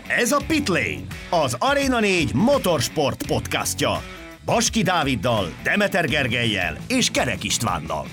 Ez a Pitlane, az Arena 4 motorsport podcastja. Baski Dáviddal, Demeter Gergellyel és Kerek Istvánnal.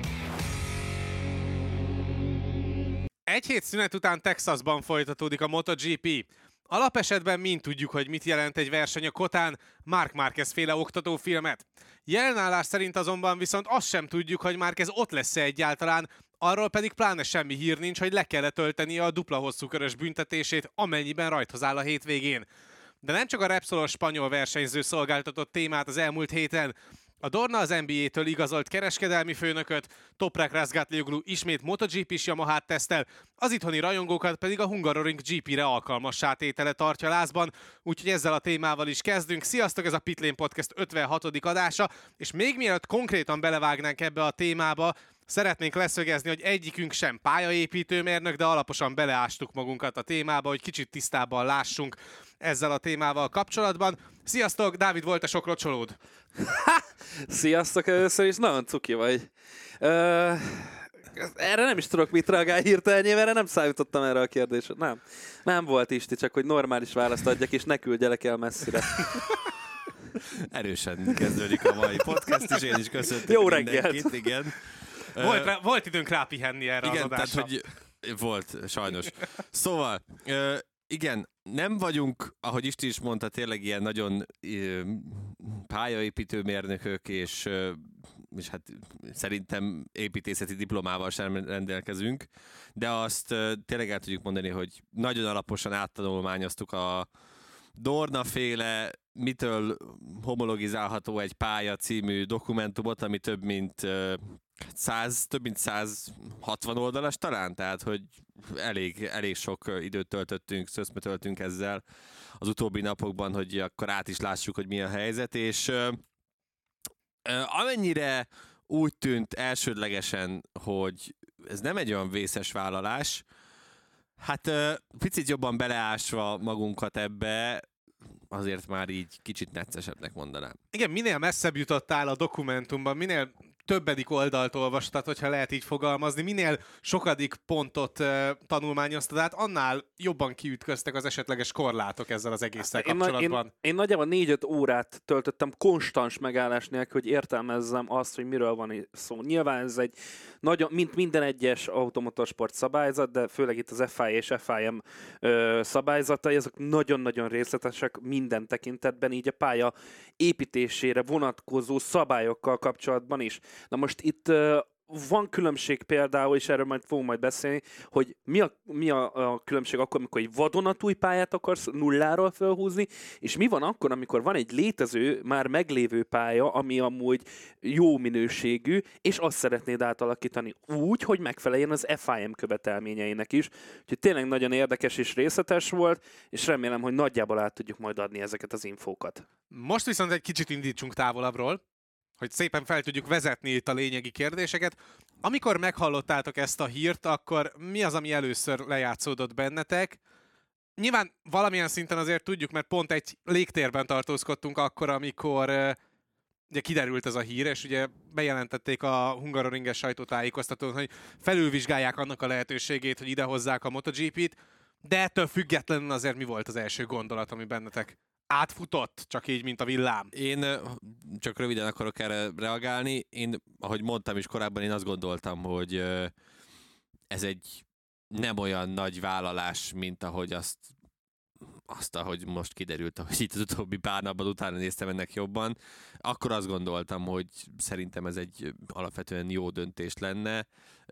Egy hét szünet után Texasban folytatódik a MotoGP. Alapesetben mind tudjuk, hogy mit jelent egy verseny a Kotán, Marc Márquez féle oktatófilmet. Jelenállás szerint azonban viszont azt sem tudjuk, hogy Márquez ott lesz-e egyáltalán, arról pedig pláne semmi hír nincs, hogy le kellett töltenie a dupla hosszúkörös büntetését, amennyiben rajthoz áll a hétvégén. De nem csak a Repsol spanyol versenyző szolgáltatott témát az elmúlt héten. A Dorna az NBA-től igazolt kereskedelmi főnököt, Toprak Razgatlioglu ismét MotoGP-s Yamahát tesztel, az itthoni rajongókat pedig a Hungaroring GP-re alkalmassá tétele tartja lázban, úgyhogy ezzel a témával is kezdünk. Sziasztok, ez a Pitlane Podcast 56. adása, és még mielőtt konkrétan belevágnánk ebbe a témába, szeretnénk leszögezni, hogy egyikünk sem pályaépítőmérnök, de alaposan beleástuk magunkat a témába, hogy kicsit tisztában lássunk ezzel a témával kapcsolatban. Sziasztok, Dávid, volt-e sok locsolód? Sziasztok, először is nagyon cuki vagy. Erre nem is tudok mit reagálni hirtelen, erre nem számítottam erre a kérdésre. Nem volt Isti, csak hogy normális választ adjak, és ne küldjelek el messzire. Erősen kezdődik a mai podcast, és én is köszöntök Jó mindenkit. Igen. Volt időnk rápihenni erre igen, az adásra. Tehát, hogy volt, sajnos. Szóval, igen, nem vagyunk, ahogy Isti is mondta, tényleg ilyen nagyon pályaépítő mérnökök, és hát szerintem építészeti diplomával sem rendelkezünk, de azt tényleg el tudjuk mondani, hogy nagyon alaposan áttanulmányoztuk a Dorna-féle mitől homologizálható egy pálya című dokumentumot, ami több mint 160 oldalas talán, tehát hogy elég sok időt töltöttünk ezzel az utóbbi napokban, hogy akkor át is lássuk, hogy mi a helyzet, és amennyire úgy tűnt elsődlegesen, hogy ez nem egy olyan vészes vállalás, hát picit jobban beleásva magunkat ebbe, azért már így kicsit neccesebbnek mondanám. Igen, minél messzebb jutottál a dokumentumban, minél többedik oldalt olvastad, hogyha lehet így fogalmazni, minél sokadik pontot tanulmányoztad át, annál jobban kiütköztek az esetleges korlátok ezzel az egésszel kapcsolatban. Én nagyjából 4-5 órát töltöttem konstans megállás nélkül, hogy értelmezzem azt, hogy miről van szó. Nyilván ez egy nagyon, mint minden egyes automotorsport szabályzat, de főleg itt az FIA és FIM szabályzatai, ezek nagyon-nagyon részletesek minden tekintetben, így a pálya építésére vonatkozó szabályokkal kapcsolatban is. Na most itt van különbség például, és erről fogunk majd beszélni, hogy mi a különbség akkor, amikor egy vadonatúj pályát akarsz nulláról felhúzni, és mi van akkor, amikor van egy létező, már meglévő pálya, ami amúgy jó minőségű, és azt szeretnéd átalakítani úgy, hogy megfeleljen az FIM követelményeinek is. Úgyhogy tényleg nagyon érdekes és részletes volt, és remélem, hogy nagyjából át tudjuk majd adni ezeket az infókat. Most viszont egy kicsit indítsunk távolabbról, hogy szépen fel tudjuk vezetni itt a lényegi kérdéseket. Amikor meghallottátok ezt a hírt, akkor mi az, ami először lejátszódott bennetek? Nyilván valamilyen szinten azért tudjuk, mert pont egy légtérben tartózkodtunk akkor, amikor ugye kiderült ez a hír, és ugye bejelentették a Hungaroringes sajtótájékoztatón, hogy felülvizsgálják annak a lehetőségét, hogy idehozzák a MotoGP-t, de ettől függetlenül azért mi volt az első gondolat, ami bennetek átfutott, csak így, mint a villám? Én csak röviden akarok erre reagálni. Én, ahogy mondtam is korábban, én azt gondoltam, hogy ez egy nem olyan nagy vállalás, mint ahogy ahogy most kiderült, hogy itt az utóbbi pár napban utána néztem ennek jobban. Akkor azt gondoltam, hogy szerintem ez egy alapvetően jó döntés lenne,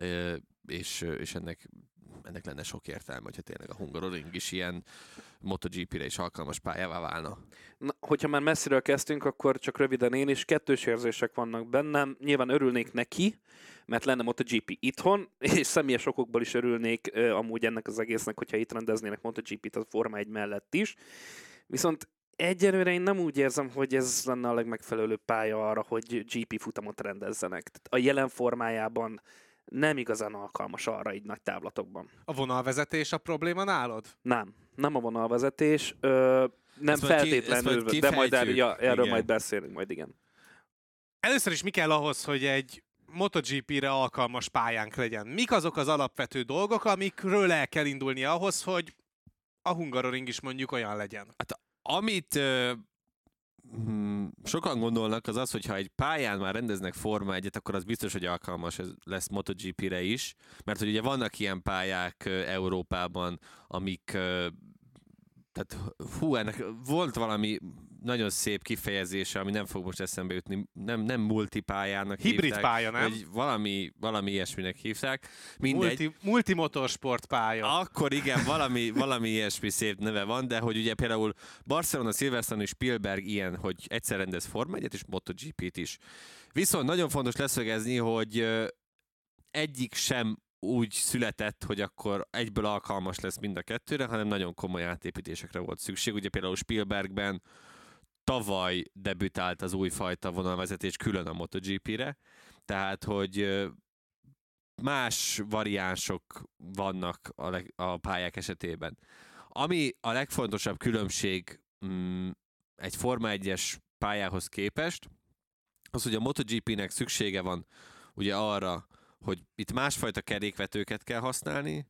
és ennek lenne sok értelme, hogyha tényleg a Hungaroring is ilyen MotoGP-re is alkalmas pályává válna. Na, hogyha már messziről kezdtünk, akkor csak röviden én is kettős érzések vannak bennem. Nyilván örülnék neki, mert lenne MotoGP itthon, és személyes okokból is örülnék amúgy ennek az egésznek, hogyha itt rendeznének MotoGP-t a Forma 1 mellett is. Viszont egyelőre én nem úgy érzem, hogy ez lenne a legmegfelelőbb pálya arra, hogy GP futamot rendezzenek. A jelen formájában nem igazán alkalmas arra így nagy távlatokban. A vonalvezetés a probléma nálad? Nem a vonalvezetés, nem feltétlenül, de majd erről majd beszélünk, majd igen. Először is mi kell ahhoz, hogy egy MotoGP-re alkalmas pályánk legyen? Mik azok az alapvető dolgok, amikről el kell indulni ahhoz, hogy a Hungaroring is mondjuk olyan legyen. Hát amit sokan gondolnak, az az, hogyha egy pályán már rendeznek Forma 1-et, akkor az biztos, hogy alkalmas lesz MotoGP-re is, mert hogy ugye vannak ilyen pályák Európában, amik tehát ennek volt valami nagyon szép kifejezése, ami nem fog most eszembe jutni, nem multipályának hibrid hívták. Pálya, nem? Vagy valami ilyesminek hívták. Mindegy. Multimotorsport pálya. Akkor igen, valami ilyesmi szép neve van, de hogy ugye például Barcelona, Silverstone és Spielberg ilyen, hogy egyszer rendez Forma 1-et és MotoGP-t is. Viszont nagyon fontos leszögezni, hogy egyik sem úgy született, hogy akkor egyből alkalmas lesz mind a kettőre, hanem nagyon komoly átépítésekre volt szükség. Ugye például Spielbergben tavaly debütált az újfajta vonalvezetés külön a MotoGP-re, tehát hogy más variánsok vannak a pályák esetében. Ami a legfontosabb különbség egy Forma 1-es pályához képest, az, hogy a MotoGP-nek szüksége van ugye arra, hogy itt másfajta kerékvetőket kell használni,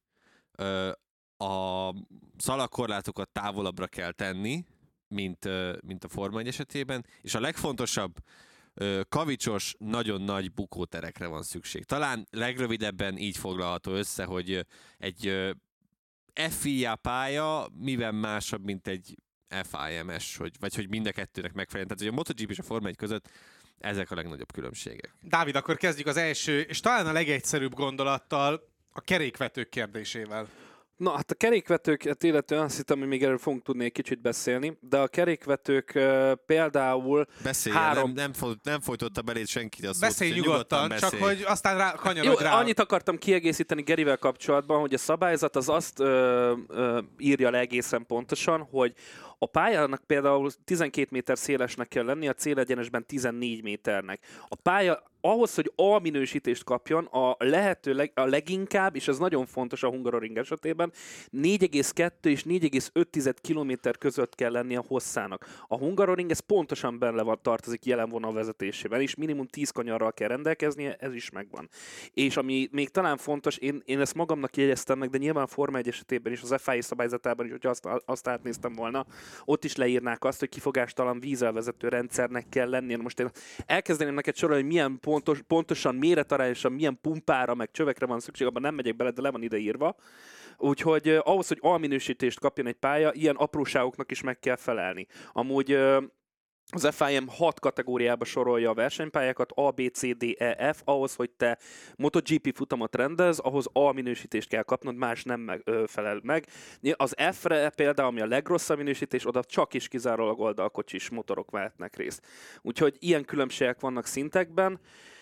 a szalagkorlátokat távolabbra kell tenni, mint a Forma 1 esetében, és a legfontosabb, kavicsos, nagyon nagy bukóterekre van szükség. Talán legrövidebben így foglalható össze, hogy egy FIA pálya mivel másabb, mint egy FIM-es, vagy hogy mind a kettőnek megfelelően. Tehát, hogy a MotoGP és a Forma 1 között ezek a legnagyobb különbségek. Dávid, akkor kezdjük az első, és talán a legegyszerűbb gondolattal, a kerékvetők kérdésével. Na, hát a kerékvetőket illetően azt hittem, hogy még erről fogunk tudni egy kicsit beszélni, de a kerékvetők például nem folytotta beléd senki a szót. Beszélj nyugodtan, csak hogy aztán kanyarodj rá. Annyit akartam kiegészíteni Gerivel kapcsolatban, hogy a szabályzat az azt írja le egészen pontosan, hogy a pályának például 12 méter szélesnek kell lenni, a célegyenesben 14 méternek. A pálya ahhoz, hogy A minősítést kapjon, a leginkább, és ez nagyon fontos a Hungaroring esetében, 4,2 és 4,5 kilométer között kell lenni a hosszának. A Hungaroring ez pontosan benne tartozik jelen vonalvezetésében, és minimum 10 kanyarral kell rendelkeznie, ez is megvan. És ami még talán fontos, én ezt magamnak jegyeztem meg, de nyilván a Forma 1 esetében is, az FIA szabályzatában is, hogyha azt átnéztem volna, ott is leírnák azt, hogy kifogástalan vízelvezető rendszernek kell lennie. Most én elkezdeném neked sorolni, hogy milyen pontosan méretarányosan, milyen pumpára, meg csövekre van szükség, abban nem megyek bele, de le van ide írva. Úgyhogy ahhoz, hogy alminősítést kapjon egy pálya, ilyen apróságoknak is meg kell felelni. Amúgy az FIM 6 kategóriába sorolja a versenypályákat, A, B, C, D, E, F. Ahhoz, hogy te MotoGP futamot rendez, ahhoz A minősítést kell kapnod, más nem felel meg. Az F-re például, ami a legrosszabb minősítés, oda csak is kizárólag oldalkocsis motorok vehetnek részt. Úgyhogy ilyen különbségek vannak szintekben.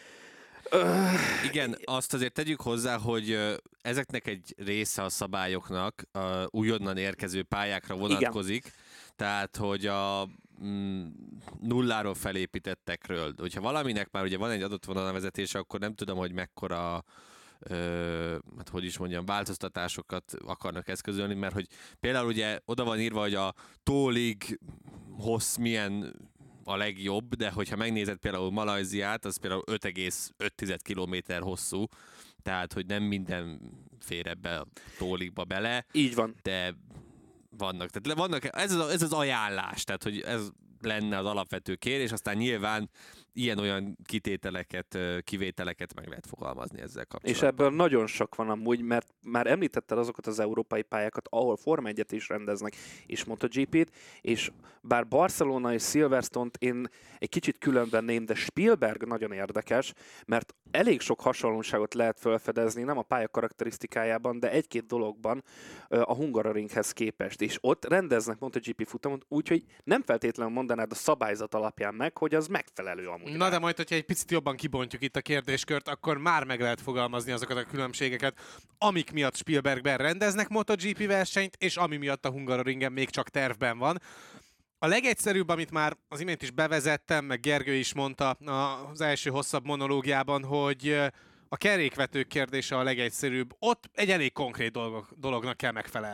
Igen, azt azért tegyük hozzá, hogy ezeknek egy része a szabályoknak újonnan érkező pályákra vonatkozik, igen. Tehát, hogy a nulláról felépítettekről. Hogyha valaminek már ugye van egy adott vonalvezetése, akkor nem tudom, hogy mekkora hát hogy is mondjam, változtatásokat akarnak eszközölni, mert hogy például ugye oda van írva, hogy a tólig hossz milyen a legjobb, de hogyha megnézed például Malajziát, az például 5,5 kilométer hosszú, tehát hogy nem minden fér ebbe a tóligba bele. Így van. De vannak ez az ajánlás, tehát hogy ez lenne az alapvető kérés, aztán nyilván ilyen-olyan kivételeket meg lehet fogalmazni ezzel kapcsolatban. És ebből nagyon sok van amúgy, mert már említetted azokat az európai pályákat, ahol Forma 1-et is rendeznek, és MotoGP-t, és bár Barcelona és Silverstone-t én egy kicsit külön venném, de Spielberg nagyon érdekes, mert elég sok hasonlóságot lehet felfedezni, nem a pálya karakterisztikájában, de egy-két dologban a Hungaroringhez képest. És ott rendeznek MotoGP futamot, úgyhogy nem feltétlenül mondanád a szabályzat alapján meg, hogy az megfelelő amúgy. Na de majd, hogyha egy picit jobban kibontjuk itt a kérdéskört, akkor már meg lehet fogalmazni azokat a különbségeket, amik miatt Spielbergben rendeznek MotoGP versenyt, és ami miatt a Hungaroringen még csak tervben van. A legegyszerűbb, amit már az imént is bevezettem, meg Gergő is mondta az első hosszabb monológiában, hogy a kerékvetők kérdése a legegyszerűbb. Ott egy elég konkrét dolognak kell megfelelni.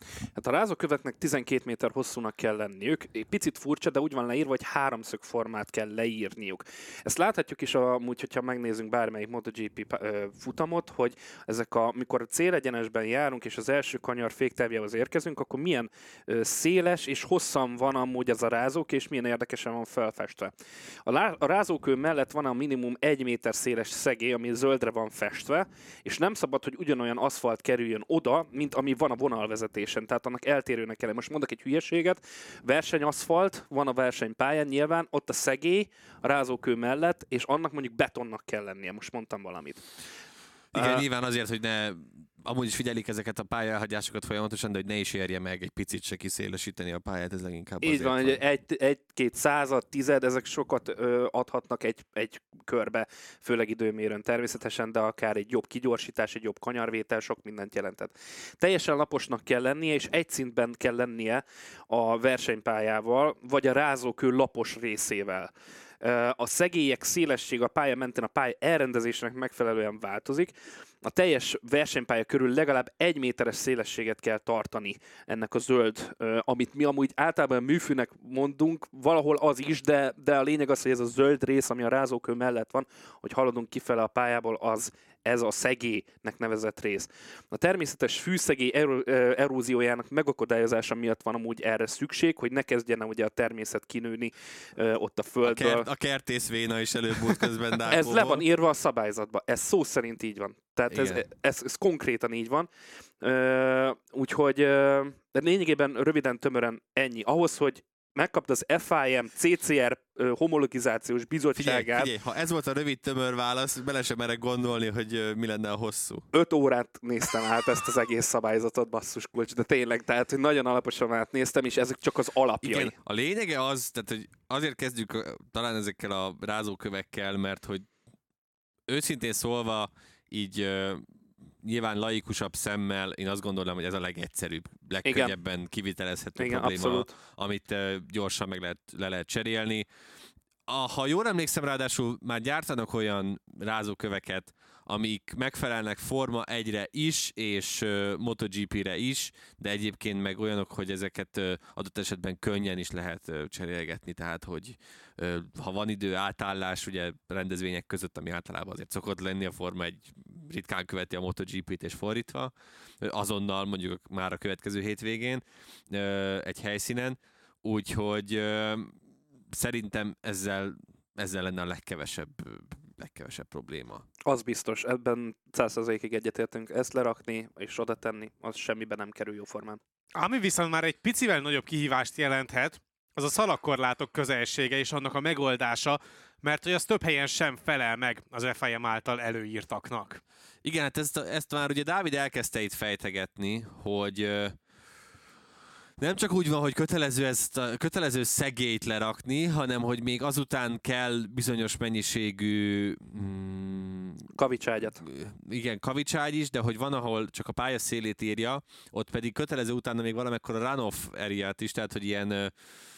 Hát a rázóköveknek 12 méter hosszúnak kell lenniük. Egy picit furcsa, de úgy van leírva, hogy háromszög formát kell leírniuk. Ezt láthatjuk is amúgy, hogyha megnézzünk bármelyik MotoGP futamot, hogy mikor a célegyenesben járunk, és az első kanyar féktávjához érkezünk, akkor milyen széles és hosszan van amúgy ez a rázók, és milyen érdekesen van felfestve. A rázókő mellett van a minimum 1 méter széles szegély, ami zöldre van festve, és nem szabad, hogy ugyanolyan aszfalt kerüljön oda, mint ami van a vonalvezetésen, tehát annak eltérőnek kell. Most mondok egy hülyeséget, versenyaszfalt van a versenypályán, nyilván ott a szegély a rázókő mellett, és annak mondjuk betonnak kell lennie. Most mondtam valamit. Igen, nyilván azért, hogy ne, amúgy is figyelik ezeket a pályaelhagyásokat folyamatosan, de hogy ne is érje meg egy picit se kiszélesíteni a pályát, ez leginkább így van, hogy egy-két század, tized, ezek sokat adhatnak egy körbe, főleg időmérőn természetesen, de akár egy jobb kigyorsítás, egy jobb kanyarvétel sok mindent jelentett. Teljesen laposnak kell lennie, és egy szintben kell lennie a versenypályával, vagy a rázókő lapos részével. A szegélyek szélessége a pálya mentén a pálya elrendezésnek megfelelően változik. A teljes versenypálya körül legalább 1 méteres szélességet kell tartani ennek a zöld, amit mi amúgy általában műfűnek mondunk, valahol az is, de a lényeg az, hogy ez a zöld rész, ami a rázókő mellett van, hogy haladunk kifele a pályából, ez a szegélynek nevezett rész. A természetes fűszegély eróziójának megakadályozása miatt van amúgy erre szükség, hogy ne kezdjen ugye a természet kinőni ott a földből. A kertészvéna is előbb közben dákóval. Ez le van írva a szabályzatba, ez szó szerint így van. Tehát ez konkrétan így van. Úgyhogy de lényegében röviden, tömören ennyi. Ahhoz, hogy megkapd az FIM CCR homologizációs bizottságát. Figyelj, ha ez volt a rövid tömör válasz, bele sem merek gondolni, hogy mi lenne a hosszú. 5 órát néztem át ezt az egész szabályzatot, basszus kulcs, de tényleg, tehát hogy nagyon alaposan átnéztem, és ezek csak az alapjai. Igen, a lényege az, tehát hogy azért kezdjük talán ezekkel a rázókövekkel, mert hogy őszintén szólva így nyilván laikusabb szemmel én azt gondolom, hogy ez a legegyszerűbb, legkönnyebben kivitelezhető probléma, abszolút. Amit gyorsan le lehet cserélni. Ha jól emlékszem, ráadásul már gyártanak olyan rázóköveket, amik megfelelnek Forma 1-re is, és MotoGP-re is, de egyébként meg olyanok, hogy ezeket adott esetben könnyen is lehet cserélgetni, tehát hogy ha van idő, átállás, ugye rendezvények között, ami általában azért szokott lenni, a Forma 1 ritkán követi a MotoGP-t és fordítva, azonnal mondjuk már a következő hétvégén egy helyszínen, úgyhogy szerintem ezzel lenne a legkevesebb probléma. Az biztos, ebben 100%-ig egyetértünk. Ezt lerakni és oda tenni, az semmiben nem kerül jóformán. Ami viszont már egy picivel nagyobb kihívást jelenthet, az a szalagkorlátok közelsége és annak a megoldása, mert hogy az több helyen sem felel meg az FIM által előírtaknak. Igen, hát ezt már ugye Dávid elkezdte itt fejtegetni, hogy nem csak úgy van, hogy kötelező szegélyt lerakni, hanem hogy még azután kell bizonyos mennyiségű kavicságyat. Igen, kavicságy is, de hogy van, ahol csak a pálya szélét írja, ott pedig kötelező utána még valamekkor a runoff areát is, tehát hogy ilyen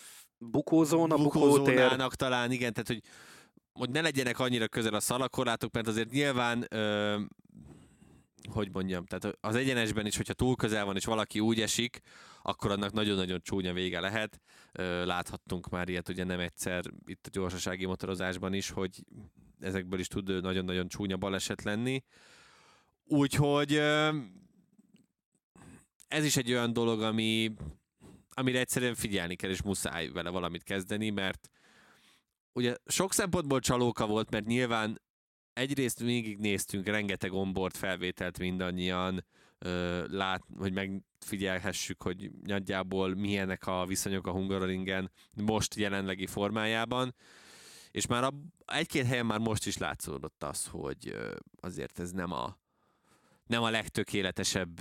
bukózónának talán, igen, tehát hogy ne legyenek annyira közel a szalagkorlátok, mert azért nyilván hogy mondjam, tehát az egyenesben is, hogyha túl közel van, és valaki úgy esik, akkor annak nagyon-nagyon csúnya vége lehet. Láthattunk már ilyet ugye nem egyszer itt a gyorsasági motorozásban is, hogy ezekből is tud nagyon-nagyon csúnya baleset lenni. Úgyhogy ez is egy olyan dolog, amire egyszerűen figyelni kell, és muszáj vele valamit kezdeni, mert ugye sok szempontból csalóka volt, mert nyilván egyrészt végignéztünk rengeteg onboard felvételt mindannyian, hogy megfigyelhessük, hogy nagyjából milyenek a viszonyok a Hungaroringen most jelenlegi formájában, és már egy-két helyen már most is látszódott az, hogy azért ez nem a legtökéletesebb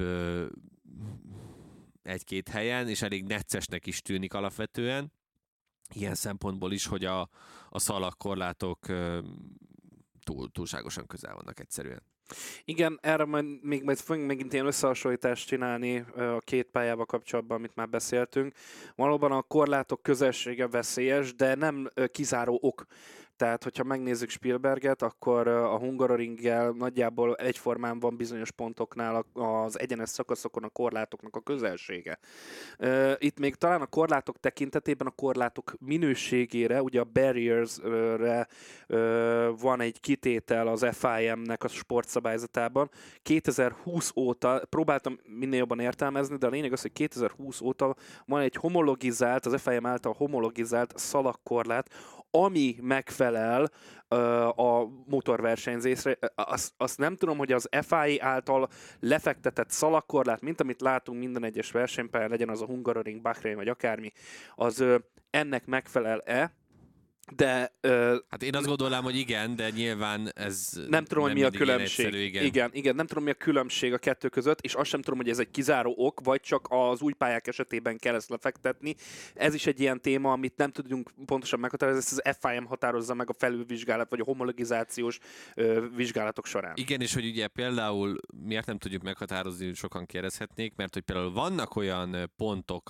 egy-két helyen, és elég neccesnek is tűnik alapvetően. Ilyen szempontból is, hogy a szalagkorlátok túlságosan közel vannak egyszerűen. Igen, erre majd fogunk megint ilyen összehasonlítást csinálni a két pályával kapcsolatban, amit már beszéltünk. Valóban a korlátok közelsége veszélyes, de nem kizáró ok. Tehát, hogyha megnézzük Spielberget, akkor a Hungaroringgel nagyjából egyformán van bizonyos pontoknál az egyenes szakaszokon a korlátoknak a közelsége. Itt még talán a korlátok tekintetében a korlátok minőségére, ugye a barriers-re van egy kitétel az FIM-nek a sportszabályzatában. 2020 óta, próbáltam minél jobban értelmezni, de a lényeg az, hogy 2020 óta van egy homologizált, az FIM által homologizált szalagkorlát, ami megfelel a motorversenyzésre. Azt nem tudom, hogy az FIA által lefektetett szalagkorlát, mint amit látunk minden egyes versenypályán, legyen az a Hungaroring, Bahrain vagy akármi, az ennek megfelel-e, de... Hát én azt gondolnám, hogy igen, de nyilván ez nem tudom, hogy mi a különbség. Egyszerű, Igen, nem tudom, mi a különbség a kettő között, és azt sem tudom, hogy ez egy kizáró ok, vagy csak az új pályák esetében kell ezt lefektetni. Ez is egy ilyen téma, amit nem tudunk pontosan meghatározni, ezt az FIM határozza meg a felülvizsgálat, vagy a homologizációs vizsgálatok során. Igen, és hogy ugye például miért nem tudjuk meghatározni, hogy sokan kérdezhetnék, mert hogy például vannak olyan pontok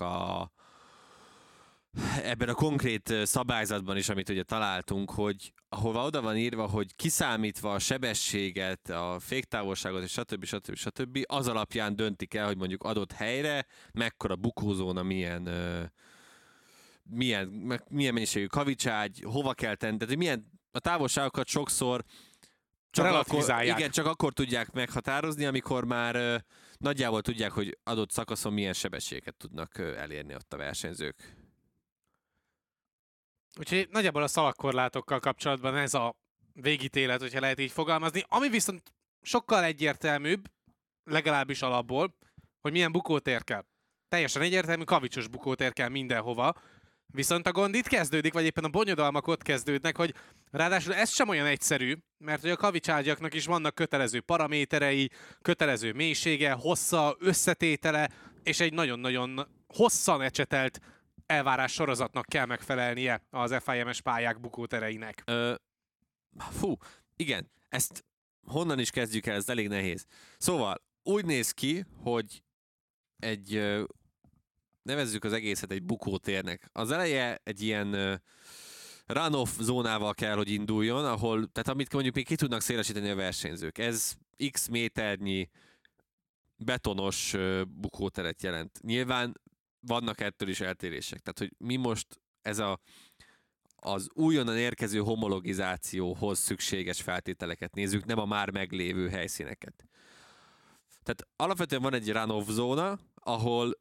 ebben a konkrét szabályzatban is, amit ugye találtunk, hogy ahova oda van írva, hogy kiszámítva a sebességet, a féktávolságot, és stb. Az alapján döntik el, hogy mondjuk adott helyre mekkora bukózóna, milyen mennyiségű kavicságy, hova kell tenni, tehát milyen a távolságokat sokszor csak akkor tudják meghatározni, amikor már nagyjából tudják, hogy adott szakaszon milyen sebességet tudnak elérni ott a versenyzők. Úgyhogy nagyjából a szalagkorlátokkal kapcsolatban ez a végítélet, hogyha lehet így fogalmazni. Ami viszont sokkal egyértelműbb, legalábbis alapból, hogy milyen bukótér kell. Teljesen egyértelmű, kavicsos bukótér kell mindenhova. Viszont a gond itt kezdődik, vagy éppen a bonyodalmak ott kezdődnek, hogy ráadásul ez sem olyan egyszerű, mert hogy a kavicságyaknak is vannak kötelező paraméterei, kötelező mélysége, hossza, összetétele, és egy nagyon-nagyon hosszan ecsetelt elvárás sorozatnak kell megfelelnie az FIM-es pályák bukótereinek. Igen, ezt honnan is kezdjük el, ez elég nehéz. Szóval úgy néz ki, hogy nevezzük az egészet egy bukótérnek. Az eleje egy ilyen run-off zónával kell, hogy induljon, tehát amit mondjuk még ki tudnak szélesíteni a versenyzők. Ez x méternyi betonos bukóteret jelent. Nyilván vannak ettől is eltérések. Tehát, hogy mi most az újonnan érkező homologizációhoz szükséges feltételeket nézzük, nem a már meglévő helyszíneket. Tehát alapvetően van egy run-off zóna, ahol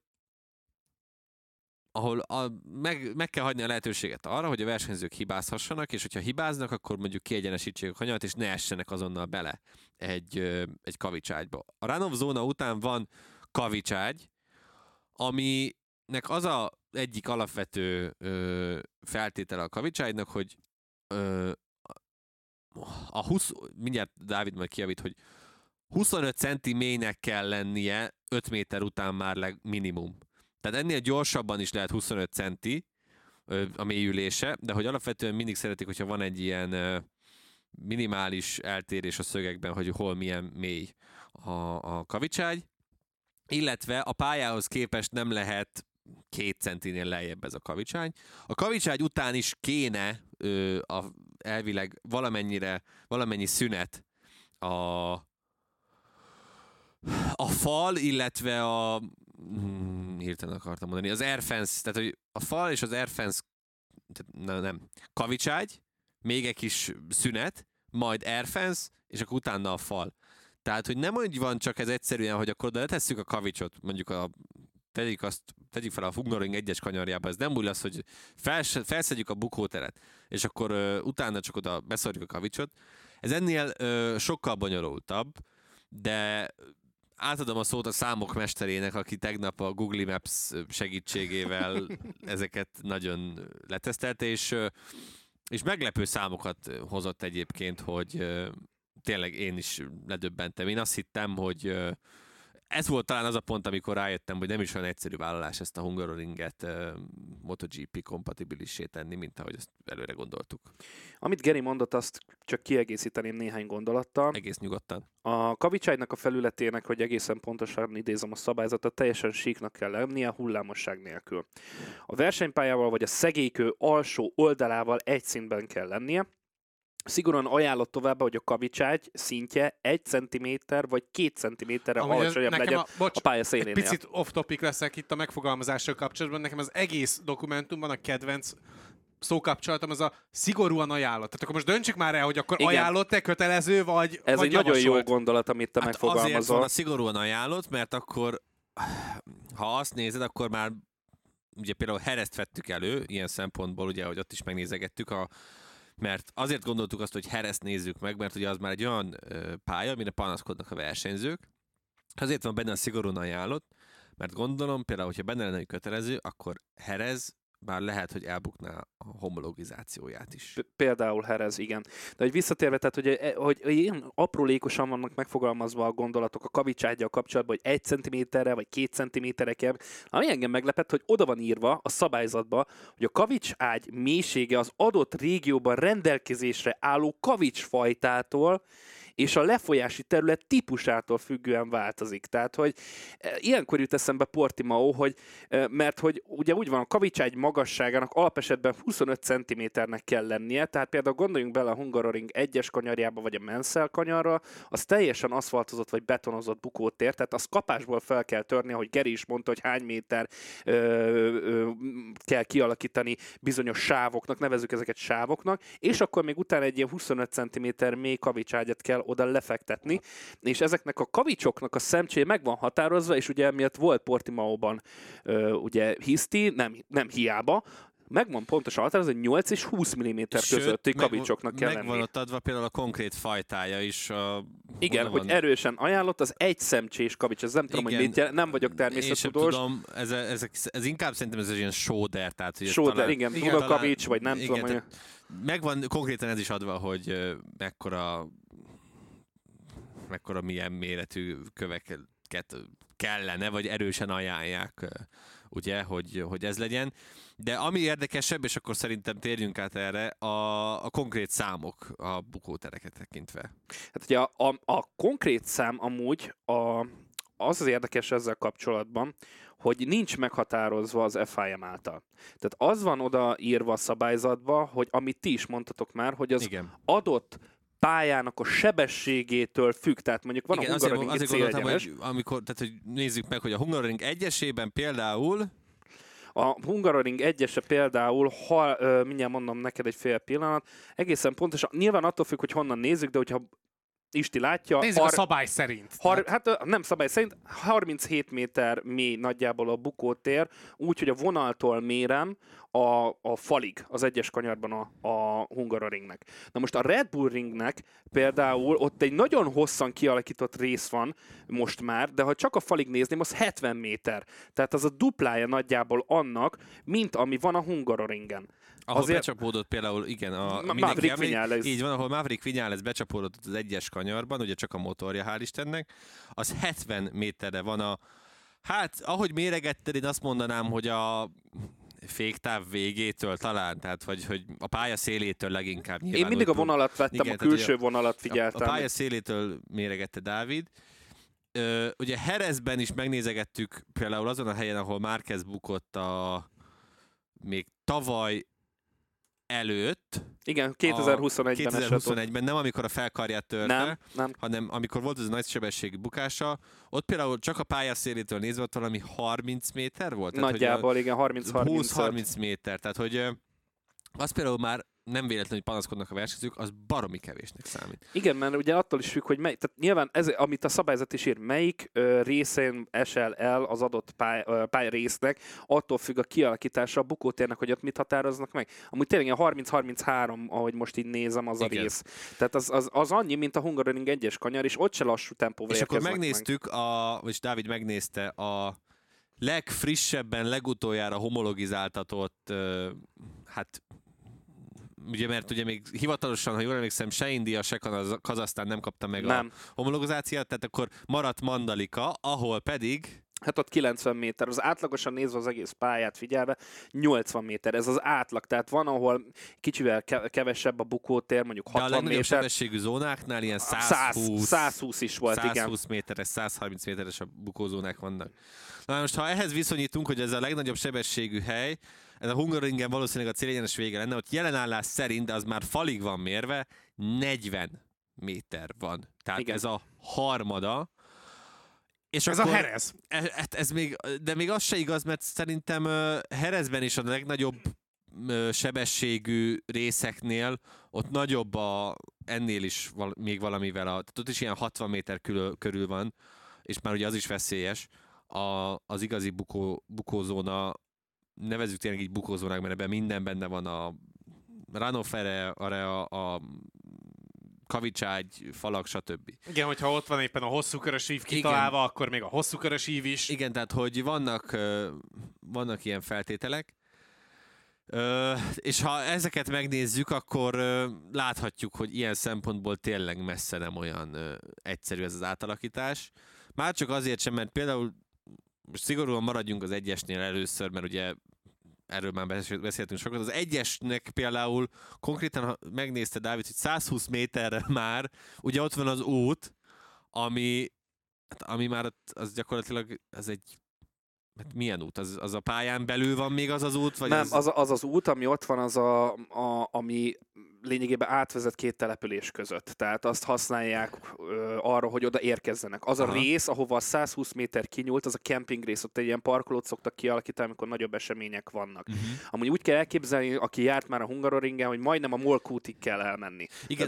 meg kell hagyni a lehetőséget arra, hogy a versenyzők hibázhassanak, és hogyha hibáznak, akkor mondjuk kiegyenesítsék a kanyarat, és ne essenek azonnal bele egy kavicságyba. A run-off zóna után van kavicságy, aminek az egyik alapvető feltétele a kavicságynak, hogy mindjárt Dávid majd kijavít, hogy 25 centi mélynek kell lennie 5 méter után már minimum. Tehát ennél gyorsabban is lehet 25 centi a mélyülése, de hogy alapvetően mindig szeretik, hogyha van egy ilyen minimális eltérés a szögekben, hogy hol milyen mély a kavicságy, illetve a pályához képest nem lehet 2 centinél lejjebb ez a kavicságy. A kavicságy után is kéne elvileg valamennyi szünet a fal, illetve hirtelen akartam mondani, az airfence, tehát hogy a fal és az airfence, kavicságy, még egy kis szünet, majd airfence, és akkor utána a fal. Tehát, hogy nem úgy van csak ez egyszerűen, hogy akkor oda letesszük a kavicsot, mondjuk tegyük fel a Hungaroring 1-es kanyarjába, ez nem úgy lesz, hogy felszedjük a bukóteret, és akkor utána csak oda beszorjuk a kavicsot. Ez ennél sokkal bonyolultabb, de átadom a szót a számok mesterének, aki tegnap a Google Maps segítségével ezeket nagyon letesztelte, és meglepő számokat hozott egyébként, hogy tényleg én is ledöbbentem. Én azt hittem, hogy ez volt talán az a pont, amikor rájöttem, hogy nem is olyan egyszerű vállalás ezt a Hungaroringet MotoGP kompatibilissé tenni, mint ahogy ezt előre gondoltuk. Amit Geri mondott, azt csak kiegészíteném néhány gondolattal. Egész nyugodtan. A kavicságynak a felületének, hogy egészen pontosan idézem a szabályzatot, teljesen síknak kell lennie, hullámosság nélkül. A versenypályával vagy a szegélykő alsó oldalával egy szintben kell lennie, szigorúan ajánlott továbbá, hogy a kavicságy szintje 1 cm vagy 2 cm-re alacsonyabb legyen a pálya szélénél. Egy picit off-topic leszek itt a megfogalmazással kapcsolatban. Nekem az egész dokumentumban a kedvenc szókapcsolatom az a szigorúan ajánlott. Tehát akkor most döntsük már el, hogy akkor ajánlott-e, kötelező, vagy ez vagy egy javasolt. nagyon jó gondolat, amit te megfogalmazol. Azért van a szigorúan ajánlott, mert akkor, ha azt nézed, akkor már ugye például Herezt vettük elő, ilyen szempontból, ugye, hogy ott is megnézegettük, mert azért gondoltuk azt, hogy Herezt nézzük meg, mert ugye az már egy olyan pálya, amire panaszkodnak a versenyzők. Azért van benne a szigorúan ajánlott, mert gondolom, például, hogyha benne lenne kötelező, akkor Herez már lehet, hogy elbukná a homologizációját is. Például Herez, igen. De hogy visszatérve, tehát, hogy ilyen aprólékosan vannak megfogalmazva a gondolatok a kavicsággyal kapcsolatban, hogy 1 cm-re vagy 2 cm-re kell. Ami engem meglepett, hogy oda van írva a szabályzatba, hogy a kavicságy mélysége az adott régióban rendelkezésre álló kavicsfajtától és a lefolyási terület típusától függően változik. Tehát, hogy ilyenkor jut eszembe Portimao, hogy, mert hogy ugye úgy van, a kavicságy magasságának alapesetben 25 cm-nek kell lennie, tehát például gondoljunk bele a Hungaroring 1-es kanyarjába, vagy a Mansell kanyarra, az teljesen aszfaltozott vagy betonozott bukótér, tehát az kapásból fel kell törni, ahogy Geri is mondta, hogy hány méter kell kialakítani bizonyos sávoknak, nevezzük ezeket sávoknak, és akkor még utána egy ilyen 25 cm mély kavicságyat kell oda lefektetni, és ezeknek a kavicsoknak a szemcséje meg van határozva, és ugye miatt volt Portimaóban ugye hiszti, nem hiába, megvan pontosan határozva, hogy 8 és 20 mm közötti kavicsoknak kell lenni. Megvan ott adva például a konkrét fajtája is. Igen, hogy erősen ajánlott, az egy szemcsés kavics, ez nem tudom, hogy mit jelent, nem vagyok természettudós. Én sem tudom, ez inkább szerintem ez egy ilyen sóder, tehát hogy sóder, talán, igen, Dunakavics, vagy nem tudom, hogy... Megvan konkrétan ez is adva, hogy mekkora milyen méretű köveket kellene, vagy erősen ajánlják, ugye, hogy ez legyen. De ami érdekesebb, és akkor szerintem térjünk át erre, a konkrét számok a bukótereket tekintve. Hát ugye a konkrét szám amúgy az érdekes ezzel kapcsolatban, hogy nincs meghatározva az FIM által. Tehát az van odaírva a szabályzatba, hogy amit ti is mondtatok már, hogy az adott pályának a sebességétől függ, tehát mondjuk van a Hungaroring egy célegyenes. Tehát, hogy nézzük meg, hogy a Hungaroring 1-esében például a Hungaroring 1-ese például, mindjárt mondom neked egy fél pillanat, egészen pontosan, nyilván attól függ, hogy honnan nézzük, de hogyha Isti látja... Nézzük a szabály szerint. Hát nem szabály szerint, 37 méter mély nagyjából a bukótér, úgyhogy a vonaltól mérem a falig, az 1-es kanyarban a Hungaroringnek. Na most a Red Bull Ringnek például ott egy nagyon hosszan kialakított rész van most már, de ha csak a falig nézném, az 70 méter. Tehát az a duplája nagyjából annak, mint ami van a Hungaroringen. Ahol becsapódott például, igen, Maverick Viñales. Így van, ahol Maverick Viñales becsapódott az 1-es kanyarban, ugye csak a motorja, hál' Istennek, az 70 méterre van hát, ahogy méregetted, én azt mondanám, hogy a féktáv végétől talán, tehát hogy a pálya szélétől leginkább nyilván. Én mindig a vonalat vettem, igen, a külső vonalat figyeltem. A pálya szélétől méregette Dávid. Ugye Jerezben is megnézegettük például azon a helyen, ahol Márquez bukott még tavaly előtt. Igen, 2021-ben esett. 2021-ben, nem amikor a felkarját törte, nem. hanem amikor volt az a nagy sebességű bukása. Ott például csak a pálya szélétől nézve ott valami 30 méter volt? Nagyjából, igen, 20-30 méter. Tehát, hogy az például már nem véletlenül, hogy panaszkodnak a versenyzők, az baromi kevésnek számít. Igen, mert ugye attól is függ, hogy tehát nyilván ez, amit a szabályzat is ír, melyik részén esel el az adott résznek, attól függ a kialakítása a bukótérnek, hogy ott mit határoznak meg. Amúgy tényleg 30-33, ahogy most így nézem, az igen. A rész. Tehát az annyi, mint a Hungaroring 1-es kanyar, és ott se lassú tempóval. És akkor megnéztük, vagyis Dávid megnézte a legfrissebben, legutoljára homologizáltatott, ugye, mert ugye még hivatalosan, ha jól emlékszem, se India, se Kazahsztán nem kapta meg a homologizációt, tehát akkor maradt Mandalika, ahol pedig... Hát ott 90 méter, az átlagosan nézve az egész pályát figyelve, 80 méter, ez az átlag, tehát van, ahol kicsivel kevesebb a bukótér, mondjuk 60 méter. De a legnagyobb sebességű zónáknál ilyen 120 is volt, 120 méteres, 130 méteres a bukózónák vannak. Na most, ha ehhez viszonyítunk, hogy ez a legnagyobb sebességű hely, ez a Hungaroringen valószínűleg a célegyenes vége lenne, hogy jelen állás szerint az már falig van mérve, 40 méter van. Tehát igen. Ez a harmada. És ez akkor, a Jerez. Ez még, de még az se igaz, mert szerintem Jerezben is a legnagyobb sebességű részeknél ott nagyobb ennél is még valamivel, tehát ott is ilyen 60 méter körül van, és már ugye az is veszélyes. Az igazi bukózóna, nevezzük tényleg így bukózónak, mert ebben minden benne van, a runoff area, a kavicságy, falak, stb. Igen, hogyha ott van éppen a hosszú körös ív kitalálva, igen. Akkor még a hosszú körös ív is. Igen, tehát hogy vannak ilyen feltételek, és ha ezeket megnézzük, akkor láthatjuk, hogy ilyen szempontból tényleg messze nem olyan egyszerű ez az átalakítás. Már csak azért sem, mert például most szigorúan maradjunk az egyesnél először, mert ugye erről már beszéltünk sokat. Az egyesnek például konkrétan megnézte Dávid, hogy 120 méterre már, ugye ott van az út, ami már az gyakorlatilag az egy, hát milyen út? Az a pályán belül van még az út? Vagy nem, az út, ami ott van, ami lényegében átvezet két település között. Tehát azt használják arra, hogy oda érkezzenek. Az a rész, ahova a 120 méter kinyúlt, az a camping rész, ott egy ilyen parkolót szoktak kialakítani, amikor nagyobb események vannak. Amúgy úgy kell elképzelni, aki járt már a Hungaroringen, hogy majdnem a Molkútig kell elmenni. Igen,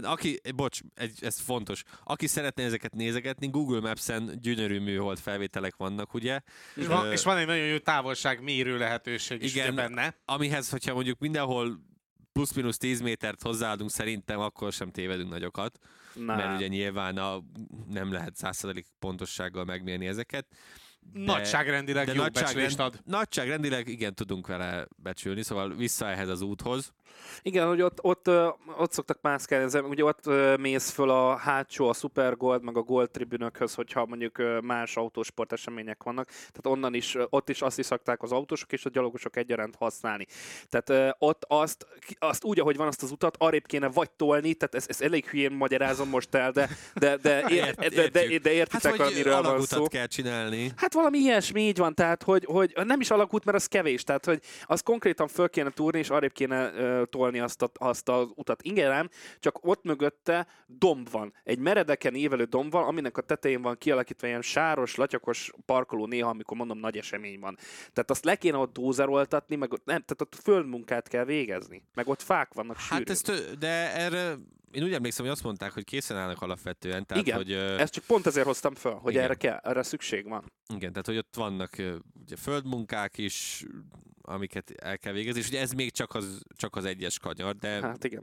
ez fontos. Aki szeretne ezeket nézegetni, Google Maps-en gyönyörű műhold felvételek vannak, ugye? És van egy nagyon jó távolságmérő lehetőség is igen, benne. Amihez, hogyha mondjuk mindenhol plusz-minusz 10 métert hozzáadunk, szerintem akkor sem tévedünk nagyokat. Mert ugye nyilván nem lehet 100% pontossággal megmérni ezeket. Nagyságrendileg jó becslést ad. Nagyságrendileg igen, tudunk vele becsülni, szóval vissza ehhez az úthoz. Igen, hogy ott szoktak mászkálni, ugye ott mész föl a hátsó, a Super Gold, meg a Gold tribünökhöz, hogyha mondjuk más autósport események vannak, tehát onnan is, ott is azt is szokták az autósok és a gyalogosok egyaránt használni. Tehát ott azt úgy, ahogy van azt az utat, arrébb kéne vagy tolni, tehát ezt elég hülyén magyarázom most el, de értitek, hát, amiről van szó. Kell csinálni. Hát valami ilyesmi, így van, tehát hogy nem is alakút, mert az kevés, tehát hogy az konkrétan föl kéne túrni, és arrébb kéne tolni azt az utat. Igen, csak ott mögötte domb van. Egy meredeken évelő domb van, aminek a tetején van kialakítva ilyen sáros, latyakos parkoló néha, amikor mondom nagy esemény van. Tehát azt le kéne ott dózeroltatni, meg tehát ott földmunkát kell végezni. Meg ott fák vannak sűrűn. Hát de erre én úgy emlékszem, hogy azt mondták, hogy készen állnak alapvetően. Tehát, igen, hogy, ezt csak pont ezért hoztam föl, hogy igen. erre szükség van. Igen, tehát hogy ott vannak ugye, földmunkák is, amiket el kell végezni, és ugye ez még csak az egyes kanyar, de... Hát igen.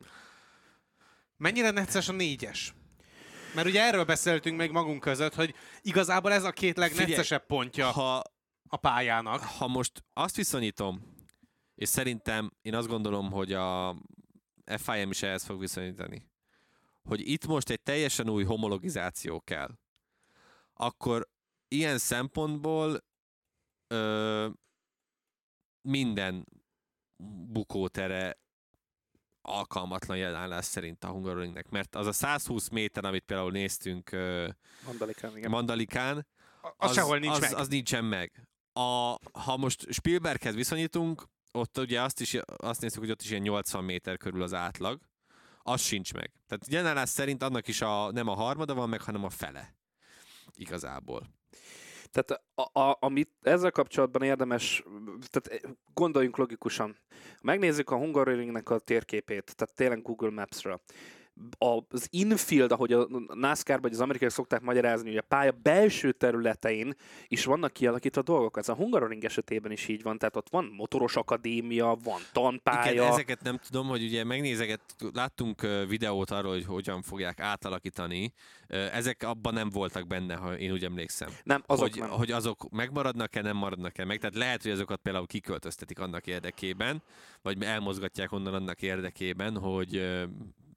Mennyire necces a 4-es? Mert ugye erről beszéltünk még magunk között, hogy igazából ez a két legnecesebb pontja a pályának. Ha most azt viszonyítom, és szerintem én azt gondolom, hogy a FIM is ehhez fog viszonyítani, hogy itt most egy teljesen új homologizáció kell, akkor ilyen szempontból minden bukótere alkalmatlan jelenlás szerint a Hungaroringnek, mert az a 120 méter, amit például néztünk Mandalikán, az sehol nincs meg. Az nincsen meg. Ha most Spielberghez viszonyítunk, ott ugye azt néztük, hogy ott is ilyen 80 méter körül az átlag, az sincs meg. Tehát jelenlás szerint annak is nem a harmada van meg, hanem a fele. Igazából. Tehát amit ezzel kapcsolatban érdemes, tehát gondoljunk logikusan. Megnézzük a Hungaroringnek a térképét, tehát tényleg Google Maps-ről. Az infield, ahogy a NASCAR-ban vagy az amerikaiak szokták magyarázni, hogy a pálya belső területein is vannak kialakítva dolgok. Ez a Hungaroring esetében is így van, tehát ott van motoros akadémia, van tanpálya. Igen, ezeket nem tudom, hogy ugye láttunk videót arról, hogy hogyan fogják átalakítani. Ezek abban nem voltak benne, ha én úgy emlékszem. Nem, hogy azok megmaradnak-e, nem maradnak-e meg. Tehát lehet, hogy azokat például kiköltöztetik annak érdekében, vagy elmozgatják onnan annak érdekében, hogy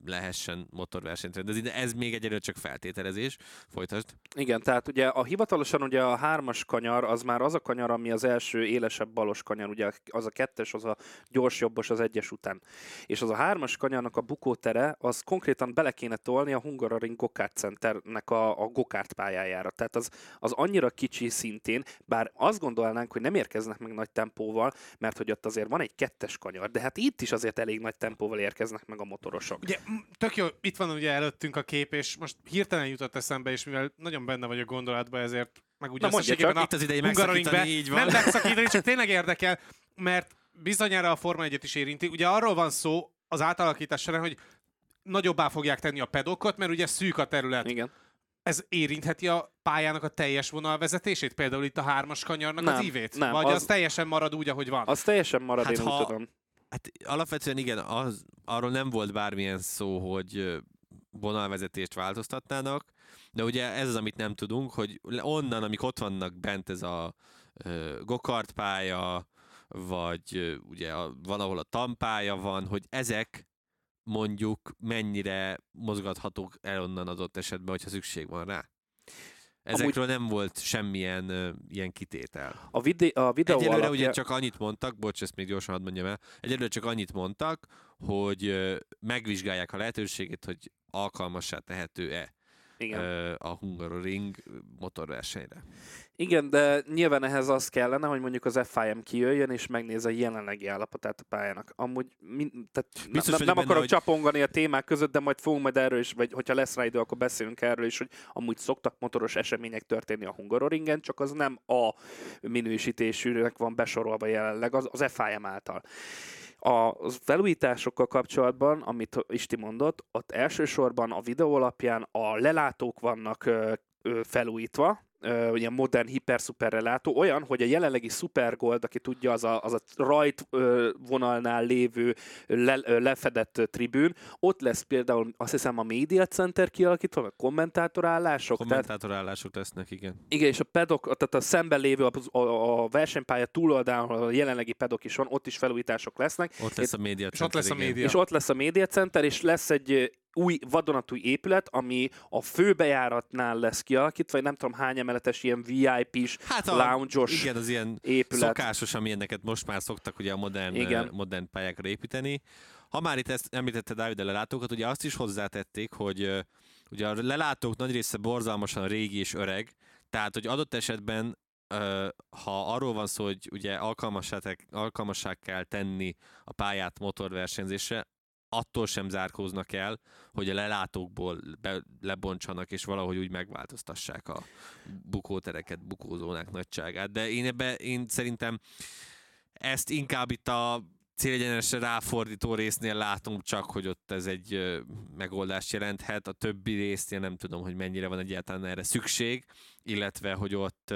lehessen motorversenyt rendezni, de ez még egyelőre csak feltételezés. Folytasd. Igen, tehát ugye hivatalosan ugye a 3-as kanyar, az már az a kanyar, ami az első élesebb balos kanyar, ugye az a 2-es, az a gyors jobbos az 1-es után. És az a 3-as kanyarnak a bukótere, az konkrétan bele kéne tolni a Hungaroring Go-Kart Centernek a go-kart pályájára. Tehát az annyira kicsi szintén, bár azt gondolnánk, hogy nem érkeznek meg nagy tempóval, mert hogy ott azért van egy 2-es kanyar, de hát itt is azért elég nagy tempóval érkeznek meg a motorosok. Ugye, tök jó, itt van ugye előttünk a kép, és most hirtelen jutott eszembe, és mivel nagyon benne vagyok gondolatban, ezért meg ugye csak itt az idei megszakítani, így van. Nem megszakítani, csak tényleg érdekel, mert bizonyára a Forma 1-et is érinti. Ugye arról van szó az átalakítás során, hogy nagyobbá fogják tenni a pedokot, mert ugye szűk a terület. Igen. Ez érintheti a pályának a teljes vonalvezetését? Például itt a 3-as kanyarnak az ívét? Nem, vagy az teljesen marad úgy, ahogy van? Az teljesen marad, én úgy tudom. Hát alapvetően igen, arról nem volt bármilyen szó, hogy vonalvezetést változtatnának, de ugye ez az, amit nem tudunk, hogy onnan, amik ott vannak bent, ez a go-kart pálya, vagy ugye van, ahol a tampálya van, hogy ezek mondjuk mennyire mozgathatók el onnan adott esetben, hogyha szükség van rá. Ezekről nem volt semmilyen ilyen kitétel. A videó egyelőre alapja... ugye csak annyit mondtak, bocs, ezt még gyorsan hadd mondjam el, egyelőre csak annyit mondtak, hogy megvizsgálják a lehetőségét, hogy alkalmassá tehető-e a Hungaroring motorversenyre. Igen, de nyilván ehhez az kellene, hogy mondjuk az FIM kijöjjön és megnézze a jelenlegi állapotát a pályának. Amúgy nem akarok csapongani a témák között, de fogunk erről is, vagy hogyha lesz rá idő, akkor beszélünk erről is, hogy amúgy szoktak motoros események történni a Hungaroringen, csak az nem a minősítésűnek van besorolva jelenleg, az FIM által. A felújításokkal kapcsolatban, amit Isti mondott, ott elsősorban a videó alapján a lelátók vannak felújítva, ugye modern hiper-szuper relátó, olyan, hogy a jelenlegi Super Gold, aki tudja, az a rajt vonalnál lévő lefedett tribűn, ott lesz például azt hiszem a Media Center kialakítva, vagy kommentátorállások. Kommentátorállások lesznek, igen. Igen, és a pedok, tehát a szemben lévő a versenypálya túloldalán, ahol a jelenlegi pedok is van, ott is felújítások lesznek. Ott lesz a Media Center, és ott lesz a Media Center, és lesz egy új vadonatúj épület, ami a főbejáratnál lesz kialakítva, vagy nem tudom hány emeletes ilyen VIP-s, lounge-os igen, az ilyen épület. Szokásos, amilyeneket most már szoktak ugye a modern pályákra építeni. Ha már itt ezt említette Dávid, a lelátókat, ugye azt is hozzátették, hogy ugye a lelátók nagy része borzalmasan régi és öreg, tehát hogy adott esetben ha arról van szó, hogy ugye alkalmassá kell tenni a pályát motorversenyzésre, attól sem zárkóznak el, hogy a lelátókból lebontsanak, és valahogy úgy megváltoztassák a bukótereket, bukózónák nagyságát. De én szerintem ezt inkább itt a célegyenesre ráfordító résznél látunk csak, hogy ott ez egy megoldást jelenthet. A többi résznél nem tudom, hogy mennyire van egyáltalán erre szükség, illetve, hogy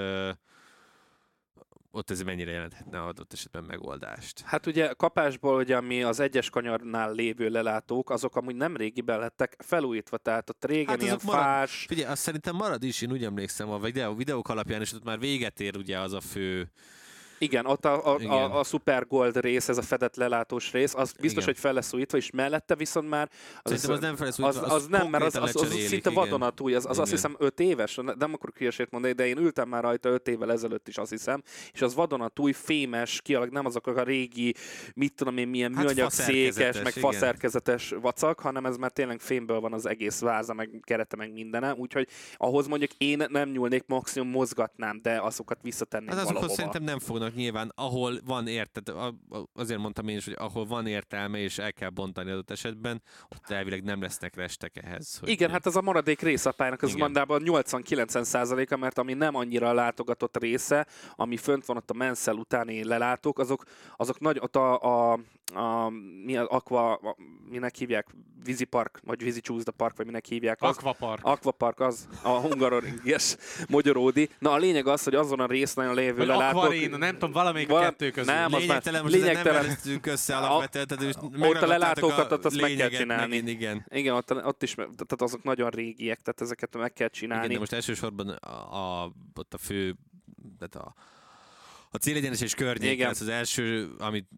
ott ez mennyire jelenthetne adott esetben megoldást. Hát ugye kapásból, ugye, ami az 1-es kanyarnál lévő lelátók, azok amúgy nem régiben lettek felújítva, tehát ott régen ilyen fás... Figyelj, azt szerintem marad is, én úgy emlékszem, a videók alapján, és ott már véget ér ugye az a fő... Igen, ott a Super Gold rész, ez a fedett lelátós rész, az biztos, hogy fel lesz újítva, és mellette viszont már... Az nem fel lesz újítva, az nem, mert az szinte vadonatúj, az azt hiszem 5 éves, nem akarok hülyeséget mondani, de én ültem már rajta 5 évvel ezelőtt is, azt hiszem, és az vadonatúj, fémes, nem azok a régi, mit tudom én, milyen műanyag székes, meg faszerkezetes vacak, hanem ez már tényleg fémből van az egész váza, meg kerete, meg mindene, úgyhogy ahhoz mondjuk én nem nyúlnék, maximum mozgatnám, de azokat visszatenném valahova. Azokhoz szerintem nem fognak nyilván, ahol van azért mondtam én is, hogy ahol van értelme, és el kell bontani adott esetben, ott elvileg nem lesznek restek ehhez. Hogy igen, hát ez a maradék rész a pályának, az mandában 80-90%-a, mert ami nem annyira látogatott része, ami fönt van ott a Mansell utáni lelátók, azok nagy, ott mi az minek hívják? Vízipark, vagy vízicsúszda park, vagy minek hívják? Aquapark, az a hungaroringes magyaródi. Na a lényeg az, hogy azon a rész nagyon lévő lelátók... Aquarina, nem tudom, valamelyik a kettő közül. Nem, lényegtelen, most nem vettünk össze alapvetően. Ott a lelátókat azt meg kell csinálni. Igen, ott is, tehát azok nagyon régiek, tehát ezeket meg kell csinálni. Igen, de most elsősorban ott a fő, tehát a célegyenes és környék, ez az első, amit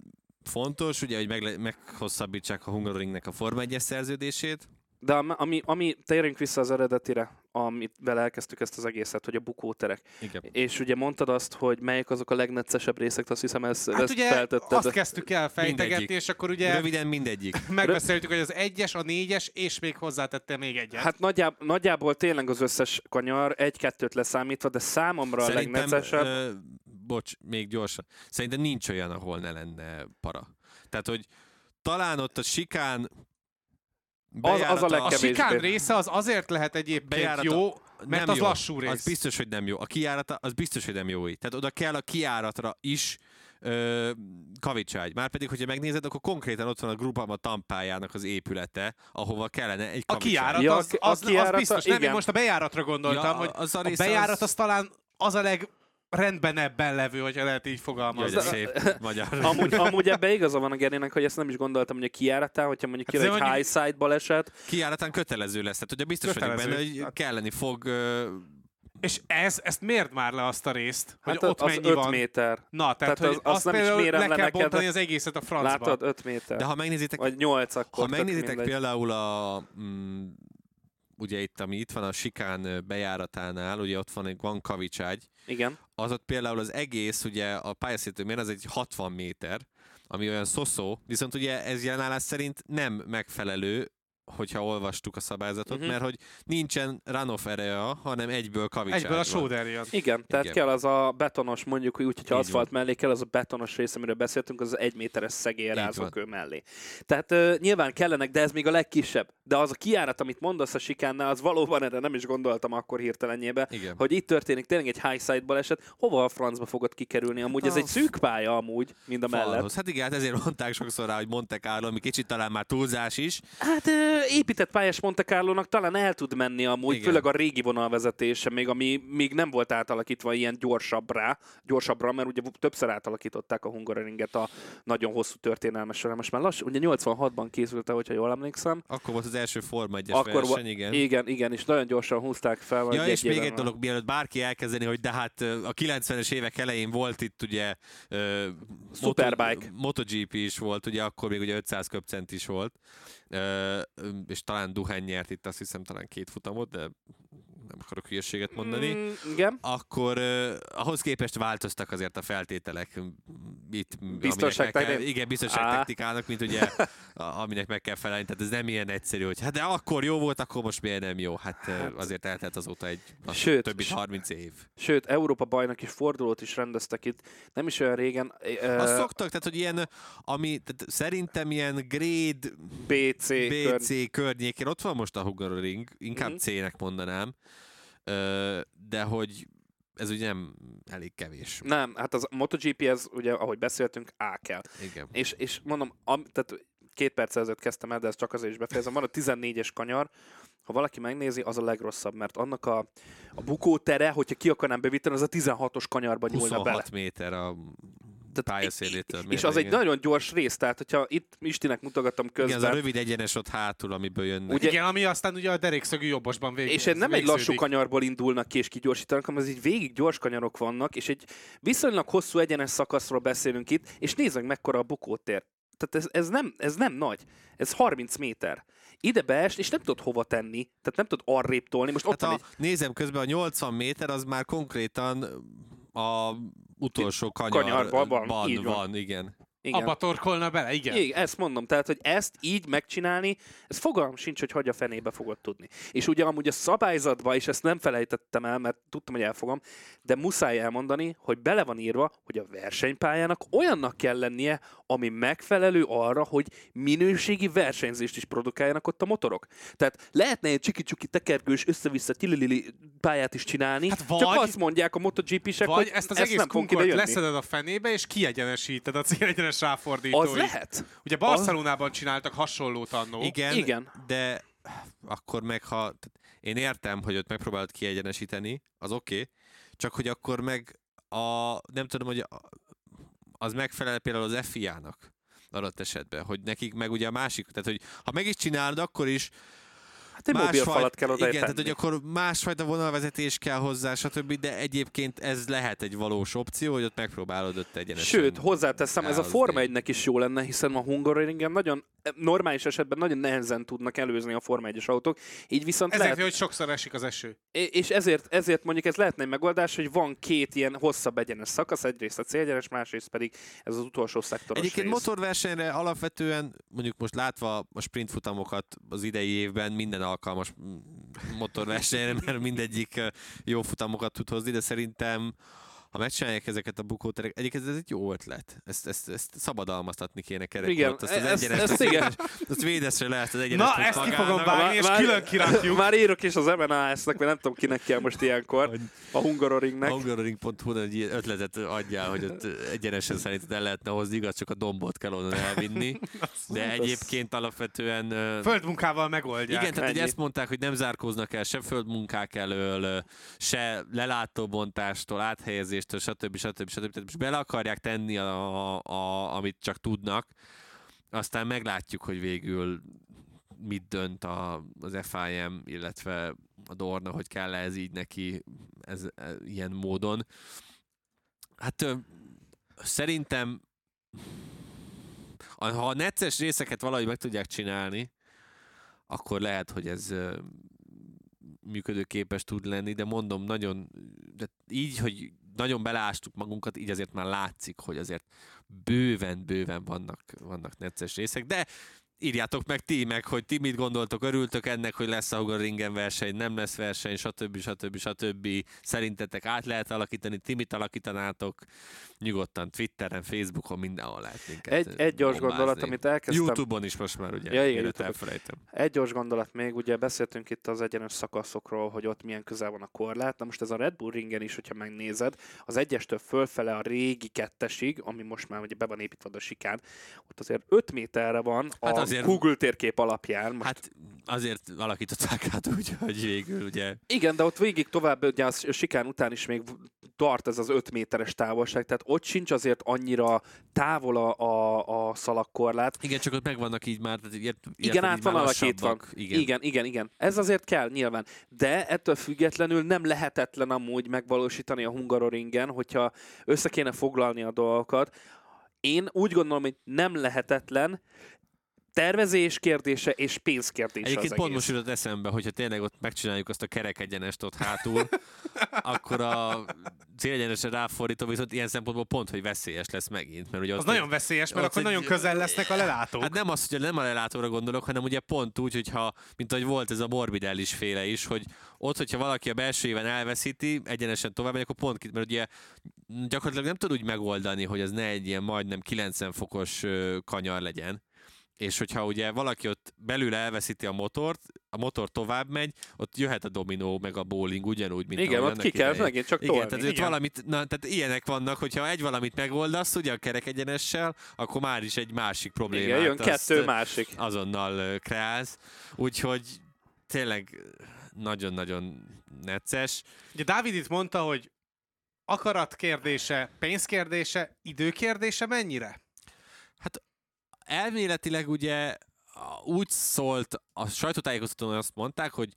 fontos, ugye, hogy meghosszabbítsák a Hungaroringnek a Forma 1-es szerződését. De ami térjünk vissza az eredetire, amit vele elkezdtük ezt az egészet, hogy a bukóterek. Igen. És ugye mondtad azt, hogy melyek azok a legneccesebb részek, azt hiszem ezt ugye feltetted. azt kezdtük el fejtegetni, Mindegyik. és akkor ugye Röviden mindegyik. megbeszéltük, hogy az 1-es, a 4-es, és még hozzátettem még egyet. Hát nagyjából tényleg az összes kanyar, 1-2-t leszámítva, de számomra a legneccesebb... Bocs, még gyorsan. Szerintem nincs olyan, ahol ne lenne para. Tehát, hogy talán ott a sikán az a a legkevésbé. sikán része az azért lehet egyébként jó, mert az jó. lassú rész. Az biztos, hogy nem jó. A kijárata, az biztos, hogy nem jó így. Tehát oda kell a kijáratra is kavicságy. Márpedig, hogyha megnézed, akkor konkrétan ott van a Groupama Tampájának az épülete, ahova kellene egy A kavicságy. kijárat az kijárat, biztos. Nem, én igen. most a bejáratra gondoltam, hogy az a rész bejárat az talán az a rendben ebben levő, hogyha lehet így fogalmazni. Jaj, de szép magyar. Amúgy ebbe igaza van a Gerinek, hogy ezt nem is gondoltam, hogy a kijáratán, hogyha mondjuk Hát kijön egy mondjuk- high side baleset, Kijáratán kötelező lesz. Tehát ugye biztos vagyok Kötelező. benne, hogy kelleni fog... És ezt mérd már le azt a részt, hogy hát ott az mennyi 5 van. méter. Na, tehát Tehát hogy azt azt nem is például mérem le le kell neked. bontani az egészet a francba. Látod, 5 méter. De ha megnézitek, Vagy 8 akkor. ha megnézitek tök mindegy. például ugye itt van a sikán bejáratánál, ugye ott van kavicságy, Igen. az ott például az egész, ugye a pályaszéltőmér az egy 60 méter, ami olyan szoszó, viszont ugye ez jelenállás szerint nem megfelelő, hogyha olvastuk a szabályzatot, mert hogy nincsen runoff area, hanem egyből kavicságy Egyből a van. shoulder jön. Igen, tehát Igen. kell az a betonos, mondjuk úgy, hogyha Így aszfalt mellé kell, az a betonos rész, amiről beszéltünk, az 1 méteres szegélyrázókő van. mellé. Tehát nyilván kellenek, de ez még a legkisebb. De az a kijárat, amit mondasz a sikánnál, az valóban erre nem is gondoltam akkor hirtelenjébe, Igen. hogy itt történik tényleg egy high side baleset, hova a francba fogod kikerülni? Amúgy ez egy szűk pálya amúgy, mind a mellett. Falhoz. Hát igen, hát ezért mondták sokszor rá, hogy Monte Carlo, ami kicsit talán már túlzás is. Hát épített pályás Monte Carlónak talán el tud menni amúgy, Igen. főleg a régi vonalvezetése, még nem volt átalakítva ilyen gyorsabbra, mert ugye többször átalakították a Hungaroringet a nagyon hosszú történelmes során. Most már lassan, ugye 86-ban készült, hogyha jól emlékszem. Akkor volt az első Forma 1-es Akkor verseny, igen. Igen, és nagyon gyorsan húzták fel. vagy Ja, és még éven egy dolog, mielőtt bárki elkezdeni, hogy de hát a 90-es évek elején volt itt ugye Superbike. MotoGP is volt, ugye akkor még ugye 500 köpcent is volt, és talán Duhan nyert itt, azt hiszem talán 2 futamot, de nem akarok hülyeséget mondani. Igen. Akkor ahhoz képest változtak azért a feltételek itt. Biztonságtechnikának? Igen, biztonságtechnikának, mint ugye aminek meg kell felelni. Tehát ez nem ilyen egyszerű, hogy hát de akkor jó volt, akkor most miért nem jó. Hát azért eltelt azóta több mint 30 év. Sőt, Európa bajnoki fordulót is rendeztek itt, nem is olyan régen. Azt szoktak, tehát hogy ilyen, tehát szerintem ilyen grade BC környékén, ott van most a Hungaroring, inkább C-nek mondanám, de hogy ez ugye nem elég kevés. Nem, hát az MotoGP, ez ugye, ahogy beszéltünk, A kell. Igen. És mondom, tehát 2 perc ezelőtt kezdtem el, de ez csak azért is befejezem. Van a 14-es kanyar, ha valaki megnézi, az a legrosszabb, mert annak a bukótere, hogyha ki akarnám bevíteni, az a 16-os kanyarba nyúlna 26 bele. méter a pályaszélétől. És az egy nagyon gyors rész, tehát hogyha itt Istinek mutogatom közben. Igen, az a rövid egyenes ott hátul, amiből jönnek. Ugye- Igen, ami aztán ugye a derékszögű jobbosban végül. És nem egy lassú kanyarból indulnak ki és kigyorsítanak, hanem ez így végig gyors kanyarok vannak, és egy viszonylag hosszú egyenes szakaszról beszélünk itt, és nézzük mekkora a bukótér. Tehát ez nem nagy. Ez 30 méter. Ide beest, és nem tudod hova tenni. Tehát nem tudod arrébb tolni. Most ott Hát van nézem közben, a 80 méter az már konkrétan a utolsó Kanyarban van, így van. van, igen. igen. Abba torkolna bele, igen. Igen, ezt mondom, tehát, hogy ezt így megcsinálni, ez fogalmam sincs, hogy a fenébe fogod tudni. És ugye amúgy a szabályzatban, és ezt nem felejtettem el, mert tudtam, hogy elfogom, de muszáj elmondani, hogy bele van írva, hogy a versenypályának olyannak kell lennie, ami megfelelő arra, hogy minőségi versenyzést is produkáljanak ott a motorok. Tehát lehetne egy csiki-csuki tekergős, össze-vissza tililili pályát is csinálni, Hát vagy- csak azt mondják a MotoGP-sek, Vagy hogy ezt az ezt egész nem fogunk ide kunkort jönni. leszeded a fenébe, és kiegyenesíted a célegyenes ráfordítóit. Az lehet. Ugye Barcelonában csináltak hasonlót annó. Igen, de akkor meg tehát én értem, hogy ott megpróbálod kiegyenesíteni, az oké, csak hogy akkor meg nem tudom, hogy az megfelel például az FIA-nak adott esetben, hogy nekik meg ugye a másik, tehát hogy ha meg is csinálod, akkor is Hát egy mobil falat kell oda igen, tehát tenni. hogy akkor másfajta vonalvezetés kell hozzá, stb., de egyébként ez lehet egy valós opció, hogy ott megpróbálod ott egyenesen. Sőt, hozzáteszem, ez a elhozni. Forma 1-nek is jó lenne, hiszen a Hungaroringen nagyon normális esetben nagyon nehezen tudnak előzni a Forma 1-es autók, így viszont Ezek, lehet... hogy sokszor esik az eső. És ezért mondjuk ez lehetne egy megoldás, hogy van két ilyen hosszabb egyenes szakasz, egyrészt a célegyenes, másrészt pedig ez az utolsó szektoros Egyébként rész. motorversenyre alapvetően, mondjuk most látva a sprint futamokat az idei évben, minden alkalmas motorversenyre, mert mindegyik jó futamokat tud hozni, de szerintem ha megcsinálják ezeket a bukóterek, egyébként ez egy jó ötlet. Ezt szabadalmaztatni kéne Igen, kerekort. Azt védeszre lehet az egyenes. Na, ezt ki fogom vágni, és külön kirakjuk. Már írok is az MNAS-nek, mert nem tudom kinek kell most ilyenkor, a Hungaroringnek. A hungaroring.hu egy ilyen ötletet adjál, hogy ott egyenesen szerinted el lehetne hozni, igaz, csak a dombot kell onnan elvinni. De egyébként alapvetően... Földmunkával megoldják. Igen, tehát hogy Ennyi. ezt mondták, hogy nem zárkóznak el se földmunkák elől, se lelátóbontástól, áthelyezéstől, stb. Tehát most bele akarják tenni, amit csak tudnak. Aztán meglátjuk, hogy végül mit dönt az FIM, illetve a Dorna, hogy kell ez így neki ilyen módon. Hát szerintem ha a necces részeket valahogy meg tudják csinálni, akkor lehet, hogy ez működőképes tud lenni, de mondom, de így, hogy nagyon beleástuk magunkat, így azért már látszik, hogy azért bőven vannak necces részek, de írjátok meg ti meg, hogy ti mit gondoltok, örültök ennek, hogy lesz a Hungaroringen verseny, nem lesz verseny, stb. Szerintetek át lehet alakítani, ti mit alakítanátok? Nyugodtan Twitteren, Facebookon, mindenhol lehet minket Egy gyors bombázni. gondolat, amit elkezdtem. YouTube-on is most már, ugye? Ja, igen, Élet YouTube-on. elfelejtem. Egy gyors gondolat még, ugye beszéltünk itt az egyenes szakaszokról, hogy ott milyen közel van a korlát. Na most ez a Red Bull ringen is, hogyha megnézed, az egyestől fölfele a régi kettesig, ami most már ugye be van építve a sikán, ott azért 5 méterre van Hát a azért- Google térkép alapján. Most Hát azért alakították át úgy, hogy végül ugye... igen, de ott végig tovább, ugye a sikán után is még tart ez az 5 méteres távolság, tehát ott sincs azért annyira távol a szalagkorlát. Igen, csak ott megvannak így már... Igen, át van alakítva. Igen. Igen. Ez azért kell, nyilván. De ettől függetlenül nem lehetetlen amúgy megvalósítani a Hungaroringen, hogyha össze kéne foglalni a dolgokat. Én úgy gondolom, hogy nem lehetetlen, tervezés kérdése és pénz kérdése Egyébként az pont egész. most jutott eszembe, hogyha tényleg ott megcsináljuk azt a kerek egyenest ott hátul, akkor a célegyenesre ráfordítva viszont ilyen szempontból pont, hogy veszélyes lesz megint. Mert ugye Az ott nagyon veszélyes, mert ott akkor egy- nagyon közel lesznek a lelátók. Hát nem az, hogy nem a lelátóra gondolok, hanem ugye pont úgy, hogyha, mint ahogy volt ez a Morbidellis féle is, hogy ott, hogyha valaki a belső éven elveszíti, egyenesen tovább megy, akkor pont, mert ugye gyakorlatilag nem tud úgy megoldani, hogy az ne egy ilyen majdnem 90 fokos kanyar legyen. És hogyha ugye valaki ott belül elveszíti a motor tovább megy, ott jöhet a dominó, meg a bowling ugyanúgy, mint Igen, ahogy ott annak ki kell idején. megint csak Igen, tolni. tehát, ott Igen. valamit, tehát ilyenek vannak, hogyha egy valamit megoldasz, ugye a kerek egyenessel, akkor már is egy másik problémát. Igen, jön azt kettő másik. azonnal kreálsz. Úgyhogy tényleg nagyon-nagyon necces. Ugye Dávid itt mondta, hogy akarat kérdése, pénz kérdése, idő kérdése mennyire? Elméletileg ugye úgy szólt, a sajtótájékoztatón azt mondták, hogy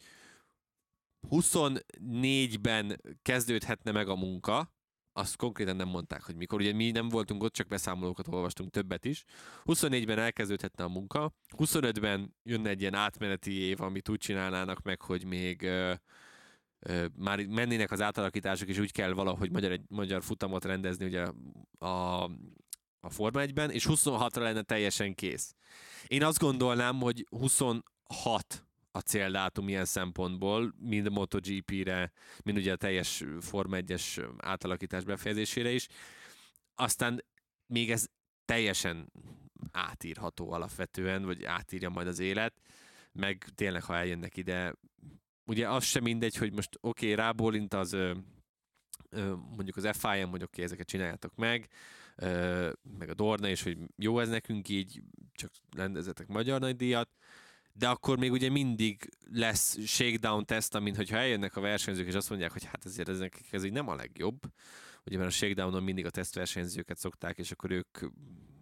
24-ben kezdődhetne meg a munka, azt konkrétan nem mondták, hogy mikor. Ugye mi nem voltunk ott, csak beszámolókat olvastunk, többet is. 24-ben elkezdődhetne a munka, 25-ben jönne egy ilyen átmeneti év, amit úgy csinálnának meg, hogy még már mennének az átalakítások, és úgy kell valahogy egy magyar futamot rendezni ugye a Forma 1-ben, és 26-ra lenne teljesen kész. Én azt gondolnám, hogy 26 a céldátum ilyen szempontból, mind a MotoGP-re, mind ugye a teljes Forma 1-es átalakítás befejezésére is. Aztán még ez teljesen átírható alapvetően, vagy átírja majd az élet, meg tényleg, ha eljönnek ide, ugye az sem mindegy, hogy most rábólint az mondjuk az FIM, hogy ezeket csináljátok meg a Dorna is, hogy jó ez nekünk így, csak rendezetek magyar nagydíjat, de akkor még ugye mindig lesz shakedown teszt, amint hogyha eljönnek a versenyzők, és azt mondják, hogy hát ezért ez így nem a legjobb, ugye mert a shakedownon mindig a tesztversenyzőket szokták, és akkor ők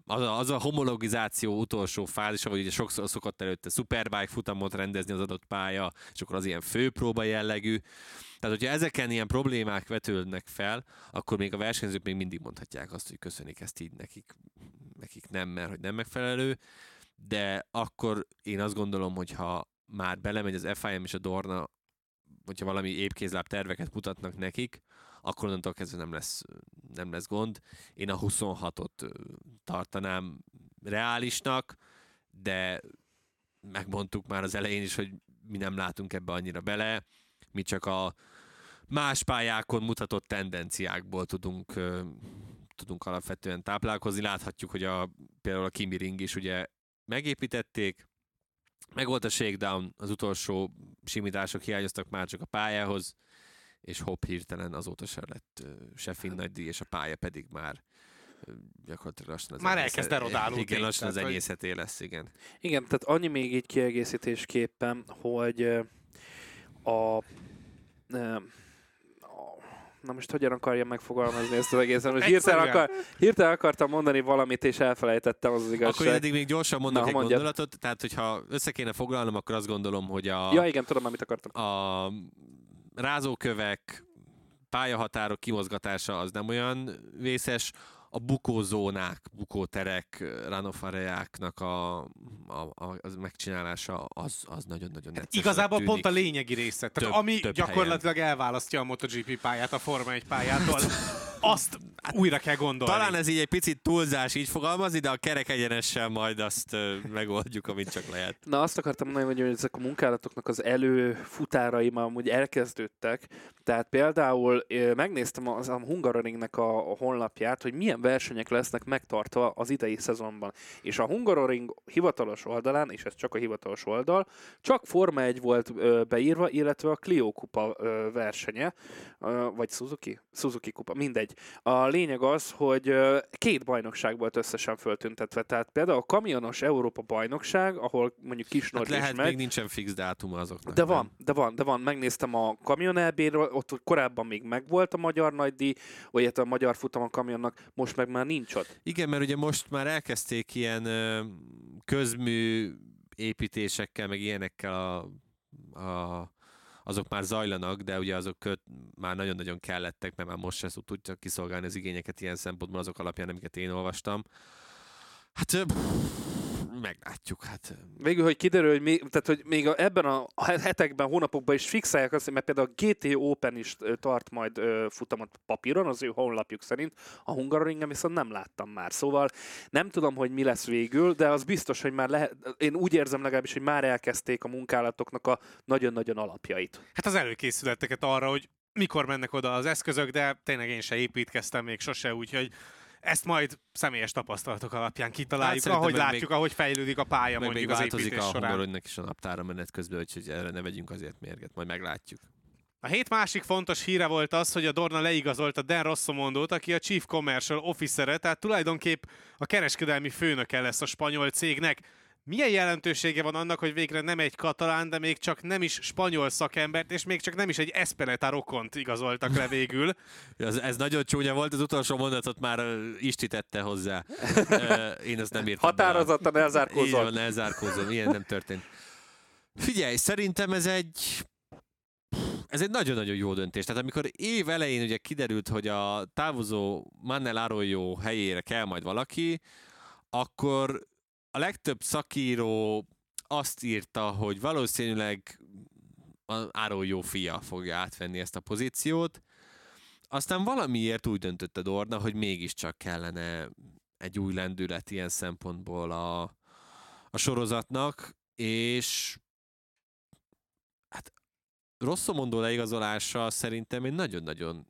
az a homologizáció utolsó fázis, ahogy ugye sokszor szokott előtte Superbike futamot rendezni az adott pálya, és akkor az ilyen főpróba jellegű. Tehát, hogyha ezeken ilyen problémák vetődnek fel, akkor még a versenyzők még mindig mondhatják azt, hogy köszönik ezt így nekik nem, mert hogy nem megfelelő, de akkor én azt gondolom, hogy ha már belemegy az FIM és a Dorna, hogyha valami épkézláb terveket mutatnak nekik, akkor onnantól kezdve nem lesz gond. Én a 26-ot tartanám reálisnak, de megmondtuk már az elején is, hogy mi nem látunk ebbe annyira bele, mi csak a más pályákon mutatott tendenciákból tudunk alapvetően táplálkozni. Láthatjuk, hogy például a Kimi Ring is ugye megépítették, meg volt a shakedown, az utolsó simítások hiányoztak már csak a pályához, és hopp, hirtelen azóta sem lett se finn nagydíj, és a pálya pedig már gyakorlatilag lassan az már elkezd erodálódni. Igen, lassan az enyészeté lesz, igen. Igen, tehát annyi még így kiegészítésképpen, hogy na most hogyan akarjam megfogalmazni ezt az egészen? Most hirtelen akartam mondani valamit, és elfelejtettem, az igazság. Akkor eddig még gyorsan mondok egy gondolatot, tehát hogyha össze kéne foglalnom, akkor azt gondolom, hogy Ja, igen, tudom, amit akartam. A rázókövek, pályahatárok kimozgatása az nem olyan vészes, a bukózónák, bukóterek, runoff-areáknak az megcsinálása az nagyon-nagyon necces. Igazából tűnik. Pont a lényegi része. Tehát ami több gyakorlatilag helyen elválasztja a MotoGP pályát a Forma 1 pályától, azt újra kell gondolni. Talán ez így egy picit túlzás így fogalmazni, de a kerek egyenessel majd azt megoldjuk, amit csak lehet. Na, azt akartam mondani, hogy ezek a munkálatoknak az előfutárai már amúgy elkezdődtek. Tehát például megnéztem a Hungaroringnek a honlapját, hogy milyen versenyek lesznek megtartva az idei szezonban. És a Hungaroring hivatalos oldalán, és ez csak a hivatalos oldal, csak Forma 1 volt beírva, illetve a Clio kupa versenye, vagy Suzuki kupa, mindegy. A lényeg az, hogy 2 bajnokság volt összesen föltüntetve. Tehát például a kamionos Európa bajnokság, ahol mondjuk Kisnor lehet, is még nincsen fix dátuma azoknak. De van. Megnéztem a kamion EB-ről, ott korábban még megvolt a magyar nagydíj, vagy a magyar futam a kamionnak, most meg már nincs ott. Igen, mert ugye most már elkezdték ilyen közmű építésekkel, meg ilyenekkel azok már zajlanak, de ugye azok már nagyon-nagyon kellettek, mert már most se tudja kiszolgálni az igényeket ilyen szempontból azok alapján, amiket én olvastam. Hát meglátjuk. Hát. Végül, hogy kiderül, hogy még ebben a hetekben, hónapokban is fixálják azt, mert például a GT Open is tart majd futamot papíron, az ő honlapjuk szerint, a Hungaroringen viszont nem láttam már. Szóval nem tudom, hogy mi lesz végül, de az biztos, hogy már lehet, én úgy érzem legalábbis, hogy már elkezdték a munkálatoknak a nagyon-nagyon alapjait. Hát az előkészületeket arra, hogy mikor mennek oda az eszközök, de tényleg én se építkeztem még sose, úgyhogy ezt majd személyes tapasztalatok alapján kitaláljuk, hát ahogy látjuk, ahogy fejlődik a pálya mondjuk az építés során. Változik a Hungaroringnek is a naptára menet közben, úgyhogy erre ne vegyünk azért mérget, majd meglátjuk. A hét másik fontos híre volt az, hogy a Dorna leigazolta Dan Rossomondót, aki a Chief Commercial Officer-e, tehát tulajdonképp a kereskedelmi főnöke lesz a spanyol cégnek. Milyen jelentősége van annak, hogy végre nem egy katalán, de még csak nem is spanyol szakembert, és még csak nem is egy Espeleta rokont igazoltak le végül? Ez nagyon csúnya volt, az utolsó mondatot már Isti tette hozzá. Én ezt nem írtam. Határozottan elzárkózom. Így van, elzárkózom, ilyen nem történt. Figyelj, szerintem ez egy nagyon-nagyon jó döntés. Tehát amikor év elején ugye kiderült, hogy a távozó Manel Arroyo helyére kell majd valaki, akkor a legtöbb szakíró azt írta, hogy valószínűleg az Arroyo fia fogja átvenni ezt a pozíciót. Aztán valamiért úgy döntött a Dorna, hogy mégiscsak kellene egy új lendület ilyen szempontból a sorozatnak, és hát Rossomondó leigazolása szerintem egy nagyon-nagyon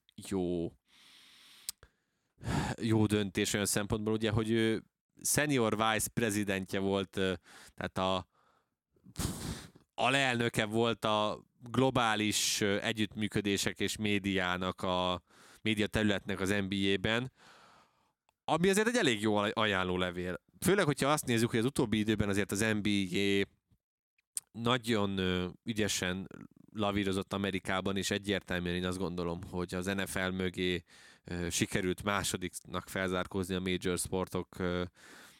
jó döntés olyan szempontból, ugye, hogy ő senior vice prezidentje volt, tehát alelnöke volt a globális együttműködések és médiának, a média területnek az NBA-ben, ami azért egy elég jó ajánlólevél. Főleg, hogyha azt nézzük, hogy az utóbbi időben azért az NBA nagyon ügyesen lavírozott Amerikában, és egyértelműen én azt gondolom, hogy az NFL mögé sikerült másodiknak felzárkózni a major sportok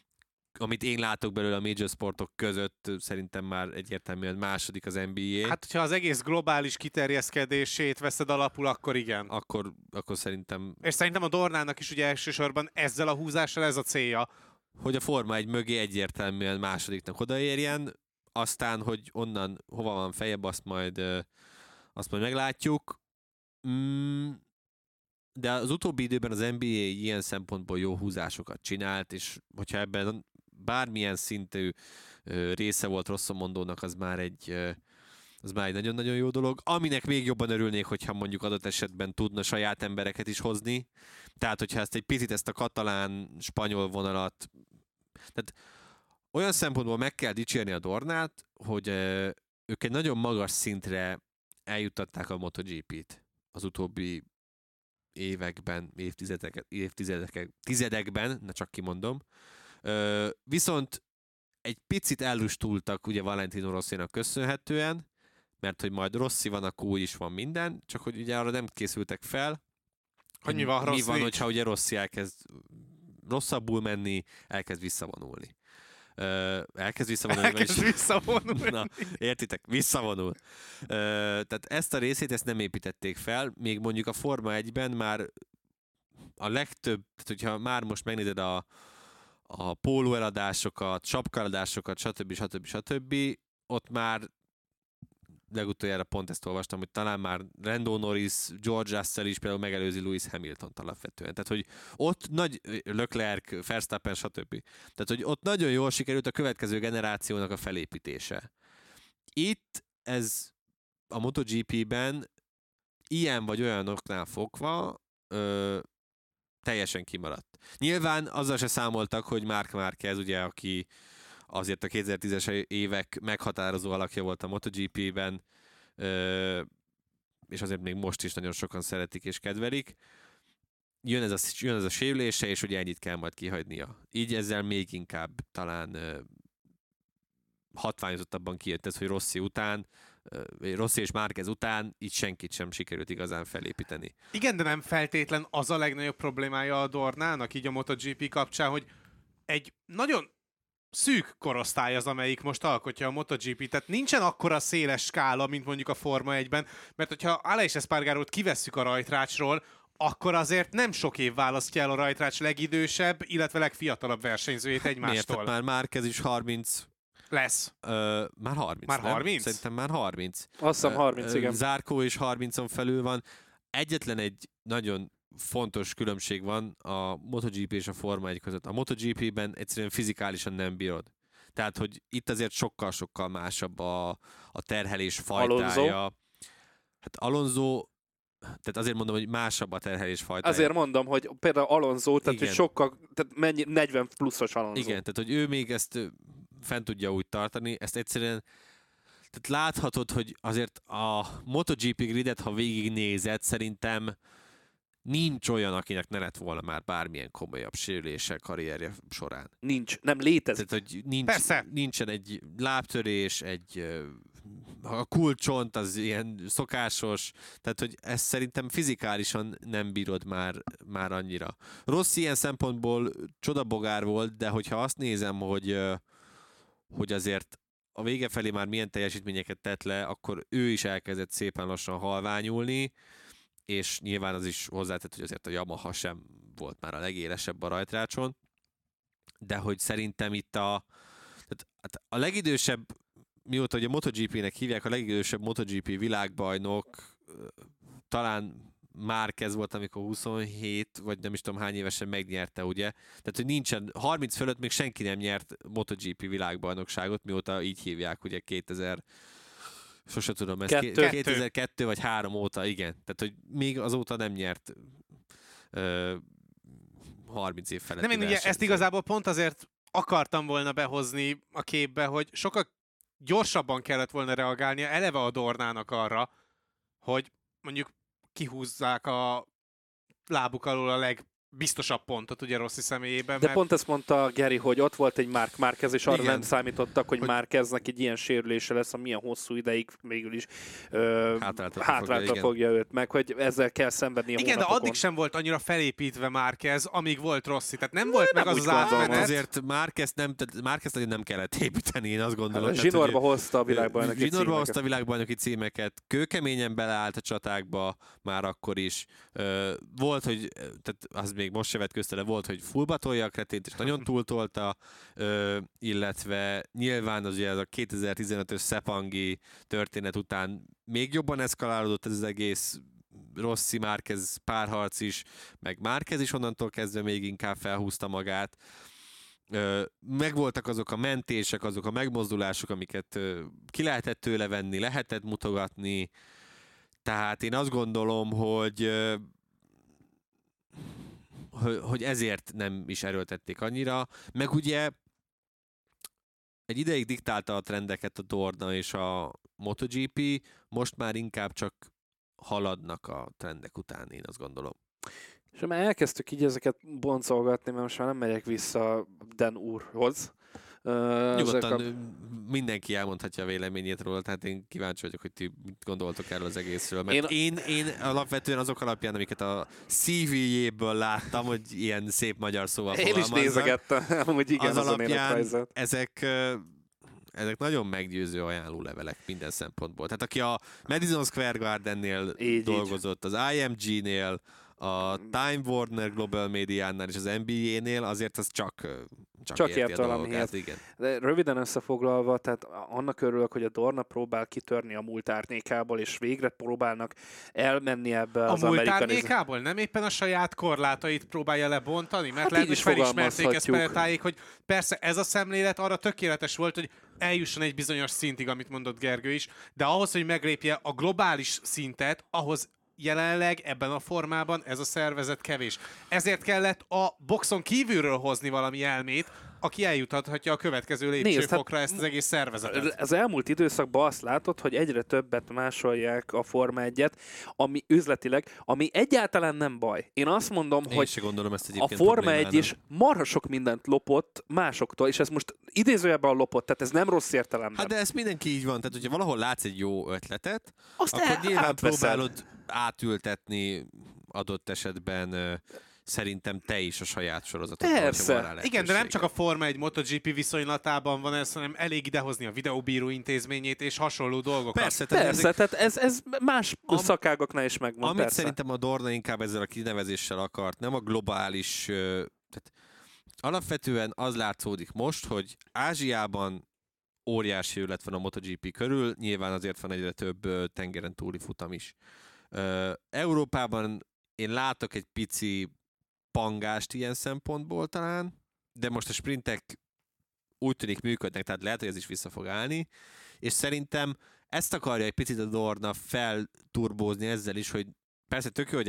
amit én látok belőle a major sportok között, szerintem már egyértelműen második az NBA. Hát, hogyha az egész globális kiterjeszkedését veszed alapul, akkor igen. Akkor szerintem... És szerintem a Dornának is ugye elsősorban ezzel a húzással ez a célja. Hogy a Forma 1 mögé egyértelműen másodiknak odaérjen, aztán, hogy onnan hova van feljebb, azt majd meglátjuk. De az utóbbi időben az NBA ilyen szempontból jó húzásokat csinált, és hogyha ebben bármilyen szintű része volt Rossomondónak, az már egy nagyon-nagyon jó dolog. Aminek még jobban örülnék, hogyha mondjuk adott esetben tudna saját embereket is hozni. Tehát, hogyha ezt egy picit, ezt a katalán-spanyol vonalat... Tehát olyan szempontból meg kell dicsérni a Dornát, hogy ők egy nagyon magas szintre eljuttatták a MotoGP-t az utóbbi években, évtizedekben, na csak kimondom. Viszont egy picit ellustultak ugye Valentino Rossinak köszönhetően, mert hogy majd Rossi van, akkor úgy is van minden, csak hogy ugye arra nem készültek fel, Hogy mi van, hogyha ugye Rossi elkezd rosszabbul menni, elkezd visszavonulni. Elkezd visszavonulni. Na, értitek? Visszavonul. Tehát ezt a részét, ezt nem építették fel, még mondjuk a Forma 1-ben már a legtöbb, tehát hogyha már most megnézed a pólóeladásokat, sapkaeladásokat, stb. Ott már legutoljára pont ezt olvastam, hogy talán már Lando Norris, George Russell is például megelőzi Lewis Hamiltont alapvetően. Tehát, hogy ott nagy Leclerc, Verstappen, stb. Tehát, hogy ott nagyon jól sikerült a következő generációnak a felépítése. Itt ez a MotoGP-ben ilyen vagy olyanoknál fogva teljesen kimaradt. Nyilván azzal se számoltak, hogy Marc Márquez, ugye, aki azért a 2010-es évek meghatározó alakja volt a MotoGP-ben, és azért még most is nagyon sokan szeretik és kedvelik. Jön ez a sérülése, és ugye ennyit kell majd kihagynia. Így ezzel még inkább talán hatványozottabban kijött ez, hogy Rossi és Márquez után így senkit sem sikerült igazán felépíteni. Igen, de nem feltétlen az a legnagyobb problémája a Dornának így a MotoGP kapcsán, hogy egy nagyon szűk korosztály az, amelyik most alkotja a MotoGP, tehát nincsen akkora széles skála, mint mondjuk a Forma 1-ben, mert hogyha Aleix Espargarót kivesszük a rajtrácsról, akkor azért nem sok év választja el a rajtrács legidősebb, illetve legfiatalabb versenyzőjét egymástól. Miért? Már Márquez is 30 lesz. Már 30. Már 30? Szerintem már 30. Azt hiszem 30, igen. Zarco is 30-on felül van. Egyetlen egy nagyon fontos különbség van a MotoGP és a Forma 1 között. A MotoGP-ben egyszerűen fizikálisan nem bírod. Tehát, hogy itt azért sokkal-sokkal másabb a terhelés fajtája. Alonso, tehát azért mondom, hogy másabb a terhelés fajtája. Azért mondom, hogy például Alonso, tehát hogy sokkal, tehát mennyi, 40 pluszos Alonso. Igen, tehát hogy ő még ezt fent tudja úgy tartani, ezt egyszerűen tehát láthatod, hogy azért a MotoGP gridet, ha végignézed, szerintem nincs olyan, akinek ne lett volna már bármilyen komolyabb sérülése karrierje során. Nincs, nem létezik. Tehát, hogy nincsen egy lábtörés, a kulcsont, az ilyen szokásos, tehát, hogy ezt szerintem fizikálisan nem bírod már annyira. Rossi ilyen szempontból csodabogár volt, de hogyha azt nézem, hogy azért a vége felé már milyen teljesítményeket tett le, akkor ő is elkezdett szépen lassan halványulni, és nyilván az is hozzátett, hogy azért a Yamaha sem volt már a legélesebb a rajtrácson, de hogy szerintem itt a legidősebb, mióta ugye a MotoGP-nek hívják, a legidősebb MotoGP világbajnok talán Márquez volt, amikor 27, vagy nem is tudom hány évesen megnyerte, ugye? Tehát, hogy nincsen, 30 fölött még senki nem nyert MotoGP világbajnokságot, mióta így hívják, ugye 2000, sose tudom, ez 2002 vagy 3 óta, igen. Tehát, hogy még azóta nem nyert 30 év felett. Nem, én ugye ezt igazából pont azért akartam volna behozni a képbe, hogy sokkal gyorsabban kellett volna reagálnia eleve a Dornának arra, hogy mondjuk kihúzzák a lábuk alól a biztosabb pontot ugye Rossi személyében. De pont ezt mondta Geri, hogy ott volt egy Marc Márquez, és arra Igen. nem számítottak, hogy Márqueznek egy ilyen sérülése lesz, milyen hosszú ideig végül is hátrálta fogja őt meg, hogy ezzel kell szenvedni a igen, hónapokon. de addig sem volt annyira felépítve Márquez, amíg volt Rossi. Tehát nem volt meg az az átmenet. Azért Márquez nagyon nem kellett építeni, én azt gondolom. Zsinórba hozta a világbajnoki címeket. Zsinórba hozta a világbajnoki címeket, kőkeményen beleállt a csatákba, már akkor is. Volt, hogy, tehát az még most se vetközte, de volt, hogy fullba tolja a kretént, és nagyon túltolta, illetve nyilván az, ugye, az a 2015-ös Seppangi történet után még jobban eszkalálódott ez az egész Rossi Márquez párharc is, meg Márquez is onnantól kezdve még inkább felhúzta magát. Megvoltak azok a mentések, azok a megmozdulások, amiket ki lehetett tőle venni, lehetett mutogatni, tehát én azt gondolom, hogy ezért nem is erőltették annyira, meg ugye egy ideig diktálta a trendeket a Dorna és a MotoGP, most már inkább csak haladnak a trendek után, én azt gondolom. És már elkezdtük így ezeket boncolgatni, mert most már nem megyek vissza Dan úrhoz. Nyugodtan mindenki elmondhatja a véleményét róla, tehát én kíváncsi vagyok, hogy ti mit gondoltok erről az egészről. Mert én alapvetően azok alapján, amiket a CV-jéből láttam, hogy ilyen szép magyar szóval fogalmazzak. Én is nézegettem, amúgy igen, az alapján ezek nagyon meggyőző ajánlólevelek minden szempontból. Tehát aki a Madison Square Gardennél dolgozott, az IMG-nél, a Time Warner Global Mediánál és az NBA-nél, azért az csak érti a dolgát, igen. De röviden összefoglalva, tehát annak örülök, hogy a Dorna próbál kitörni a múlt árnyékából, és végre próbálnak elmenni ebbe az múlt árnyékából? Nem éppen a saját korlátait próbálja lebontani? Mert lehet, hogy felismerték ezt peletáig, hogy persze ez a szemlélet arra tökéletes volt, hogy eljusson egy bizonyos szintig, amit mondott Gergő is, de ahhoz, hogy meglépje a globális szintet, ahhoz jelenleg ebben a formában ez a szervezet kevés. Ezért kellett a boxon kívülről hozni valami elmét, aki eljutathatja a következő lépcsőfokra ezt az egész szervezetet. Az elmúlt időszakban azt látod, hogy egyre többet másolják a Forma 1-et, ami üzletileg, ami egyáltalán nem baj. Én azt mondom, hogy a Forma 1 is marha sok mindent lopott másoktól, és ez most idézőjelben lopott, tehát ez nem rossz értelemben. Hát de ez mindenki így van, tehát hogyha valahol látsz egy jó ötletet, azt akkor nyilván próbálod átültetni adott esetben szerintem te is a saját sorozatodban. Persze. Igen, de nem csak a Forma 1 MotoGP viszonylatában van ez, hanem elég idehozni a videóbíró intézményét és hasonló dolgokat. Persze, tehát ez más szakágoknál is megvan. Amit persze. Szerintem a Dorna inkább ezzel a kinevezéssel akart, nem a globális... Tehát alapvetően az látszódik most, hogy Ázsiában óriási élet van a MotoGP körül, nyilván azért van egyre több tengeren túli futam is. Európában én látok egy pici pangást ilyen szempontból talán, de most a sprintek úgy tűnik működnek, tehát lehet, hogy ez is vissza fog állni, és szerintem ezt akarja egy picit a Dorna felturbózni ezzel is, hogy persze tök jó, hogy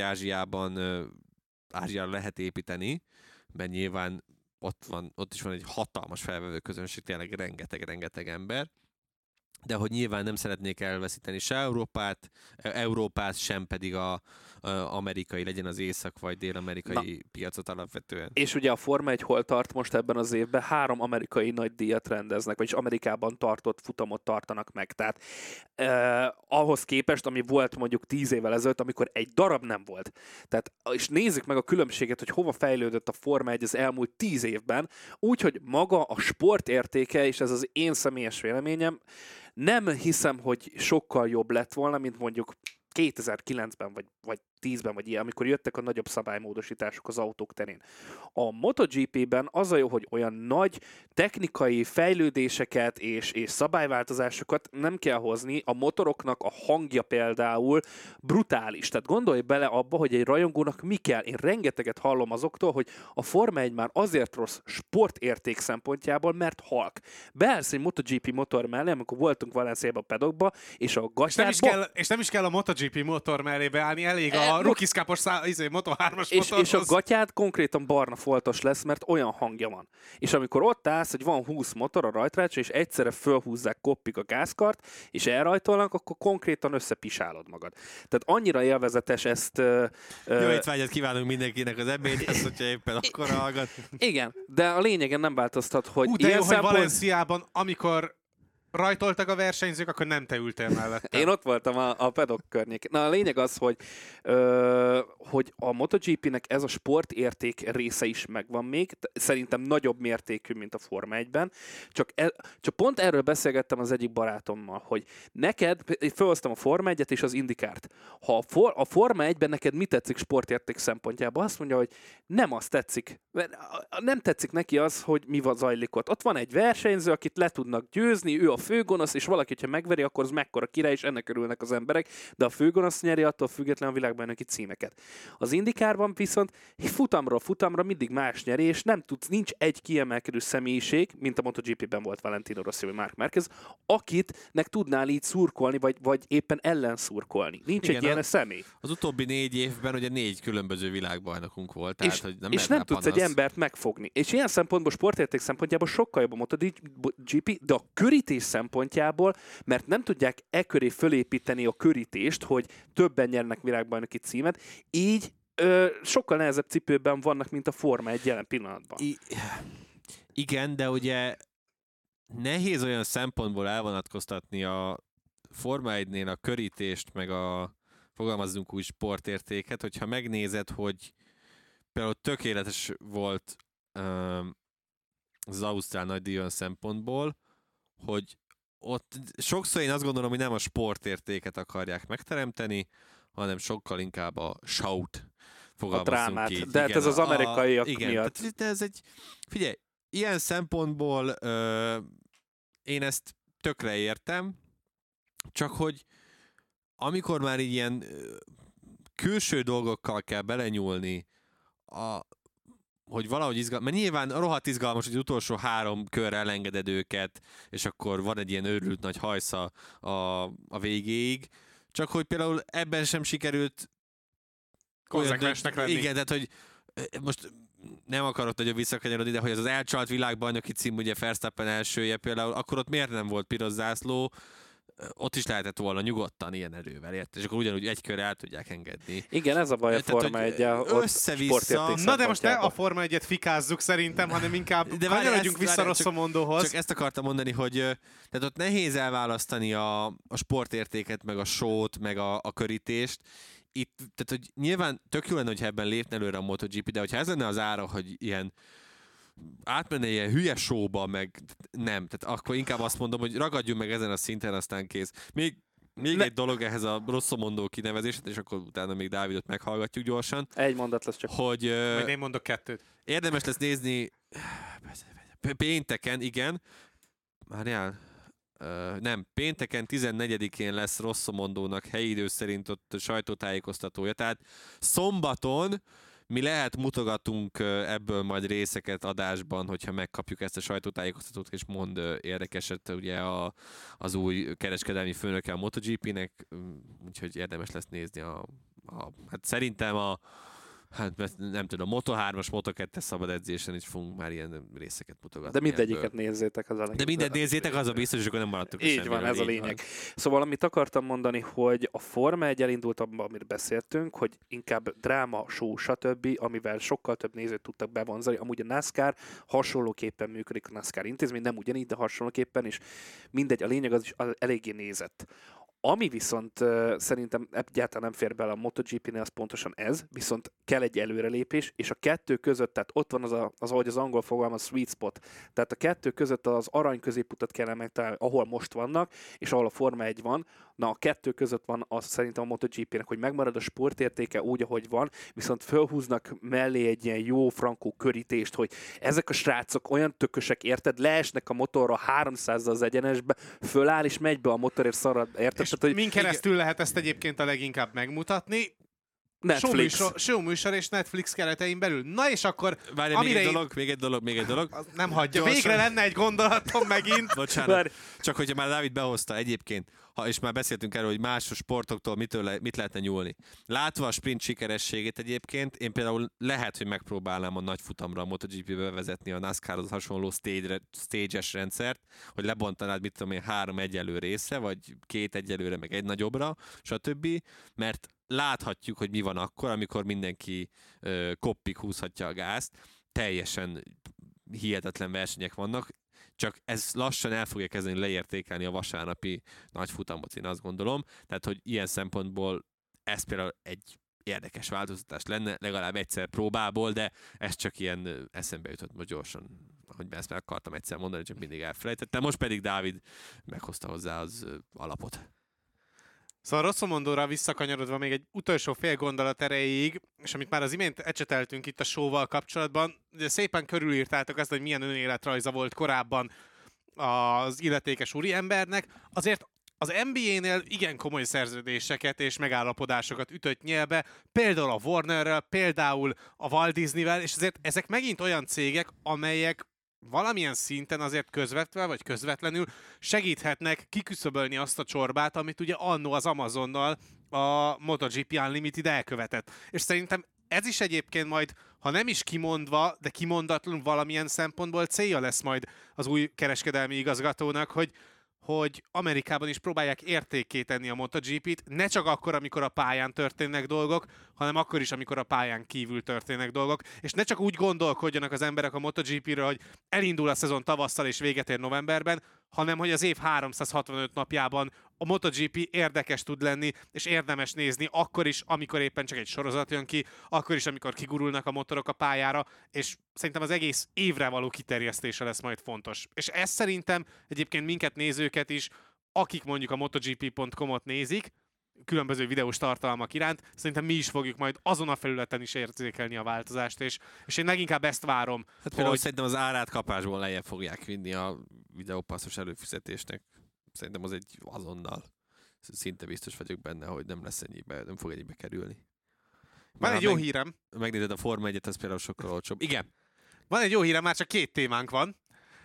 Ázsiára lehet építeni, mert nyilván ott is van egy hatalmas felvevő közönség, tényleg rengeteg ember, de hogy nyilván nem szeretnék elveszíteni se Európát, sem pedig a amerikai, legyen az észak vagy dél-amerikai piacot alapvetően. És ugye a Forma 1 hol tart most ebben az évben? 3 amerikai nagy díjat rendeznek, vagyis Amerikában tartott futamot tartanak meg. Tehát ahhoz képest, ami volt mondjuk 10 évvel ezelőtt, amikor egy darab nem volt. Tehát, és nézzük meg a különbséget, hogy hova fejlődött a Forma 1 az elmúlt 10 évben, úgyhogy maga a sport értéke, és ez az én személyes véleményem, nem hiszem, hogy sokkal jobb lett volna, mint mondjuk 2009-ben vagy 10-ben, vagy ilyen, amikor jöttek a nagyobb szabálymódosítások az autók terén. A MotoGP-ben az a jó, hogy olyan nagy technikai fejlődéseket és szabályváltozásokat nem kell hozni. A motoroknak a hangja például brutális. Tehát gondolj bele abba, hogy egy rajongónak mi kell. Én rengeteget hallom azoktól, hogy a Forma 1 már azért rossz sportérték szempontjából, mert halk. Beállsz egy MotoGP motor mellé, amikor voltunk Valenciában a pedokba, és a gatyádba... És nem is kell a MotoGP motor mellé beállni, elég a a Rookies-kapos Moto3-as és a gatyád konkrétan barna foltos lesz, mert olyan hangja van. És amikor ott állsz, hogy van 20 motor a rajtrácsra, és egyszerre fölhúzzák koppig a gázkart, és elrajtolnak, akkor konkrétan összepisálod magad. Tehát annyira élvezetes ezt... Jó étvágyat kívánunk mindenkinek az ebédhez, hogyha éppen akkor hallgat. Igen, de a lényegen nem változtat, hogy de ilyen jó, hogy Valenciában, amikor rajtoltak a versenyzők, akkor nem te ültél mellettem. Én ott voltam a paddock környékén. Na a lényeg az, hogy a MotoGP-nek ez a sportérték része is megvan még, szerintem nagyobb mértékű, mint a Forma 1-ben. Csak pont erről beszélgettem az egyik barátommal, hogy neked, felhoztam a Forma 1-et és az Indikárt. Ha a Forma 1-ben neked mi tetszik sportérték szempontjából, azt mondja, hogy nem azt tetszik. Nem tetszik neki az, hogy mi van zajlik ott. Ott van egy versenyző, akit le tudnak győzni, ő a főgonosz, és valaki, ha megveri, akkor az mekkora király, és ennek örülnek az emberek, de a főgonosz nyeri attól függetlenül a világbajnoki címeket. Az Indikárban viszont futamról futamra mindig más nyeri, és nincs egy kiemelkedő személyiség, mint a MotoGP-ben volt Valentino Rossi vagy Marc Márquez, akitnek tudnál így szurkolni, vagy éppen ellen szurkolni. Nincs egy ilyen személy. Az utóbbi 4 évben ugye 4 különböző világbajnokunk volt, tehát hogy nem tudsz egy embert megfogni. És ilyen szempontból, sportérték szempontjából sokkal jobb a MotoGP, de a körítés szempontjából, mert nem tudják köré fölépíteni a körítést, hogy többen nyernek világbajnoki címet, így sokkal nehezebb cipőben vannak, mint a Forma 1 jelen pillanatban. Igen, de ugye nehéz olyan szempontból elvonatkoztatni a Forma 1-nél a körítést, meg a fogalmazzunk úgy sportértéket, hogyha megnézed, hogy például tökéletes volt az Ausztrál nagydíj olyan szempontból, hogy ott sokszor én azt gondolom, hogy nem a sportértéket akarják megteremteni, hanem sokkal inkább a show-t fogalmazzunk a drámát. ki. De hát ez az amerikaiak igen, miatt. Tehát ez egy, figyelj, ilyen szempontból én ezt tökre értem, csak hogy amikor már így ilyen külső dolgokkal kell belenyúlni, hogy valahogy izgalmas, mert nyilván rohadt izgalmas, hogy az utolsó 3 körre elengeded őket, és akkor van egy ilyen őrült nagy hajsza a végéig, csak hogy például ebben sem sikerült konzekvensnek lenni. Igen, tehát hogy most nem akarok nagyon visszakanyarodni, de hogy az elcsalt világbajnoki cím, ugye Verstappen elsője például, akkor ott miért nem volt piros zászló? Ott is lehetett volna nyugodtan ilyen erővel, érted? És akkor ugyanúgy egy körre el tudják engedni. Igen, ez a baj a Forma 1-jel. Össze-vissza. Na de most ne a Forma 1-et fikázzuk szerintem, hanem inkább kanyarodjunk vissza Rosszomondóhoz. Csak ezt akartam mondani, hogy tehát ott nehéz elválasztani a sportértéket, meg a show-t, meg a körítést. Itt, tehát hogy nyilván tök jó lenne, hogyha ebben lépne előre a MotoGP, de hogyha ez lenne az ára, hogy ilyen átmenne ilyen hülye showba, meg nem. Tehát akkor inkább azt mondom, hogy ragadjunk meg ezen a szinten, aztán kész. Még egy dolog ehhez a Rosszomondó kinevezését, és akkor utána még Dávidot meghallgatjuk gyorsan. Egy mondat lesz csak. Hogy majd én mondok 2. érdemes lesz nézni pénteken, igen. Várjál. Nem, pénteken 14-én lesz Rosszomondónak helyi idő szerint ott sajtótájékoztatója. Tehát szombaton mi lehet mutogatunk ebből majd részeket adásban, hogyha megkapjuk ezt a sajtótájékoztatót, és mond érdekeset ugye az új kereskedelmi főnöke a MotoGP-nek, úgyhogy érdemes lesz nézni hát szerintem nem tudom, Moto3-as, Moto2-es szabad edzésen is fogunk már ilyen részeket mutogatni. De mindegyiket nézzétek, az a lényeg. De mindent nézzétek, az a biztos, és akkor nem maradtunk. Így van, ez a lényeg. Szóval amit akartam mondani, hogy a Forma 1 elindult abban, amit beszéltünk, hogy inkább dráma, show, stb., amivel sokkal több nézőt tudtak bevonzani. Amúgy a NASCAR hasonlóképpen működik, a NASCAR intézmény, nem ugyanígy, de hasonlóképpen is. Mindegy, a lényeg az is eléggé nézett. Ami viszont szerintem egyáltalán nem fér bele a MotoGP-nél, az pontosan ez, viszont kell egy előrelépés, és a kettő között, tehát ott van az ahogy az angol fogalmaz, sweet spot, tehát a kettő között az arany középutat kell megtalálni, ahol most vannak, és ahol a Forma 1 van. Na, a kettő között van az szerintem a MotoGP-nek, hogy megmarad a sportértéke úgy, ahogy van, viszont fölhúznak mellé egy ilyen jó frankó körítést, hogy ezek a srácok olyan tökösek, érted, leesnek a motorra 300-zal az egyenesbe, föláll és megy be a motorért szarad, érted? És min keresztül lehet ezt egyébként a leginkább megmutatni? Netflix. Showműsor és Netflix keretein belül. Na és akkor... Várj, még egy dolog. Nem hagyja. Gyorsan. Végre lenne egy gondolatom megint. Bocsánat. Csak hogyha már Dávid behozta egyébként, és már beszéltünk erről, hogy más sportoktól mit lehetne nyúlni. Látva a sprint sikerességét egyébként, én például lehet, hogy megpróbálnám a nagy futamra a MotoGP-be bevezetni a NASCAR-hoz hasonló stage-es rendszert, hogy lebontanád, mit tudom én, 3 egyelő részre, vagy 2 egyelőre, meg egy nagyobbra, stb. Mert láthatjuk, hogy mi van akkor, amikor mindenki koppig húzhatja a gázt. Teljesen hihetetlen versenyek vannak, csak ez lassan el fogja kezdeni leértékelni a vasárnapi nagy futamot, én azt gondolom. Tehát, hogy ilyen szempontból ez például egy érdekes változtatás lenne, legalább egyszer próbából, de ez csak ilyen eszembe jutott most gyorsan, hogy ezt meg akartam egyszer mondani, csak mindig elfelejtettem. Most pedig Dávid meghozta hozzá az alapot. Szóval Rossomondóra visszakanyarodva még egy utolsó fél gondolat erejéig, és amit már az imént ecseteltünk itt a showval kapcsolatban, ugye szépen körülírtátok azt, hogy milyen önéletrajza volt korábban az illetékes úriembernek, azért az NBA-nél igen komoly szerződéseket és megállapodásokat ütött nyelbe, például a Warnerrel, például a Walt Disneyvel, és azért ezek megint olyan cégek, amelyek valamilyen szinten azért közvetve vagy közvetlenül segíthetnek kiküszöbölni azt a csorbát, amit ugye annó az Amazonnal a MotoGP Unlimited elkövetett. És szerintem ez is egyébként majd, ha nem is kimondva, de kimondatlan valamilyen szempontból célja lesz majd az új kereskedelmi igazgatónak, hogy Amerikában is próbálják értékké tenni a MotoGP-t, ne csak akkor, amikor a pályán történnek dolgok, hanem akkor is, amikor a pályán kívül történnek dolgok, és ne csak úgy gondolkodjanak az emberek a MotoGP-ről, hogy elindul a szezon tavasszal és véget ér novemberben, hanem hogy az év 365 napjában a MotoGP érdekes tud lenni, és érdemes nézni akkor is, amikor éppen csak egy sorozat jön ki, akkor is, amikor kigurulnak a motorok a pályára, és szerintem az egész évre való kiterjesztése lesz majd fontos. És ez szerintem egyébként minket nézőket is, akik mondjuk a MotoGP.com-ot nézik, különböző videós tartalmak iránt, szerintem mi is fogjuk majd azon a felületen is érzékelni a változást, és én leginkább ezt várom. Hát például szerintem az árát kapásból lejjebb fogják vinni a videópasszos előfizetésnek. Szerintem az egy azonnal. Szinte biztos vagyok benne, hogy nem lesz ennyibe, nem fog ennyibe kerülni. Van egy jó hírem. Megnézed a Forma 1-et, az például sokkal olcsóbb. Igen. Van egy jó hírem, már csak 2 témánk van.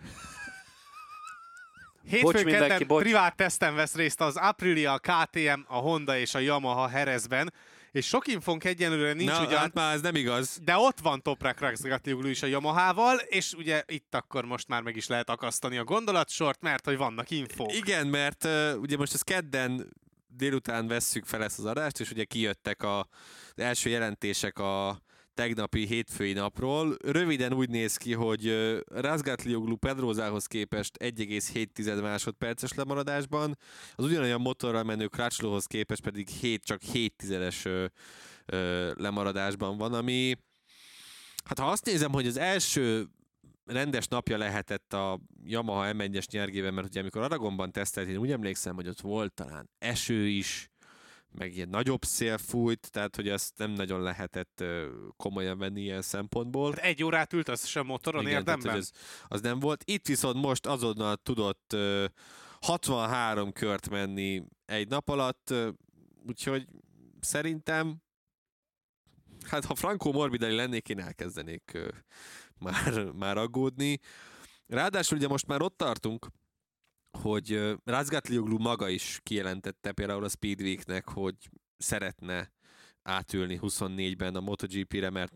Hétfőn privát teszten vesz részt az Aprilia, a KTM, a Honda és a Yamaha Jerezben, és sok infónk egyenlőre nincs ugyan. Hát már ez nem igaz. De ott van Toprak Razgatlioglu is a Yamahával, és ugye itt akkor most már meg is lehet akasztani a gondolatsort, mert hogy vannak infók. Igen, mert ugye most ez kedden délután vesszük fel ezt az adást, és ugye kijöttek az első jelentések a tegnapi hétfői napról. Röviden úgy néz ki, hogy Razgatlioglu Pedrosához képest 1,7 másodperces lemaradásban, az ugyanolyan motorral menő Crutchlowhoz képest pedig csak 7 lemaradásban van, ami hát ha azt nézem, hogy az első rendes napja lehetett a Yamaha M1-es nyergében, mert ugye amikor Aragonban tesztelt, én úgy emlékszem, hogy ott volt talán eső is, meg ilyen nagyobb szél fújt, tehát hogy ezt nem nagyon lehetett komolyan venni ilyen szempontból. Hát 1 órát ült az sem motoron, igen, érdemben? Az nem volt. Itt viszont most azonnal tudott 63 kört menni egy nap alatt, úgyhogy szerintem hát ha Franco Morbidelli lennék, én elkezdenék már aggódni. Ráadásul ugye most már ott tartunk, hogy Razgatlioglu maga is kijelentette például a Speed Weeknek, hogy szeretne átülni 24-ben a MotoGP-re, mert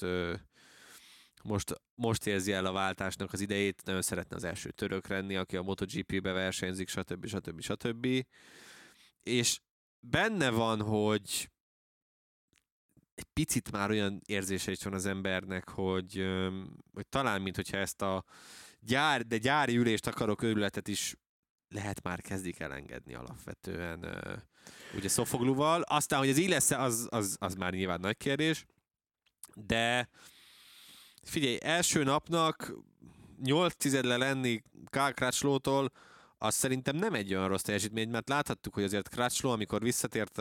most érzi el a váltásnak az idejét, nagyon szeretne az első török lenni, aki a MotoGP-be versenyzik, stb. És benne van, hogy egy picit már olyan érzése is van az embernek, hogy talán, mintha ezt a gyári ülést akarok őrületet is lehet már kezdik elengedni alapvetően ugye Sofogluval. Aztán, hogy ez így lesz, az már nyilván nagy kérdés, de figyelj, első napnak 8-10-le lenni Cal Crutchlowtól, az szerintem nem egy olyan rossz teljesítmény, mert láthattuk, hogy azért Crutchlow, amikor visszatért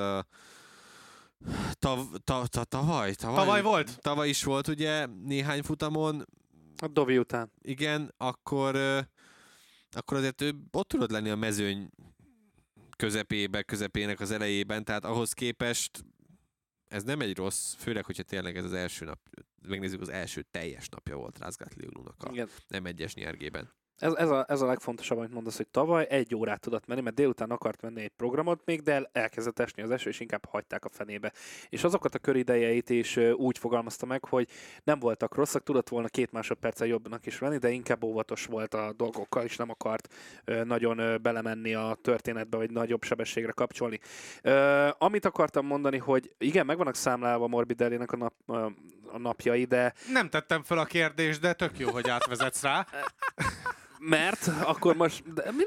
tavaly volt? Tavaly is volt ugye néhány futamon. A Dovi után. Igen, akkor azért ő ott tudod lenni a mezőny közepének az elejében, tehát ahhoz képest ez nem egy rossz, főleg, hogyha tényleg ez az első nap, megnézzük, az első teljes napja volt Razgatlioglunak a nem egyes nyergében. Ez a legfontosabb, amit mondasz, hogy tavaly 1 órát tudott menni, mert délután akart venni egy programot még, de elkezdett esni az eső, és inkább hagyták a fenébe. És azokat a köridejeit is úgy fogalmazta meg, hogy nem voltak rosszak, tudott volna 2 másodperccel jobbnak is venni, de inkább óvatos volt a dolgokkal, és nem akart nagyon belemenni a történetbe, vagy nagyobb sebességre kapcsolni. Amit akartam mondani, hogy igen, meg vannak számlálva Morbidellinek a napjai, de... Nem tettem fel a kérdést, de tök jó, hogy átvezetsz rá. Mert akkor most...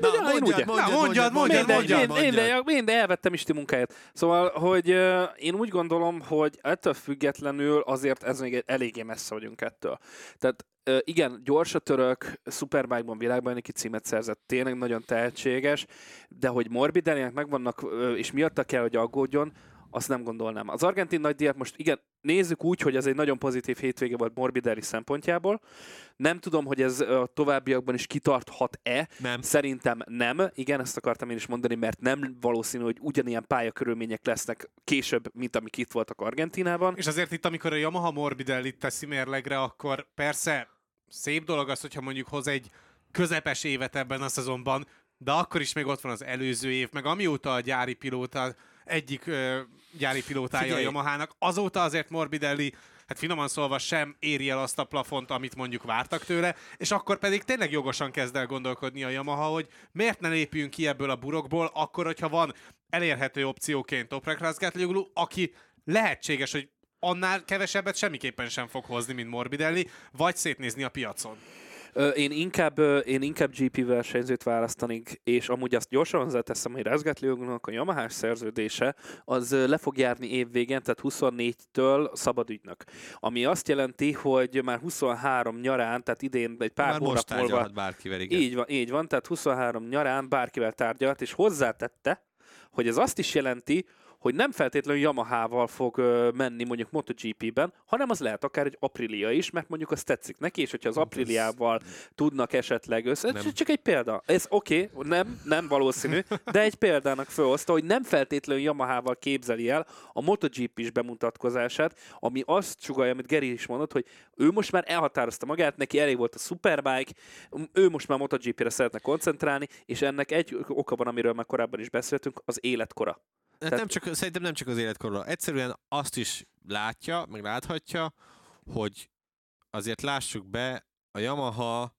Mondjad, elvettem Isti munkáját. Szóval, hogy én úgy gondolom, hogy ettől függetlenül azért ez még eléggé messze vagyunk ettől. Tehát igen, gyors a török, Superbike-ban világbajnoki címet szerzett, tényleg nagyon tehetséges, de hogy Morbidellinek megvannak, és miatta kell, hogy aggódjon, azt nem gondolnám. Az argentin nagydíjat most igen, nézzük úgy, hogy ez egy nagyon pozitív hétvége volt Morbidelli szempontjából. Nem tudom, hogy ez a továbbiakban is kitarthat-e. Nem. Szerintem nem. Igen, ezt akartam én is mondani, mert nem valószínű, hogy ugyanilyen pályakörülmények lesznek később, mint amik itt voltak Argentinában. És azért itt, amikor a Yamaha Morbidellit teszi mérlegre, akkor persze szép dolog az, hogyha mondjuk hoz egy közepes évet ebben a szezonban, de akkor is még ott van az előző év, meg amióta a gyári pilóta egyik gyári pilótája a Yamahának. Azóta azért Morbidelli, hát finoman szólva sem éri el azt a plafont, amit mondjuk vártak tőle, és akkor pedig tényleg jogosan kezd el gondolkodni a Yamaha, hogy miért ne lépjünk ki ebből a burokból, akkor, hogyha van elérhető opcióként Toprak Razgatlioglu, aki lehetséges, hogy annál kevesebbet semmiképpen sem fog hozni, mint Morbidelli, vagy szétnézni a piacon. Én inkább GP versenyzőt választanék, és amúgy azt gyorsan hozzáteszem, hogy Razgatlioglunak a Yamahás szerződése az le fog járni évvégén, tehát 24-től szabad ügynök. Ami azt jelenti, hogy már 23 nyarán, tehát idén egy pár már hónap múlva... bárkivel, igen. Így van, tehát 23 nyarán bárkivel tárgyalt, és hozzátette, hogy ez azt is jelenti, hogy nem feltétlenül Yamahával fog menni mondjuk MotoGP-ben, hanem az lehet akár egy Aprilia is, mert mondjuk azt tetszik neki, és hogyha az Apriliával tudnak esetleg csak egy példa. Ez oké, nem valószínű, de egy példának felhozta, hogy nem feltétlenül Yamahával képzeli el a MotoGP-s bemutatkozását, ami azt sugallja, amit Geri is mondott, hogy ő most már elhatározta magát, neki elég volt a Superbike, ő most már MotoGP-re szeretne koncentrálni, és ennek egy oka van, amiről már korábban is beszéltünk, az életkora. Szerintem nem csak az életkorra. Egyszerűen azt is látja, meg láthatja, hogy azért lássuk be, a Yamaha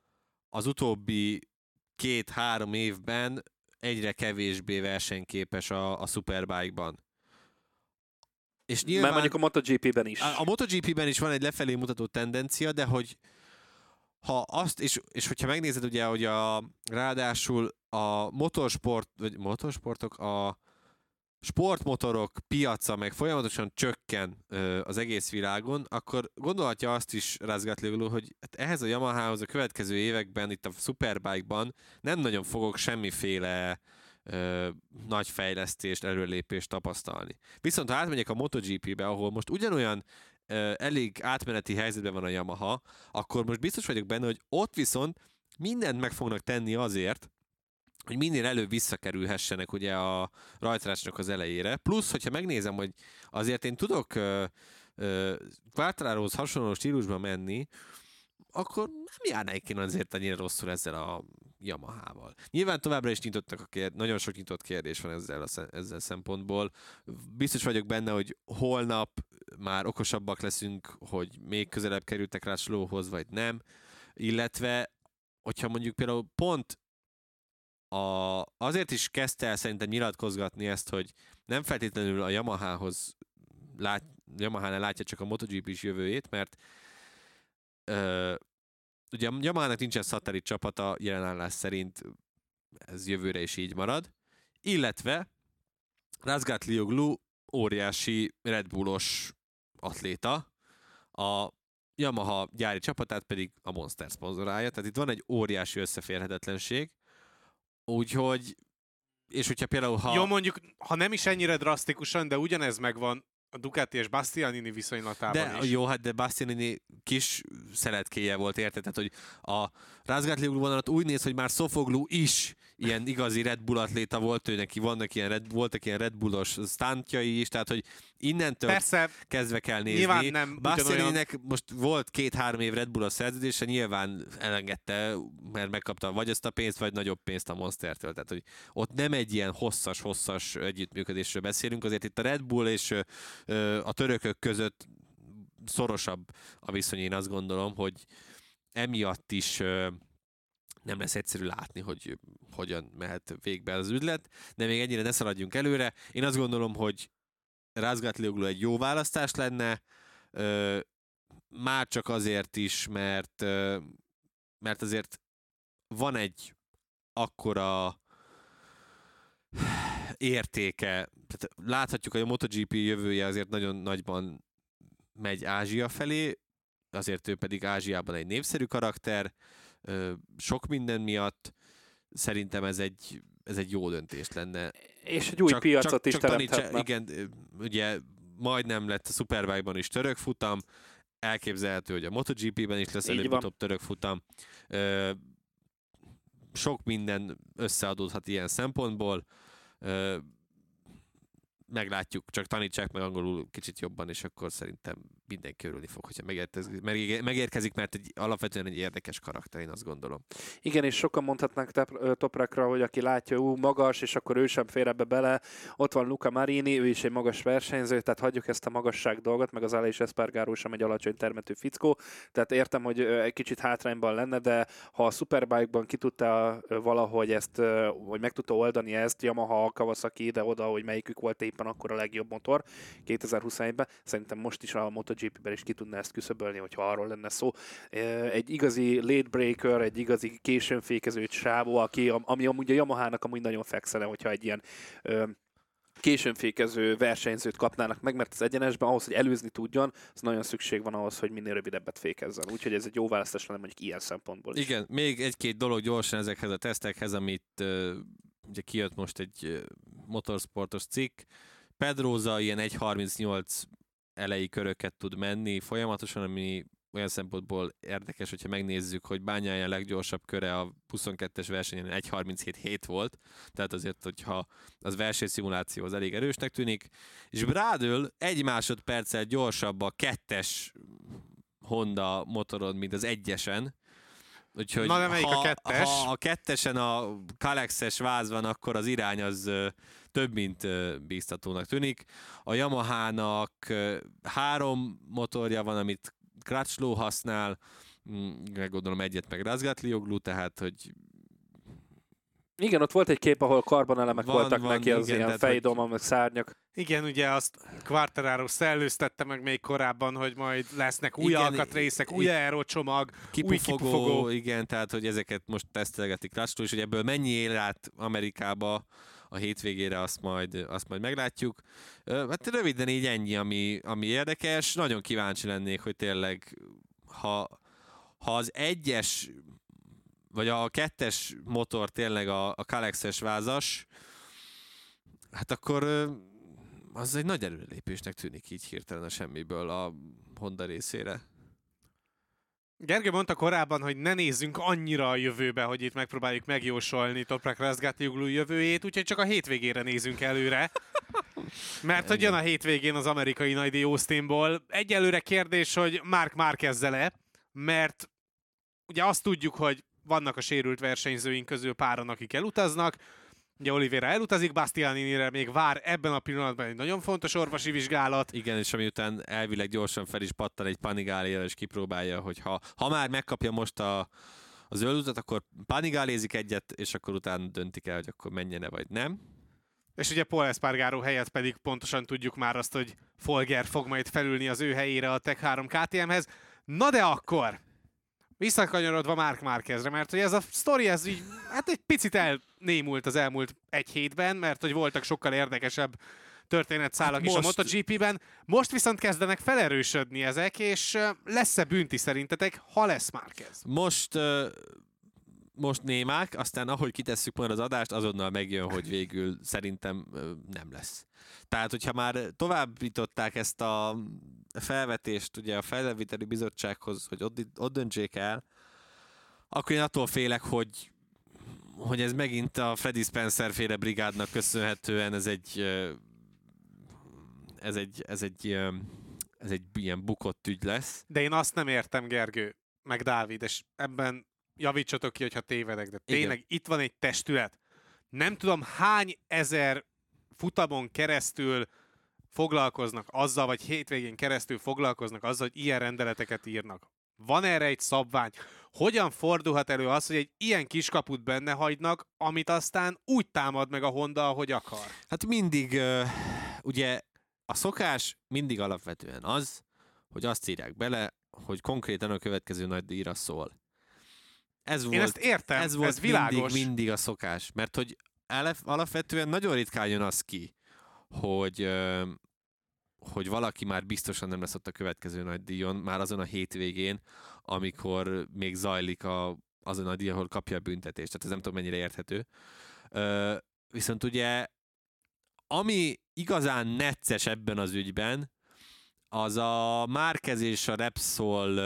az utóbbi 2-3 évben egyre kevésbé versenyképes a Superbike-ban. És nyilván, mert mondjuk a MotoGP-ben is. A MotoGP-ben is van egy lefelé mutató tendencia, de hogy ha azt, és hogyha megnézed ugye, hogy ráadásul a motorsportok, a sportmotorok piaca meg folyamatosan csökken az egész világon, akkor gondolhatja azt is Razgatlioglu, hogy ehhez a Yamahához a következő években itt a Superbike-ban nem nagyon fogok semmiféle nagy fejlesztést, előlépést tapasztalni. Viszont ha átmegyek a MotoGP-be, ahol most ugyanolyan elég átmeneti helyzetben van a Yamaha, akkor most biztos vagyok benne, hogy ott viszont mindent meg fognak tenni azért, hogy minél előbb visszakerülhessenek ugye a rajtrácsnak az elejére. Plusz, hogyha megnézem, hogy azért én tudok Quartararohoz hasonló stílusba menni, akkor nem járnáik én azért annyira rosszul ezzel a Yamahával. Nyilván továbbra is nyitottak nagyon sok nyitott kérdés van ezzel szempontból. Biztos vagyok benne, hogy holnap már okosabbak leszünk, hogy még közelebb kerültek rá Slowhoz, vagy nem. Illetve, hogyha mondjuk például pont azért is kezdte el szerintem nyilatkozgatni ezt, hogy nem feltétlenül a Yamahánál látja csak a MotoGP-s jövőjét, mert ugye a Yamahának nincsen szatellit csapata, jelenállás szerint ez jövőre is így marad, illetve Razgatlioglu óriási Red Bullos atléta, a Yamaha gyári csapatát pedig a Monster szponzorálja, tehát itt van egy óriási összeférhetetlenség. Úgyhogy, és hogyha például Jó, mondjuk, ha nem is ennyire drasztikusan, de ugyanez megvan a Ducati és Bastianini viszonylatában is. Jó, hát de Bastianini kis szeletkéje volt, érted? Tehát, hogy a Razgatlioglu vonalat úgy néz, hogy már Sofuoglu is ilyen igazi Red Bull atléta volt ő neki, voltak ilyen Red Bullos stuntjai is, tehát hogy innentől Persze, kezdve kell nézni. nyilván nem Bastianinek most volt 2-3 év Red Bullos szerződése, nyilván elengedte, mert megkapta vagy azt a pénzt, vagy nagyobb pénzt a Monstertől. Tehát, hogy ott nem egy ilyen hosszas együttműködésről beszélünk, azért itt a Red Bull és a törökök között szorosabb a viszony, én azt gondolom, hogy emiatt is nem lesz egyszerű látni, hogy hogyan mehet végbe az üzlet, de még ennyire ne szaladjunk előre. Én azt gondolom, hogy Razgatlioglu egy jó választás lenne, már csak azért is, mert azért van egy akkora értéke, tehát láthatjuk, hogy a MotoGP jövője azért nagyon nagyban megy Ázsia felé, azért ő pedig Ázsiában egy népszerű karakter, sok minden miatt szerintem ez egy jó döntés lenne. És egy új piacot is teremthetne. Igen, ugye majdnem lett a Superbike-ban is török futam, elképzelhető, hogy a MotoGP-ben is lesz előbb-utóbb török futam. Sok minden összeadódhat ilyen szempontból. Meglátjuk, csak tanítsák meg angolul kicsit jobban, és akkor szerintem mindenki örülni fog, hogyha megérkezik, mert alapvetően egy érdekes karakter, én azt gondolom. Igen, és sokan mondhatnánk Toprakra, hogy aki látja, magas, és akkor ő sem fér ebbe bele. Ott van Luca Marini, ő is egy magas versenyző, tehát hagyjuk ezt a magasság dolgot, meg az Aleix Espargaró sem egy alacsony termetű fickó. Tehát értem, hogy egy kicsit hátrányban lenne, de ha a Superbike-ban ki tudta valahogy ezt, vagy meg tudta oldani ezt, Yamaha, Kawasaki ide-oda, hogy melyikük volt éppen akkor a legjobb motor 2021-ben, szerintem most is a MotoGP-ben is ki tudná ezt küszöbölni, hogyha arról lenne szó. Egy igazi late breaker, egy igazi későn fékező sávó, ami amúgy a Yamahának amúgy nagyon fekszene, hogyha egy ilyen későn fékező versenyzőt kapnának meg, mert az egyenesben ahhoz, hogy előzni tudjon, az nagyon szükség van ahhoz, hogy minél rövidebbet fékezzen. Úgyhogy ez egy jó választás lenne mondjuk ilyen szempontból is. Igen, még egy-két dolog gyorsan ezekhez a tesztekhez, amit ugye kijött most egy motorsportos cikk. Pedrosa ilyen 1.38 elejé köröket tud menni folyamatosan, ami olyan szempontból érdekes, hogyha megnézzük, hogy Bagnaia a leggyorsabb köre a 22-es versenyen 1.37.7 volt, tehát azért, hogyha az versenyszimuláció az elég erősnek tűnik, és Bradl 1 másodperccel gyorsabb a 2-es Honda motoron, mint az 1-esen. Úgyhogy na, de melyik a 2-es? Ha a 2-esen a Kalex-es váz van, akkor az irány az több, mint bíztatónak tűnik. A Yamahának 3 motorja van, amit Crutchlow használ, gondolom egyet meg Razgatlioglu, tehát hogy... Igen, ott volt egy kép, ahol karbonelemek voltak neki, az igen, ilyen fejdoma, meg szárnyak. Igen, ugye azt Quartararo szellőztette meg még korábban, hogy majd lesznek új alkatrészek, új aerocsomag, új kipufogó. Igen, tehát hogy ezeket most tesztelgetik Crutchlow, és hogy ebből mennyi ér át Amerikába a hétvégére, azt majd meglátjuk. Hát röviden így ennyi, ami érdekes. Nagyon kíváncsi lennék, hogy tényleg, ha az 1-es vagy a 2-es motor tényleg a Kalex-es vázas, hát akkor az egy nagy előrelépésnek tűnik így hirtelen a semmiből a Honda részére. Gergő mondta korábban, hogy ne nézzünk annyira a jövőbe, hogy itt megpróbáljuk megjósolni Toprak Razgatlioglu jövőjét, úgyhogy csak a hétvégére nézünk előre. Mert hogy jön a hétvégén az amerikai nagydíj Austinból. Egyelőre kérdés, hogy Marc Márquez-e, mert ugye azt tudjuk, hogy vannak a sérült versenyzőink közül páran, akik elutaznak. Ugye Oliveira elutazik, Bastianinire még vár ebben a pillanatban egy nagyon fontos orvosi vizsgálat. Igen, és amiután elvileg gyorsan fel is pattan egy Panigale-jel, és kipróbálja, hogy ha már megkapja most a zöld utat, akkor panigálézik egyet, és akkor utána döntik el, hogy akkor menjen-e vagy nem. És ugye Pol Espargaró helyett pedig pontosan tudjuk már azt, hogy Folger fog majd felülni az ő helyére a Tech 3 KTM-hez. Na de akkor visszakanyarodva Marc Márquezre, mert hogy ez a sztori, ez így, hát egy picit elnémult az elmúlt egy hétben, mert hogy voltak sokkal érdekesebb történetszálak is a MotoGP-ben. Most viszont kezdenek felerősödni ezek, és lesz-e bünti szerintetek, ha lesz Márquez? Most némák, aztán ahogy kitesszük majd az adást, azonnal megjön, hogy végül szerintem nem lesz. Tehát, hogyha már továbbították ezt a felvetést ugye a Fejleviteli Bizottsághoz, hogy ott döntsék el, akkor én attól félek, hogy ez megint a Freddy Spencer féle brigádnak köszönhetően ez egy ilyen bukott ügy lesz. De én azt nem értem, Gergő, meg Dávid, és ebben javítsatok ki, hogyha tévedek, de tényleg Igen. itt van egy testület. Nem tudom, hány ezer futamon keresztül foglalkoznak azzal, vagy hétvégén keresztül foglalkoznak azzal, hogy ilyen rendeleteket írnak. Van erre egy szabvány. Hogyan fordulhat elő az, hogy egy ilyen kiskaput benne hagynak, amit aztán úgy támad meg a Honda, ahogy akar? Hát mindig, ugye a szokás mindig alapvetően az, hogy azt írják bele, hogy konkrétan a következő nagy díjra szól. Én ezt értem, ez volt ez világos. mindig a szokás, mert hogy alapvetően nagyon ritkán jön az ki, hogy valaki már biztosan nem lesz ott a következő nagy díjon, már azon a hétvégén, amikor még zajlik azon a díj, ahol kapja a büntetést. Tehát ez nem tudom mennyire érthető. Viszont ugye, ami igazán necces ebben az ügyben, az a Márquez és a Repsol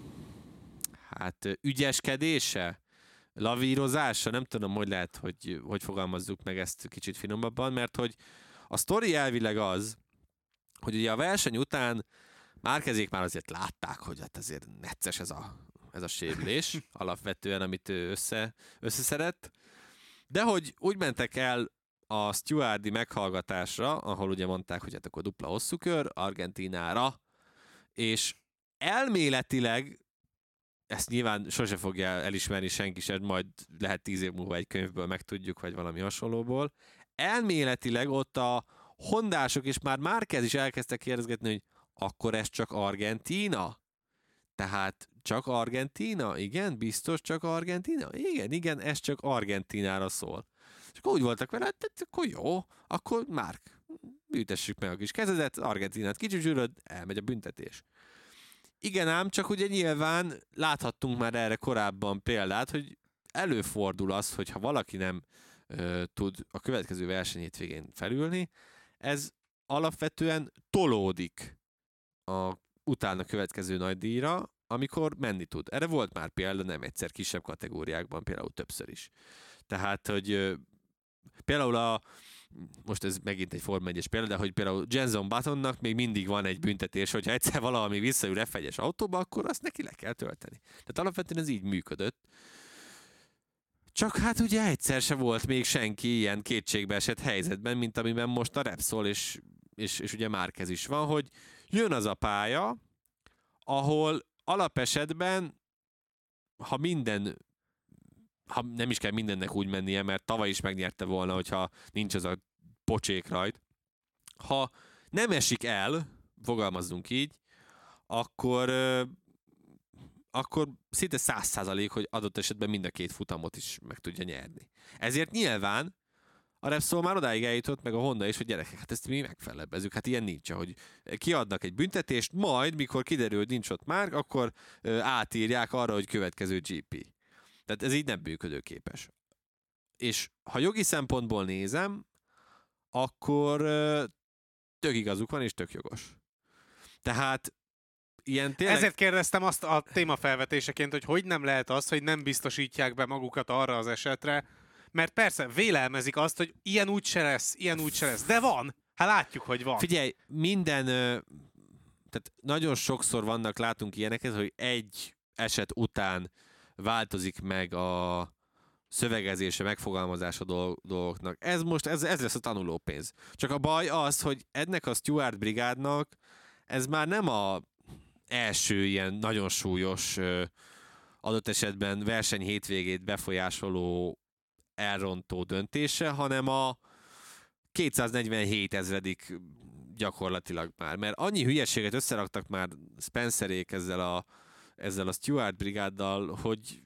ügyeskedése, lavírozása, nem tudom, hogy lehet, hogy fogalmazzuk meg ezt kicsit finomabban, mert hogy a sztori elvileg az, hogy ugye a verseny után Márquezék már azért látták, hogy hát azért necces ez a sérülés, alapvetően, amit ő összeszedett, de hogy úgy mentek el a stewardi meghallgatásra, ahol ugye mondták, hogy hát akkor dupla hosszú kör, Argentínára, és elméletileg, ezt nyilván sose fogja elismerni senki sem, majd lehet 10 év múlva egy könyvből megtudjuk, vagy valami hasonlóból, elméletileg ott a hondások és már Márquez is elkezdtek kérdezgetni, hogy akkor ez csak Argentína? Tehát csak Argentína? Igen, biztos csak Argentína? Igen, ez csak Argentínára szól. És akkor úgy voltak vele, hát akkor jó, akkor Márk, büntessük meg a kis kezedet, Argentinát kicsücsülöd, elmegy a büntetés. Igen ám, csak ugye nyilván láthattunk már erre korábban példát, hogy előfordul az, hogy ha valaki nem tud a következő verseny hétvégén felülni, ez alapvetően tolódik utána következő nagy díjra, amikor menni tud. Erre volt már példa, nem egyszer kisebb kategóriákban, például többször is. Tehát, hogy például most ez megint egy Forma 1-es példa, de hogy például Jenson Buttonnak még mindig van egy büntetés, hogyha egyszer valami visszaül F1-es autóba, akkor azt neki le kell tölteni. Tehát alapvetően ez így működött. Csak hát ugye egyszer se volt még senki ilyen kétségbeesett helyzetben, mint amiben most a Repsol és ugye Márquez is van, hogy jön az a pálya, ahol alapesetben, ha nem is kell mindennek úgy mennie, mert tavaly is megnyerte volna, hogyha nincs az a pocsék rajt. Ha nem esik el, fogalmazzunk így, akkor szinte 100%, hogy adott esetben mind a két futamot is meg tudja nyerni. Ezért nyilván a Repsol már odáig eljutott, meg a Honda is, hogy gyerekek, hát ezt mi megfelebbezzük, hát ilyen nincs, hogy kiadnak egy büntetést, majd, mikor kiderül, hogy nincs ott már, akkor átírják arra, hogy következő GP. Tehát ez így nem működőképes. És ha jogi szempontból nézem, akkor tök igazuk van, és tök jogos. Tehát ilyen tényleg... Ezért kérdeztem azt a témafelvetéseként, hogy nem lehet az, hogy nem biztosítják be magukat arra az esetre, mert persze vélelmezik azt, hogy ilyen úgy se lesz, de van. Hát látjuk, hogy van. Figyelj, tehát nagyon sokszor látunk ilyeneket, hogy egy eset után változik meg a szövegezése, megfogalmazása dolgoknak. Ez lesz a tanulópénz. Csak a baj az, hogy ennek a Stewart brigádnak ez már nem a első ilyen nagyon súlyos adott esetben verseny hétvégét befolyásoló elrontó döntése, hanem a 247 000 gyakorlatilag már. Mert annyi hülyeséget összeraktak már Spencerék ezzel a Stewart brigáddal, hogy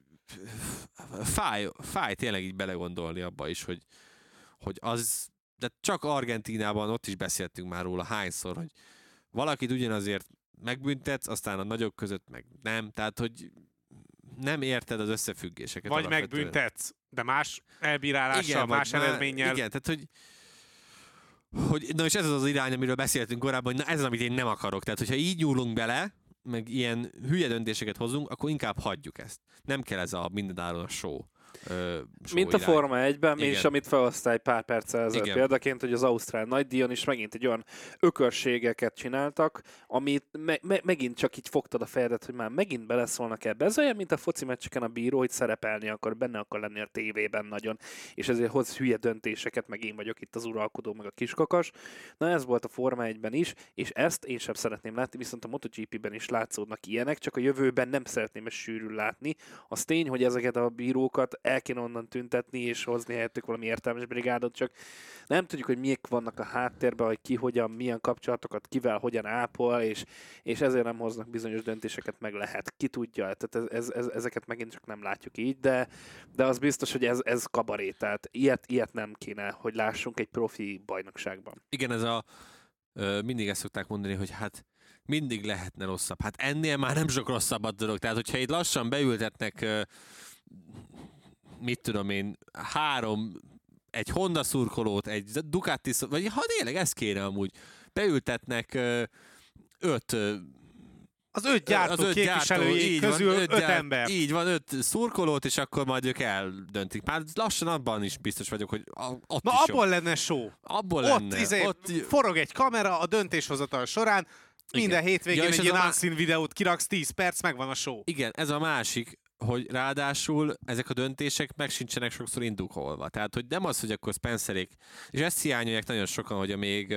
fáj tényleg így belegondolni abba is, hogy az, de csak Argentínában ott is beszéltünk már róla hányszor, hogy valakit ugyanazért megbüntetsz, aztán a nagyok között meg nem, tehát hogy nem érted az összefüggéseket. Vagy megbüntetsz, de más elbírálással, igen, más eredménnyel. Igen, tehát hogy na és ez az irány, amiről beszéltünk korábban, hogy na ez az, amit én nem akarok. Tehát, hogyha így nyúlunk bele, meg ilyen hülye döntéseket hozunk, akkor inkább hagyjuk ezt. Nem kell ez a mindenáron a show. Mint a Forma 1-ben, és amit felhoztál egy pár perccel ezelőtt példaként, hogy az ausztrál nagydíjon is megint egy olyan ökörségeket csináltak, amit megint csak így fogtad a fejedet, hogy már megint beleszólnak ebbe. Ez olyan, mint a foci meccseken a bíró, hogy szerepelni akar, benne akar lenni a tévében nagyon, és ezért hoz hülye döntéseket, meg én vagyok itt az uralkodó, meg a kiskakas. Na ez volt a Forma 1-ben is, és ezt én sem szeretném látni, viszont a MotoGP-ben is látszódnak ilyenek, csak a jövőben nem szeretném ezt sűrűn látni. Az tény, hogy ezeket a bírókat el kéne onnan tüntetni, és hozni helyettük valami értelmes brigádot, csak nem tudjuk, hogy miek vannak a háttérben, hogy ki hogyan, milyen kapcsolatokat, kivel, hogyan ápol, és ezért nem hoznak bizonyos döntéseket, meg lehet. Ki tudja, tehát ezeket megint csak nem látjuk így, de az biztos, hogy ez kabaré, tehát ilyet nem kéne, hogy lássunk egy profi bajnokságban. Igen, mindig ezt szokták mondani, hogy hát mindig lehetne rosszabb. Hát ennél már nem sok rosszabbat tudok. Tehát, hogyha itt lassan beültetnek, mit tudom én, egy Honda szurkolót, egy Ducati, vagy ha tényleg ez kéne amúgy, beültetnek 5 az 5 gyártó képviselői közül 5 ember. Így van, 5 szurkolót, és akkor majd ők eldöntik. Már lassan abban is biztos vagyok, hogy ott is abból lenne show. Abból lenne. Ott forog egy kamera a döntéshozatal során, minden hétvégén egy ilyen unseen videót kiraksz, 10 perc, megvan a show. Igen, ez a másik, hogy ráadásul ezek a döntések meg sincsenek sokszor indokolva. Tehát, hogy nem az, hogy akkor Spencerék, és ezt hiányolják nagyon sokan, hogy a még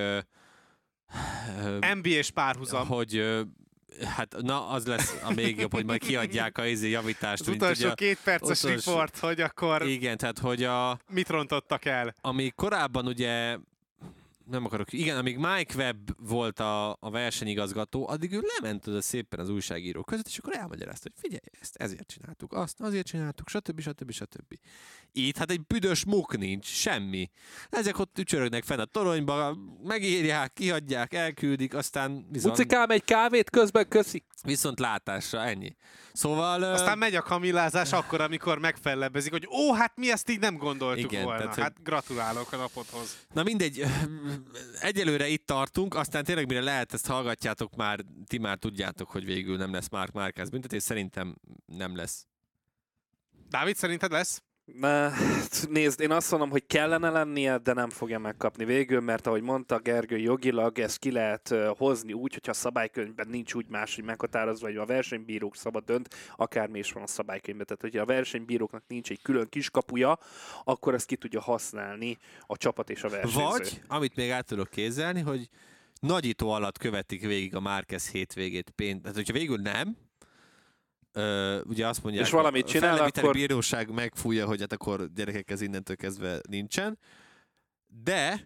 NBA-s párhuzam. Hogy hát na, az lesz a még jobb, hogy majd kiadják a javítást. Az utolsó 2 perces riport, hogy akkor igen, tehát hogy mit rontottak el. Ami korábban ugye amíg Mike Webb volt a versenyigazgató, addig ő lement oda szépen az újságírók között, és akkor elmagyarázta, hogy figyelj, ezt ezért csináltuk, azt azért csináltuk, stb. Itt hát egy büdös muk nincs, semmi. Ezek ott ücsörögnek fenn a toronyba, megírják, kihagyják, elküldik, aztán viszont... Mucikám, egy kávét közben, köszi! Viszont látásra, ennyi. Szóval... Aztán megy a kamillázás akkor, amikor megfellebbezik, hogy hát mi ezt így nem gondoltuk volna. Tehát, hát gratulálok a napodhoz. Na mindegy, egyelőre itt tartunk, aztán tényleg mire lehet, ezt hallgatjátok már, ti már tudjátok, hogy végül nem lesz Marc Márquez büntetés, szerintem nem lesz. Dávid, szerinted lesz? Nézd, én azt mondom, hogy kellene lennie, de nem fogja megkapni végül, mert ahogy mondta Gergő, jogilag ezt ki lehet hozni úgy, hogyha a szabálykönyvben nincs úgy máshogy meghatározva, hogy a versenybírók szabad dönt, akármi is van a szabálykönyvben. Tehát, hogyha a versenybíróknak nincs egy külön kiskapuja, akkor ezt ki tudja használni a csapat és a versenyző. Vagy, amit még át tudok kézelni, hogy nagyító alatt követik végig a Márquez hétvégét. Tehát, hogyha végül nem, ugye azt mondják, és valamit csinál, akkor... bíróság megfújja, hogy hát akkor gyerekek ez innentől kezdve nincsen. De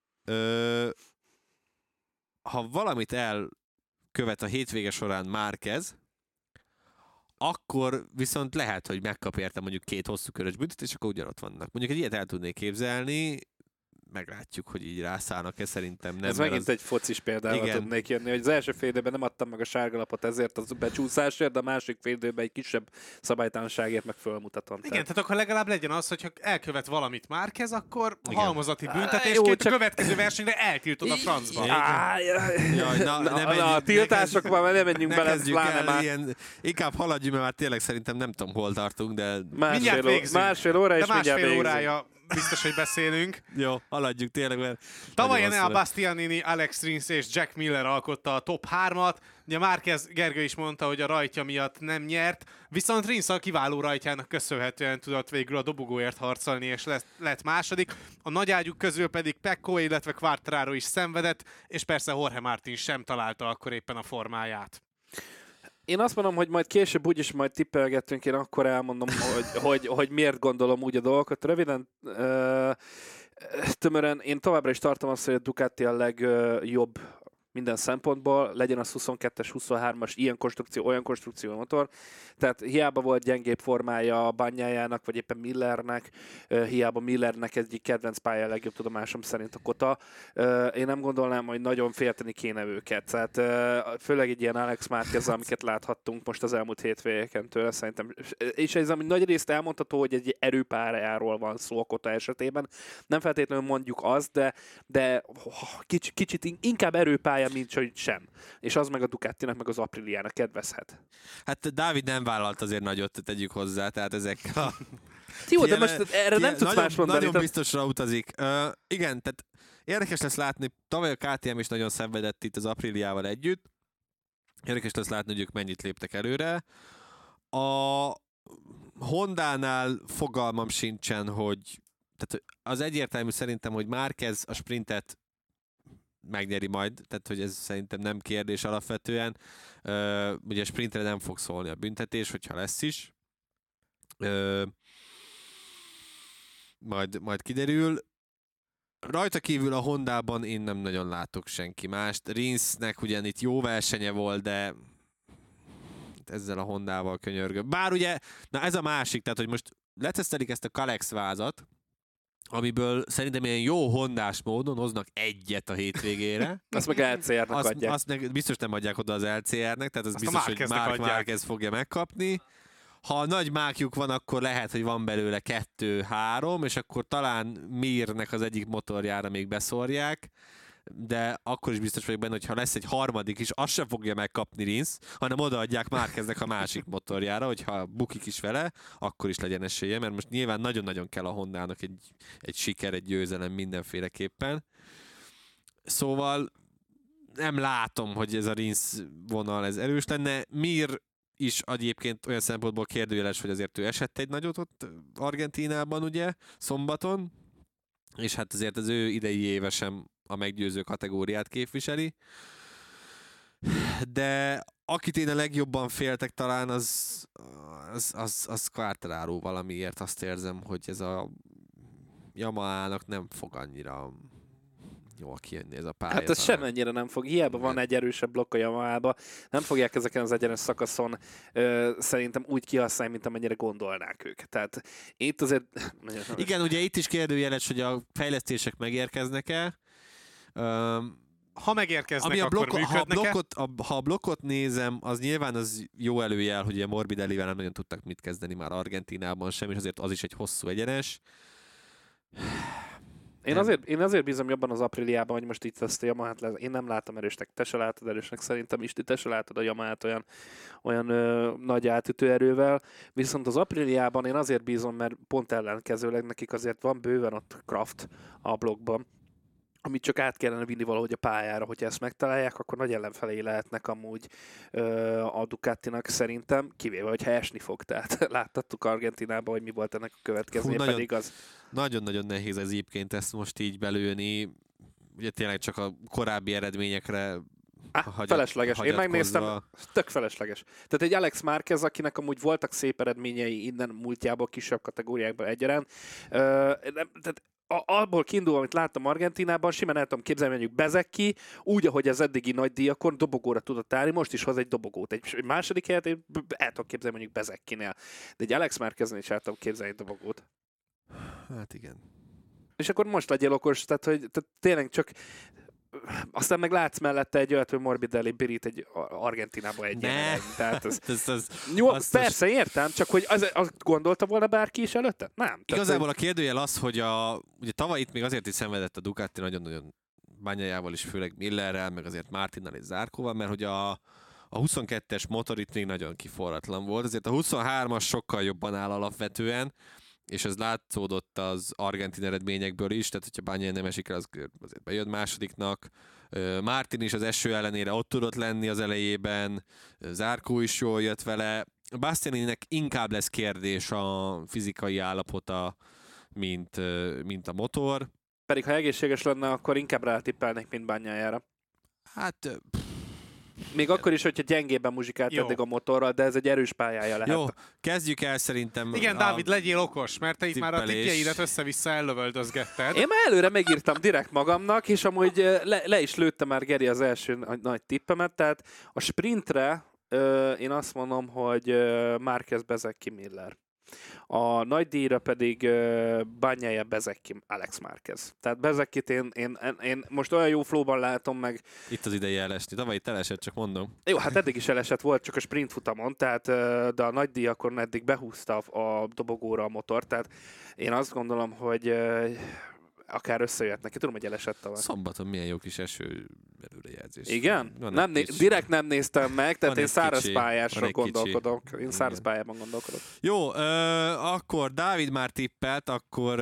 ha valamit elkövet a hétvége során Márquez, akkor viszont lehet, hogy megkap érte mondjuk 2 hosszú körös büntetést, és akkor ugyanott vannak. Mondjuk egy ilyet el tudnék képzelni, meglátjuk, hogy így rászállnak-e, szerintem nem. Ez megint egy focis példával tudnék jönni, hogy az első fél időben nem adtam meg a sárgalapot ezért az becsúszásért, de a másik fél időben egy kisebb szabálytalanságért meg fölmutatom. Igen, tehát akkor legalább legyen az, hogyha elkövet valamit Márquez, akkor halmozati büntetésként a következő versenyre eltiltod a francba. A tiltásokban nem menjünk bele, pláne már. Inkább haladjunk, mert már tényleg szerintem nem tudom, hol tartunk, de másfél óra és mindjárt másfél órája biztos, hogy beszélünk. Jó, haladjuk tényleg, mert... Tavaly Enea Bastianini, Alex Rins és Jack Miller alkotta a top 3-at. Ugye Márquez, Gergő is mondta, hogy a rajtja miatt nem nyert, viszont Rins a kiváló rajtjának köszönhetően tudott végül a dobogóért harcolni, és lett második. A nagyágyuk közül pedig Pecco, illetve Quartararo is szenvedett, és persze Jorge Martin sem találta akkor éppen a formáját. Én azt mondom, hogy majd később úgyis majd tippelgettünk, én akkor elmondom, hogy miért gondolom úgy a dolgokat. Röviden, tömören, én továbbra is tartom azt, hogy a Ducati a legjobb minden szempontból, legyen az 22-es, 23-as, ilyen konstrukció, olyan konstrukció motor. Tehát hiába volt gyengébb formája a Bagnajának, vagy éppen Millernek, hiába Millernek egyik kedvenc pálya, legjobb tudomásom szerint a Kota. Én nem gondolnám, hogy nagyon félteni kéne őket. Tehát főleg egy ilyen Alex Márquez, amiket láthattunk most az elmúlt hétvégeken tőle, szerintem. És ez, ami nagy részt elmondható, hogy egy erőpályáról van szó a Kota esetében. Nem feltétlenül mondjuk azt, de kicsit inkább erőpálya, mint hogy sem. És az meg a Ducatinak, meg az Apriliának kedvezhet. Hát Dávid nem vállalt azért nagyot, tegyük hozzá, tehát ezekkel a Jó, de most erre nem tudsz más mondani. Nagyon biztosra utazik. Igen, tehát érdekes lesz látni, tavaly a KTM is nagyon szenvedett itt az Apriliával együtt. Érdekes lesz látni, hogy ők mennyit léptek előre. A Hondánál fogalmam sincsen, hogy tehát az egyértelmű szerintem, hogy Márquez a sprintet megnyeri majd, tehát hogy ez szerintem nem kérdés alapvetően. Ugye a sprintre nem fog szólni a büntetés, hogyha lesz is. Majd kiderül. Rajta kívül a Hondában én nem nagyon látok senki mást. Rinsnek ugyan itt jó versenye volt, de ezzel a Hondával könyörgöm. Bár ugye, na ez a másik, tehát hogy most letesztelik ezt a Kalex vázat, amiből szerintem ilyen jó hondás módon hoznak egyet a hétvégére. Azt meg LCR-nek adják. Azt biztos nem adják oda az LCR-nek, tehát az biztos, hogy Marc Márquez fogja megkapni. Ha nagy mákjuk van, akkor lehet, hogy van belőle 2-3, és akkor talán Mirnek az egyik motorjára még beszórják, de akkor is biztos vagyok benne, hogy ha lesz egy harmadik is, azt sem fogja megkapni Rins, hanem odaadják Márqueznek a másik motorjára, hogyha bukik is vele, akkor is legyen esélye, mert most nyilván nagyon-nagyon kell a Hondának egy siker, egy győzelem mindenféleképpen. Szóval nem látom, hogy ez a Rins vonal ez erős lenne. Mir is egyébként olyan szempontból kérdőjeles, hogy azért ő esett egy nagyot ott Argentínában, ugye, szombaton, és hát azért az ő idei éve sem a meggyőző kategóriát képviseli. De akit én a legjobban féltek talán, az Quartararo valamiért. Azt érzem, hogy ez a Yamahának nem fog annyira jól kijönni ez a pálya. Hát ez semennyire nem fog. Hiába van egy erősebb blokk a Yamahába, nem fogják ezeken az egyenes szakaszon szerintem úgy kihasználni, mint amennyire gondolnák ők. Tehát itt azért... Igen, ugye itt is kérdőjeles, hogy a fejlesztések megérkeznek-e. Ha megérkeznek, akkor működnek-e? Ha a blokkot nézem, az nyilván az jó előjel, hogy a Morbidellivel nem nagyon tudtak mit kezdeni már Argentínában sem, és azért az is egy hosszú egyenes. Én azért bízom jobban az Apriliában, hogy most itt ezt a Yamahát én nem látom erősnek, te se látod erősnek, szerintem is te se látod a Yamahát olyan nagy átütő erővel, viszont az Apriliában én azért bízom, mert pont ellenkezőleg nekik azért van bőven ott Kraft a blokkban, amit csak át kellene vinni valahogy a pályára, hogyha ezt megtalálják, akkor nagy ellenfelé lehetnek amúgy a Ducatinak szerintem, kivéve, hogyha esni fog. Tehát láttattuk Argentinában, hogy mi volt ennek a következménye, pedig az... Nagyon-nagyon nehéz ez egyébként ezt most így belőni. Ugye tényleg csak a korábbi eredményekre felesleges. Én megnéztem, tök felesleges. Tehát egy Alex Márquez, akinek amúgy voltak szép eredményei innen múltjából, kisebb kategóriákban egyaránt. Tehát abból kiindul, amit láttam Argentínában, simán el tudom képzelni, mondjuk Bezeki, úgy, ahogy az eddigi nagy díjakon dobogóra tudott állni, most is hoz egy dobogót. Egy második helyet én el tudom képzelni mondjuk Bezekinél. De egy Alex Márqueznél is el tudom képzelni egy dobogót. Hát igen. És akkor most legyél okos, tehát tényleg csak aztán meg látsz mellette egy olyat, hogy Morbidelli pirít egy Argentinába egy ilyen. Tehát persze, értem, csak hogy azt gondolta volna bárki is előtte? Nem. Igazából a kérdőjel az, hogy ugye tavaly itt még azért is szenvedett a Ducati nagyon-nagyon Bagnaia-val is, főleg Millerrel, meg azért Martinnal és Zarcóval, mert hogy a 22-es motor itt még nagyon kiforratlan volt, azért a 23-as sokkal jobban áll alapvetően, és ez látszódott az argentin eredményekből is, tehát hogyha Bagnaia nem esik el, az azért bejön másodiknak. Martin is az eső ellenére ott tudott lenni az elejében, Zarco is jól jött vele. Bastianininek inkább lesz kérdés a fizikai állapota, mint a motor. Pedig ha egészséges lenne, akkor inkább rátippelnék, mint Bagnaiára. Hát... Még akkor is, hogyha gyengébben muzsikált eddig a motorral, de ez egy erős pályája lehet. Jó, kezdjük el szerintem. Igen, Dávid, legyél okos, mert te itt már a tippjeidet össze-vissza ellövöldözgetted. Én már előre megírtam direkt magamnak, és amúgy le is lőtte már Geri az első nagy tippemet, tehát a sprintre én azt mondom, hogy Márquez, Bezeki, Miller. A nagy díjra pedig Bagnaia, Bezeki, Alex Márquez. Tehát Bezekit én most olyan jó flowban látom meg. Itt az ideje elesni. Tavaly itt elesett, csak mondom. Jó, hát eddig is elesett volt, csak a sprint futamon, tehát, de a nagy díjakon eddig behúzta a dobogóra a motor, tehát én azt gondolom, hogy akár összejöhet neki. Tudom, hogy elesett tavaly. Szombaton milyen jó kis eső előrejelzés. Igen? Van Direkt nem néztem meg, tehát Van én egy száraz kicsi, pályásra van egy kicsi. gondolkodok. Én Igen. száraz pályában gondolkodok. Jó, akkor Dávid már tippelt, akkor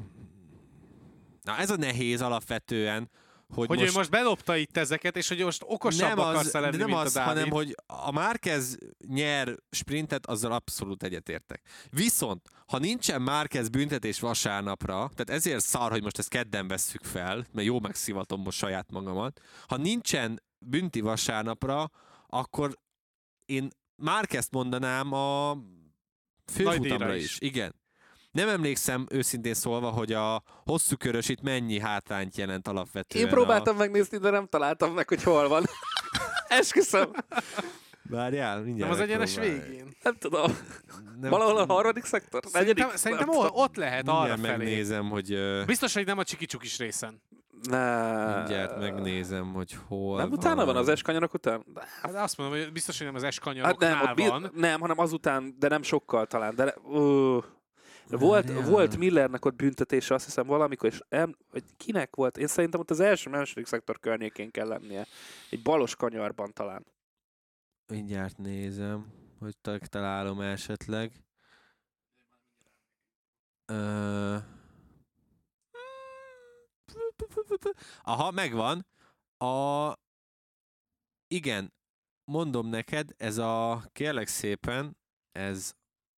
na ez a nehéz alapvetően, Hogy ő most belopta itt ezeket, és hogy most okosabb akarsz lenni, nem mint az, a Dávid. hanem hogy a Márquez nyer sprintet, azzal abszolút egyetértek. Viszont, ha nincsen Márquez büntetés vasárnapra, tehát ezért szar, hogy most ezt kedden vesszük fel, mert jó megszivatom most saját magamat, ha nincsen bünti vasárnapra, akkor én Márquezt mondanám a főfutamra is. Igen. Nem emlékszem őszintén szólva, hogy a hosszú körös itt mennyi hátrányt jelent alapvetően. Én próbáltam megnézni, de nem találtam meg, hogy hol van. Esküszöm. Várjál, mindjárt Nem az egyenes megpróbáljuk. végén. Nem tudom. Nem- Valahol a harmadik szektor? Szerintem ott lehet arra Mindjárt felé. megnézem, hogy... Biztos, hogy nem a csiki-csukis részen. mindjárt megnézem, hogy hol Nem utána van az S-kanyarok után? Hát azt mondom, hogy biztos, hogy nem az Hát S-kanyaroknál van. nem, hanem azután, de nem sokkal talán. De volt Millernek ott büntetése, azt hiszem valamikor, és hogy kinek volt? Én szerintem ott az első-második szektor környékén kell lennie. Egy balos kanyarban talán. Mindjárt nézem, hogy találom esetleg. Aha, megvan. Igen, mondom neked, kérlek szépen, ez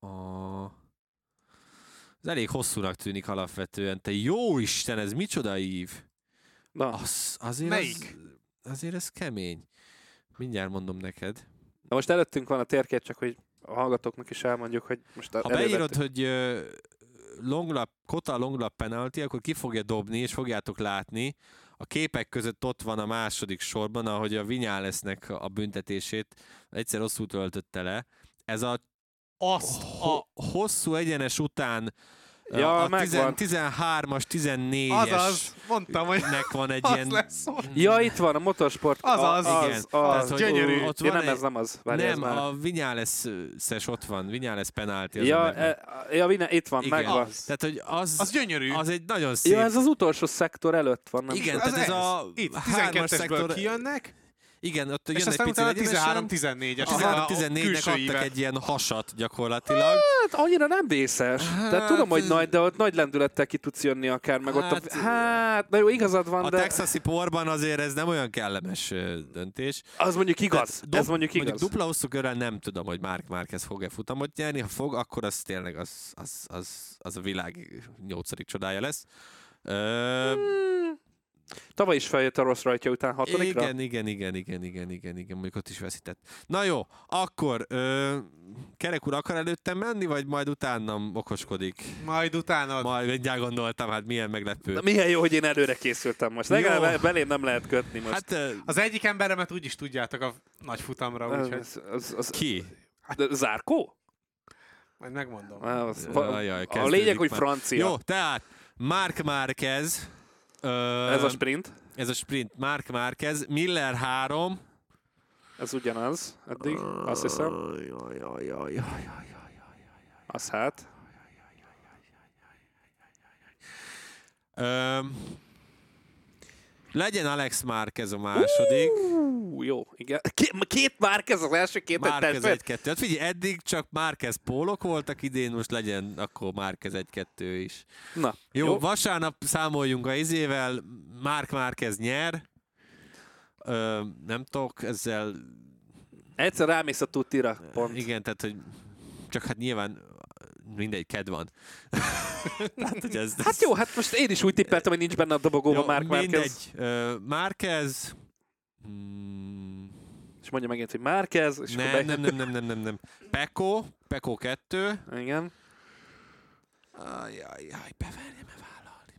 elég hosszúnak tűnik alapvetően. Te jó Isten, ez micsoda ív? Na, Azért Melyik? azért ez kemény. Mindjárt mondom neked. na most előttünk van a térkép, csak hogy a hallgatóknak is elmondjuk, hogy most Ha beírod, hogy Kota longlap penalty, akkor ki fogja dobni, és fogjátok látni. A képek között ott van a második sorban, ahogy a Viñalesnek a büntetését egyszer rosszul töltötte le. Ez a hosszú egyenes után Ja, a megvan. 13-as, 14-es Azaz, mondtam, hogy nek van egy az ilyen... lesz. Ja, itt van a motorsport. Az, igen. Tehát, hogy gyönyörű. Ott Ja, van nem, ez nem az. Várj, ez nem, már. a Viñales-es ott van, Viñales penalty. Itt van, Igen. megvan. Az. Tehát, hogy Az gyönyörű. az egy nagyon szép... Ja, ez az utolsó szektor előtt van. Nem Igen, tudom. tehát ez a Itt 3-as 12-esből szektor... kijönnek, Igen, ott és jön egy aztán pici utána egyenesen. 13-14-es. A 13-14-nek külső adtak íve. egy ilyen hasat gyakorlatilag. Hát annyira nem vészes. Tehát Hát, tudom, hogy ez- nagy, de ott nagy lendülettel ki tudsz jönni akár, meg ott Hát, na jó, igazad van, A de texasi porban azért ez nem olyan kellemes döntés. az mondjuk igaz. Tehát Ez mondjuk igaz. Mondjuk dupla hosszú körrel nem tudom, hogy Marc Márquez fog-e futamot nyerni. Ha fog, akkor az tényleg az a világ 8. csodája lesz. Tavaly is feljött a rossz rajtja után 6-ra. Igen, mondjuk ott is veszített. Na jó, akkor Kerek úr akar előttem menni, vagy majd utánam okoskodik? Majd utána. Majd mindjárt gondoltam, hát milyen meglepő. Na, milyen jó, hogy én előre készültem most. Legalább belém nem lehet kötni most. Hát Az egyik emberemet úgyis tudjátok a nagy futamra, úgyhogy ki? Zárkó? majd megmondom. Ajaj, A kezdődik lényeg, hogy már. francia. Jó, tehát Marc Márquez. Ez a sprint. Ez a sprint. Marc Márquez. Miller 3. Ez ugyanaz eddig, azt hiszem. Az hát. Legyen Alex Márquez a második. Jó, igen. Két Márquez az első két Márquez testvér. 1-2. Hát figyelj, eddig csak Márquez pólok voltak idén, most legyen akkor Márquez 1-2 is. Na, Jó, vasárnap számoljunk a izével, Marc Márquez nyer. Nem tudok, ezzel... Egyszer rámész a tutira, pont. Igen, tehát, hogy csak hát nyilván mindegy, ked van. Tehát, hogy ez... Hát jó, hát most én is úgy tippeltem, hogy nincs benne a dobogóban Marc Márquez. Mindegy. Márquez... És mondja megint, hogy Márquez. És Nem. Pecco 2. Igen. Ajajaj, beverjem-e vállalni?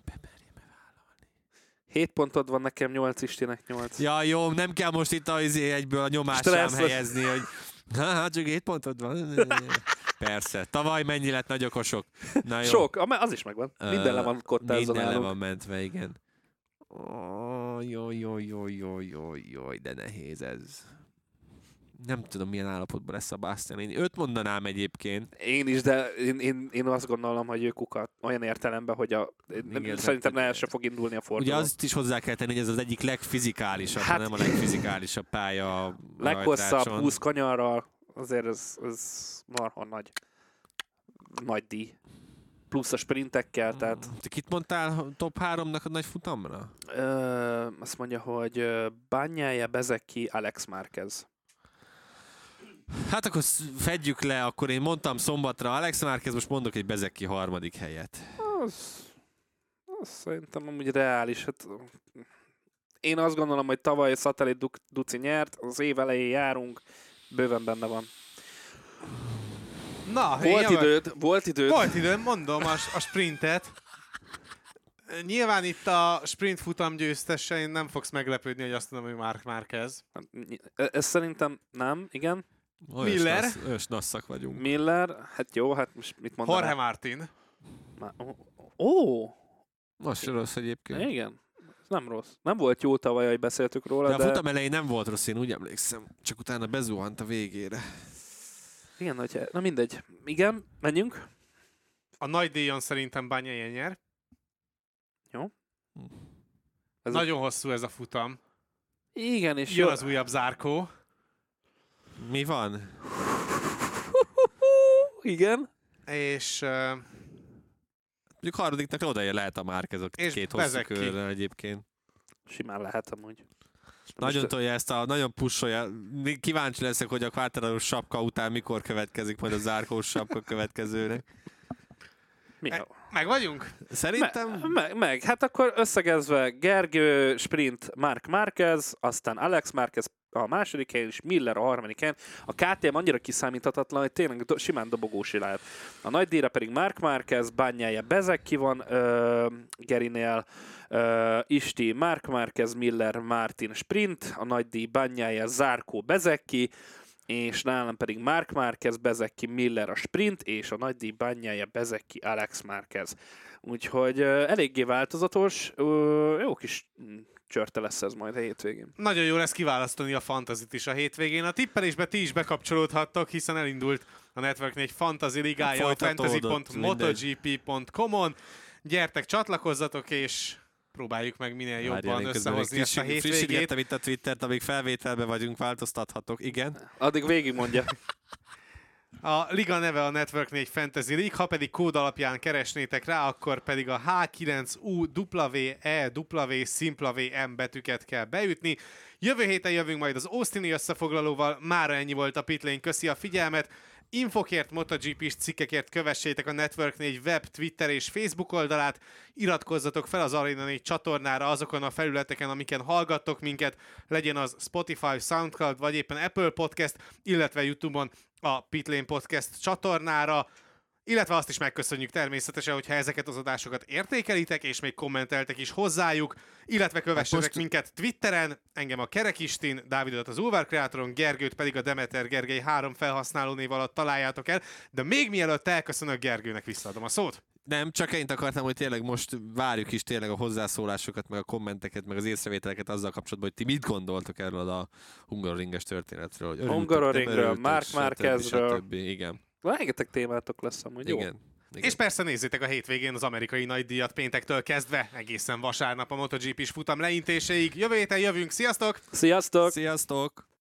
7 pontod van nekem, 8 Istinek 8. Ja, jó, nem kell most itt egyből a nyomást rám Stresszes. helyezni, hogy csak 7 pontod van. Persze. Tavaly mennyi lett nagy okosok? Na jó. Sok, az is megvan. Minden le van kottázva Minden le nálunk. van mentve, igen. Jó, de nehéz ez. nem tudom, milyen állapotban lesz a Bastian. Én őt mondanám egyébként. Én is, de én azt gondolom, hogy ő kuka olyan értelemben, hogy szerintem el se fog indulni a forduló. Ugye azt is hozzá kell tenni, hogy ez az egyik legfizikálisabb, Hát, nem a legfizikálisabb pálya. leghosszabb 20 kanyarral, azért ez marha nagy díj. Plusz a sprintekkel, tehát... Te kit mondtál top 3-nak a nagy futamra? Azt mondja, hogy Bagnaia, Bezzecchi, Alex Márquez. Hát akkor fedjük le, akkor én mondtam szombatra Alex Márquez, most mondok egy Bezzecchi 3. helyet. Az szerintem amúgy reális. Hát, én azt gondolom, hogy tavaly Szatellit Duci nyert, az év elején járunk, bőven benne van. Na, Volt időd. Volt időm, mondom a sprintet. Nyilván itt a sprint futam győztese, nem fogsz meglepődni, hogy azt mondom, hogy Marc Márquez. Ez szerintem nem, igen. Miller. Ősnasszak vagyunk. Miller, hát jó, hát most mit mondanám? Jorge Martin. Most se rossz egyébként. Igen, nem rossz. Nem volt jó tavaly, hogy beszéltük róla, de a futam elején nem volt rossz, én úgy emlékszem. Csak utána bezuhant a végére. Igen, hogyha... Na mindegy. Igen, menjünk. A nagy díjon szerintem Bagnaia nyer. Jó. Nagyon hosszú ez a futam. Igen, és jön az újabb zárkó. Mi van? Igen. És... Mondjuk harmadiknak odaér lehet a Márquez a két hosszú körre egyébként. Simán lehet amúgy. Nagyon tolja ezt nagyon pusolja. Kíváncsi leszek, hogy a Quartararo sapka után mikor következik majd a zárkós sapka következőnek. Meg vagyunk? Szerintem... Meg. Hát akkor összegezve Gergő, sprint Marc Márquez, aztán Alex Márquez a második helyen, és Miller a harmadik helyen. A KTM annyira kiszámíthatatlan, hogy tényleg simán dobogósi lehet. A nagy díjra pedig Marc Márquez, Bagnaia, Bezzecchi van Gerinél, Isti, Marc Márquez, Miller, Martin sprint, a nagy díj Bagnaia, Zarco, Bezzecchi, és nálam pedig Marc Márquez, Bezzecchi, Miller a sprint, és a nagy díj Bagnaia, Bezzecchi, Alex Márquez. Úgyhogy eléggé változatos, jó kis csörte lesz ez majd a hétvégén. Nagyon jó lesz kiválasztani a fantazit is a hétvégén. A tippelésbe ti is bekapcsolódhattok, hiszen elindult a Networknél egy fantasy ligája a fantasy.motogp.com-on. Gyertek, csatlakozzatok, és próbáljuk meg minél jobban összehozni ezt a hétvégét. Frissítettem itt a Twittert, amíg felvételben vagyunk, változtathatok. Igen. Addig végigmondja. A liga neve a Network 4 Fantasy League, ha pedig kód alapján keresnétek rá, akkor pedig a H9UWEW betűket kell beütni. Jövő héten jövünk majd az Austini összefoglalóval, mára ennyi volt a Pitlane, köszi a figyelmet. Infokért, MotoGP-s cikkekért kövessétek a Network 4 web, Twitter és Facebook oldalát, iratkozzatok fel az Arena 4 csatornára azokon a felületeken, amiken hallgattok minket, legyen az Spotify, Soundcloud vagy éppen Apple Podcast, illetve YouTube-on a Pitlane Podcast csatornára, illetve azt is megköszönjük természetesen, hogyha ezeket az adásokat értékelitek, és még kommenteltek is hozzájuk, illetve kövessetek minket Twitteren, engem a Kerekistin, Dávidot az Ulvar Kreatoron, Gergőt pedig a Demeter Gergely 3 felhasználó név alatt találjátok el, de még mielőtt elköszönök, Gergőnek visszaadom a szót. Nem, csak én akartam, hogy tényleg most várjuk is tényleg a hozzászólásokat, meg a kommenteket, meg az észrevételeket azzal kapcsolatban, hogy ti mit gondoltok erről a Hungaroringes történetről. Hungaroringről, Marc Márquezről. Igen. Rengeteg témátok lesz amúgy, jó? Igen. És persze nézzétek a hétvégén az amerikai nagydíjat péntektől kezdve, egészen vasárnap a MotoGP-s futam leintéséig. Jövő héten jövünk, sziasztok! Sziasztok! Sziasztok!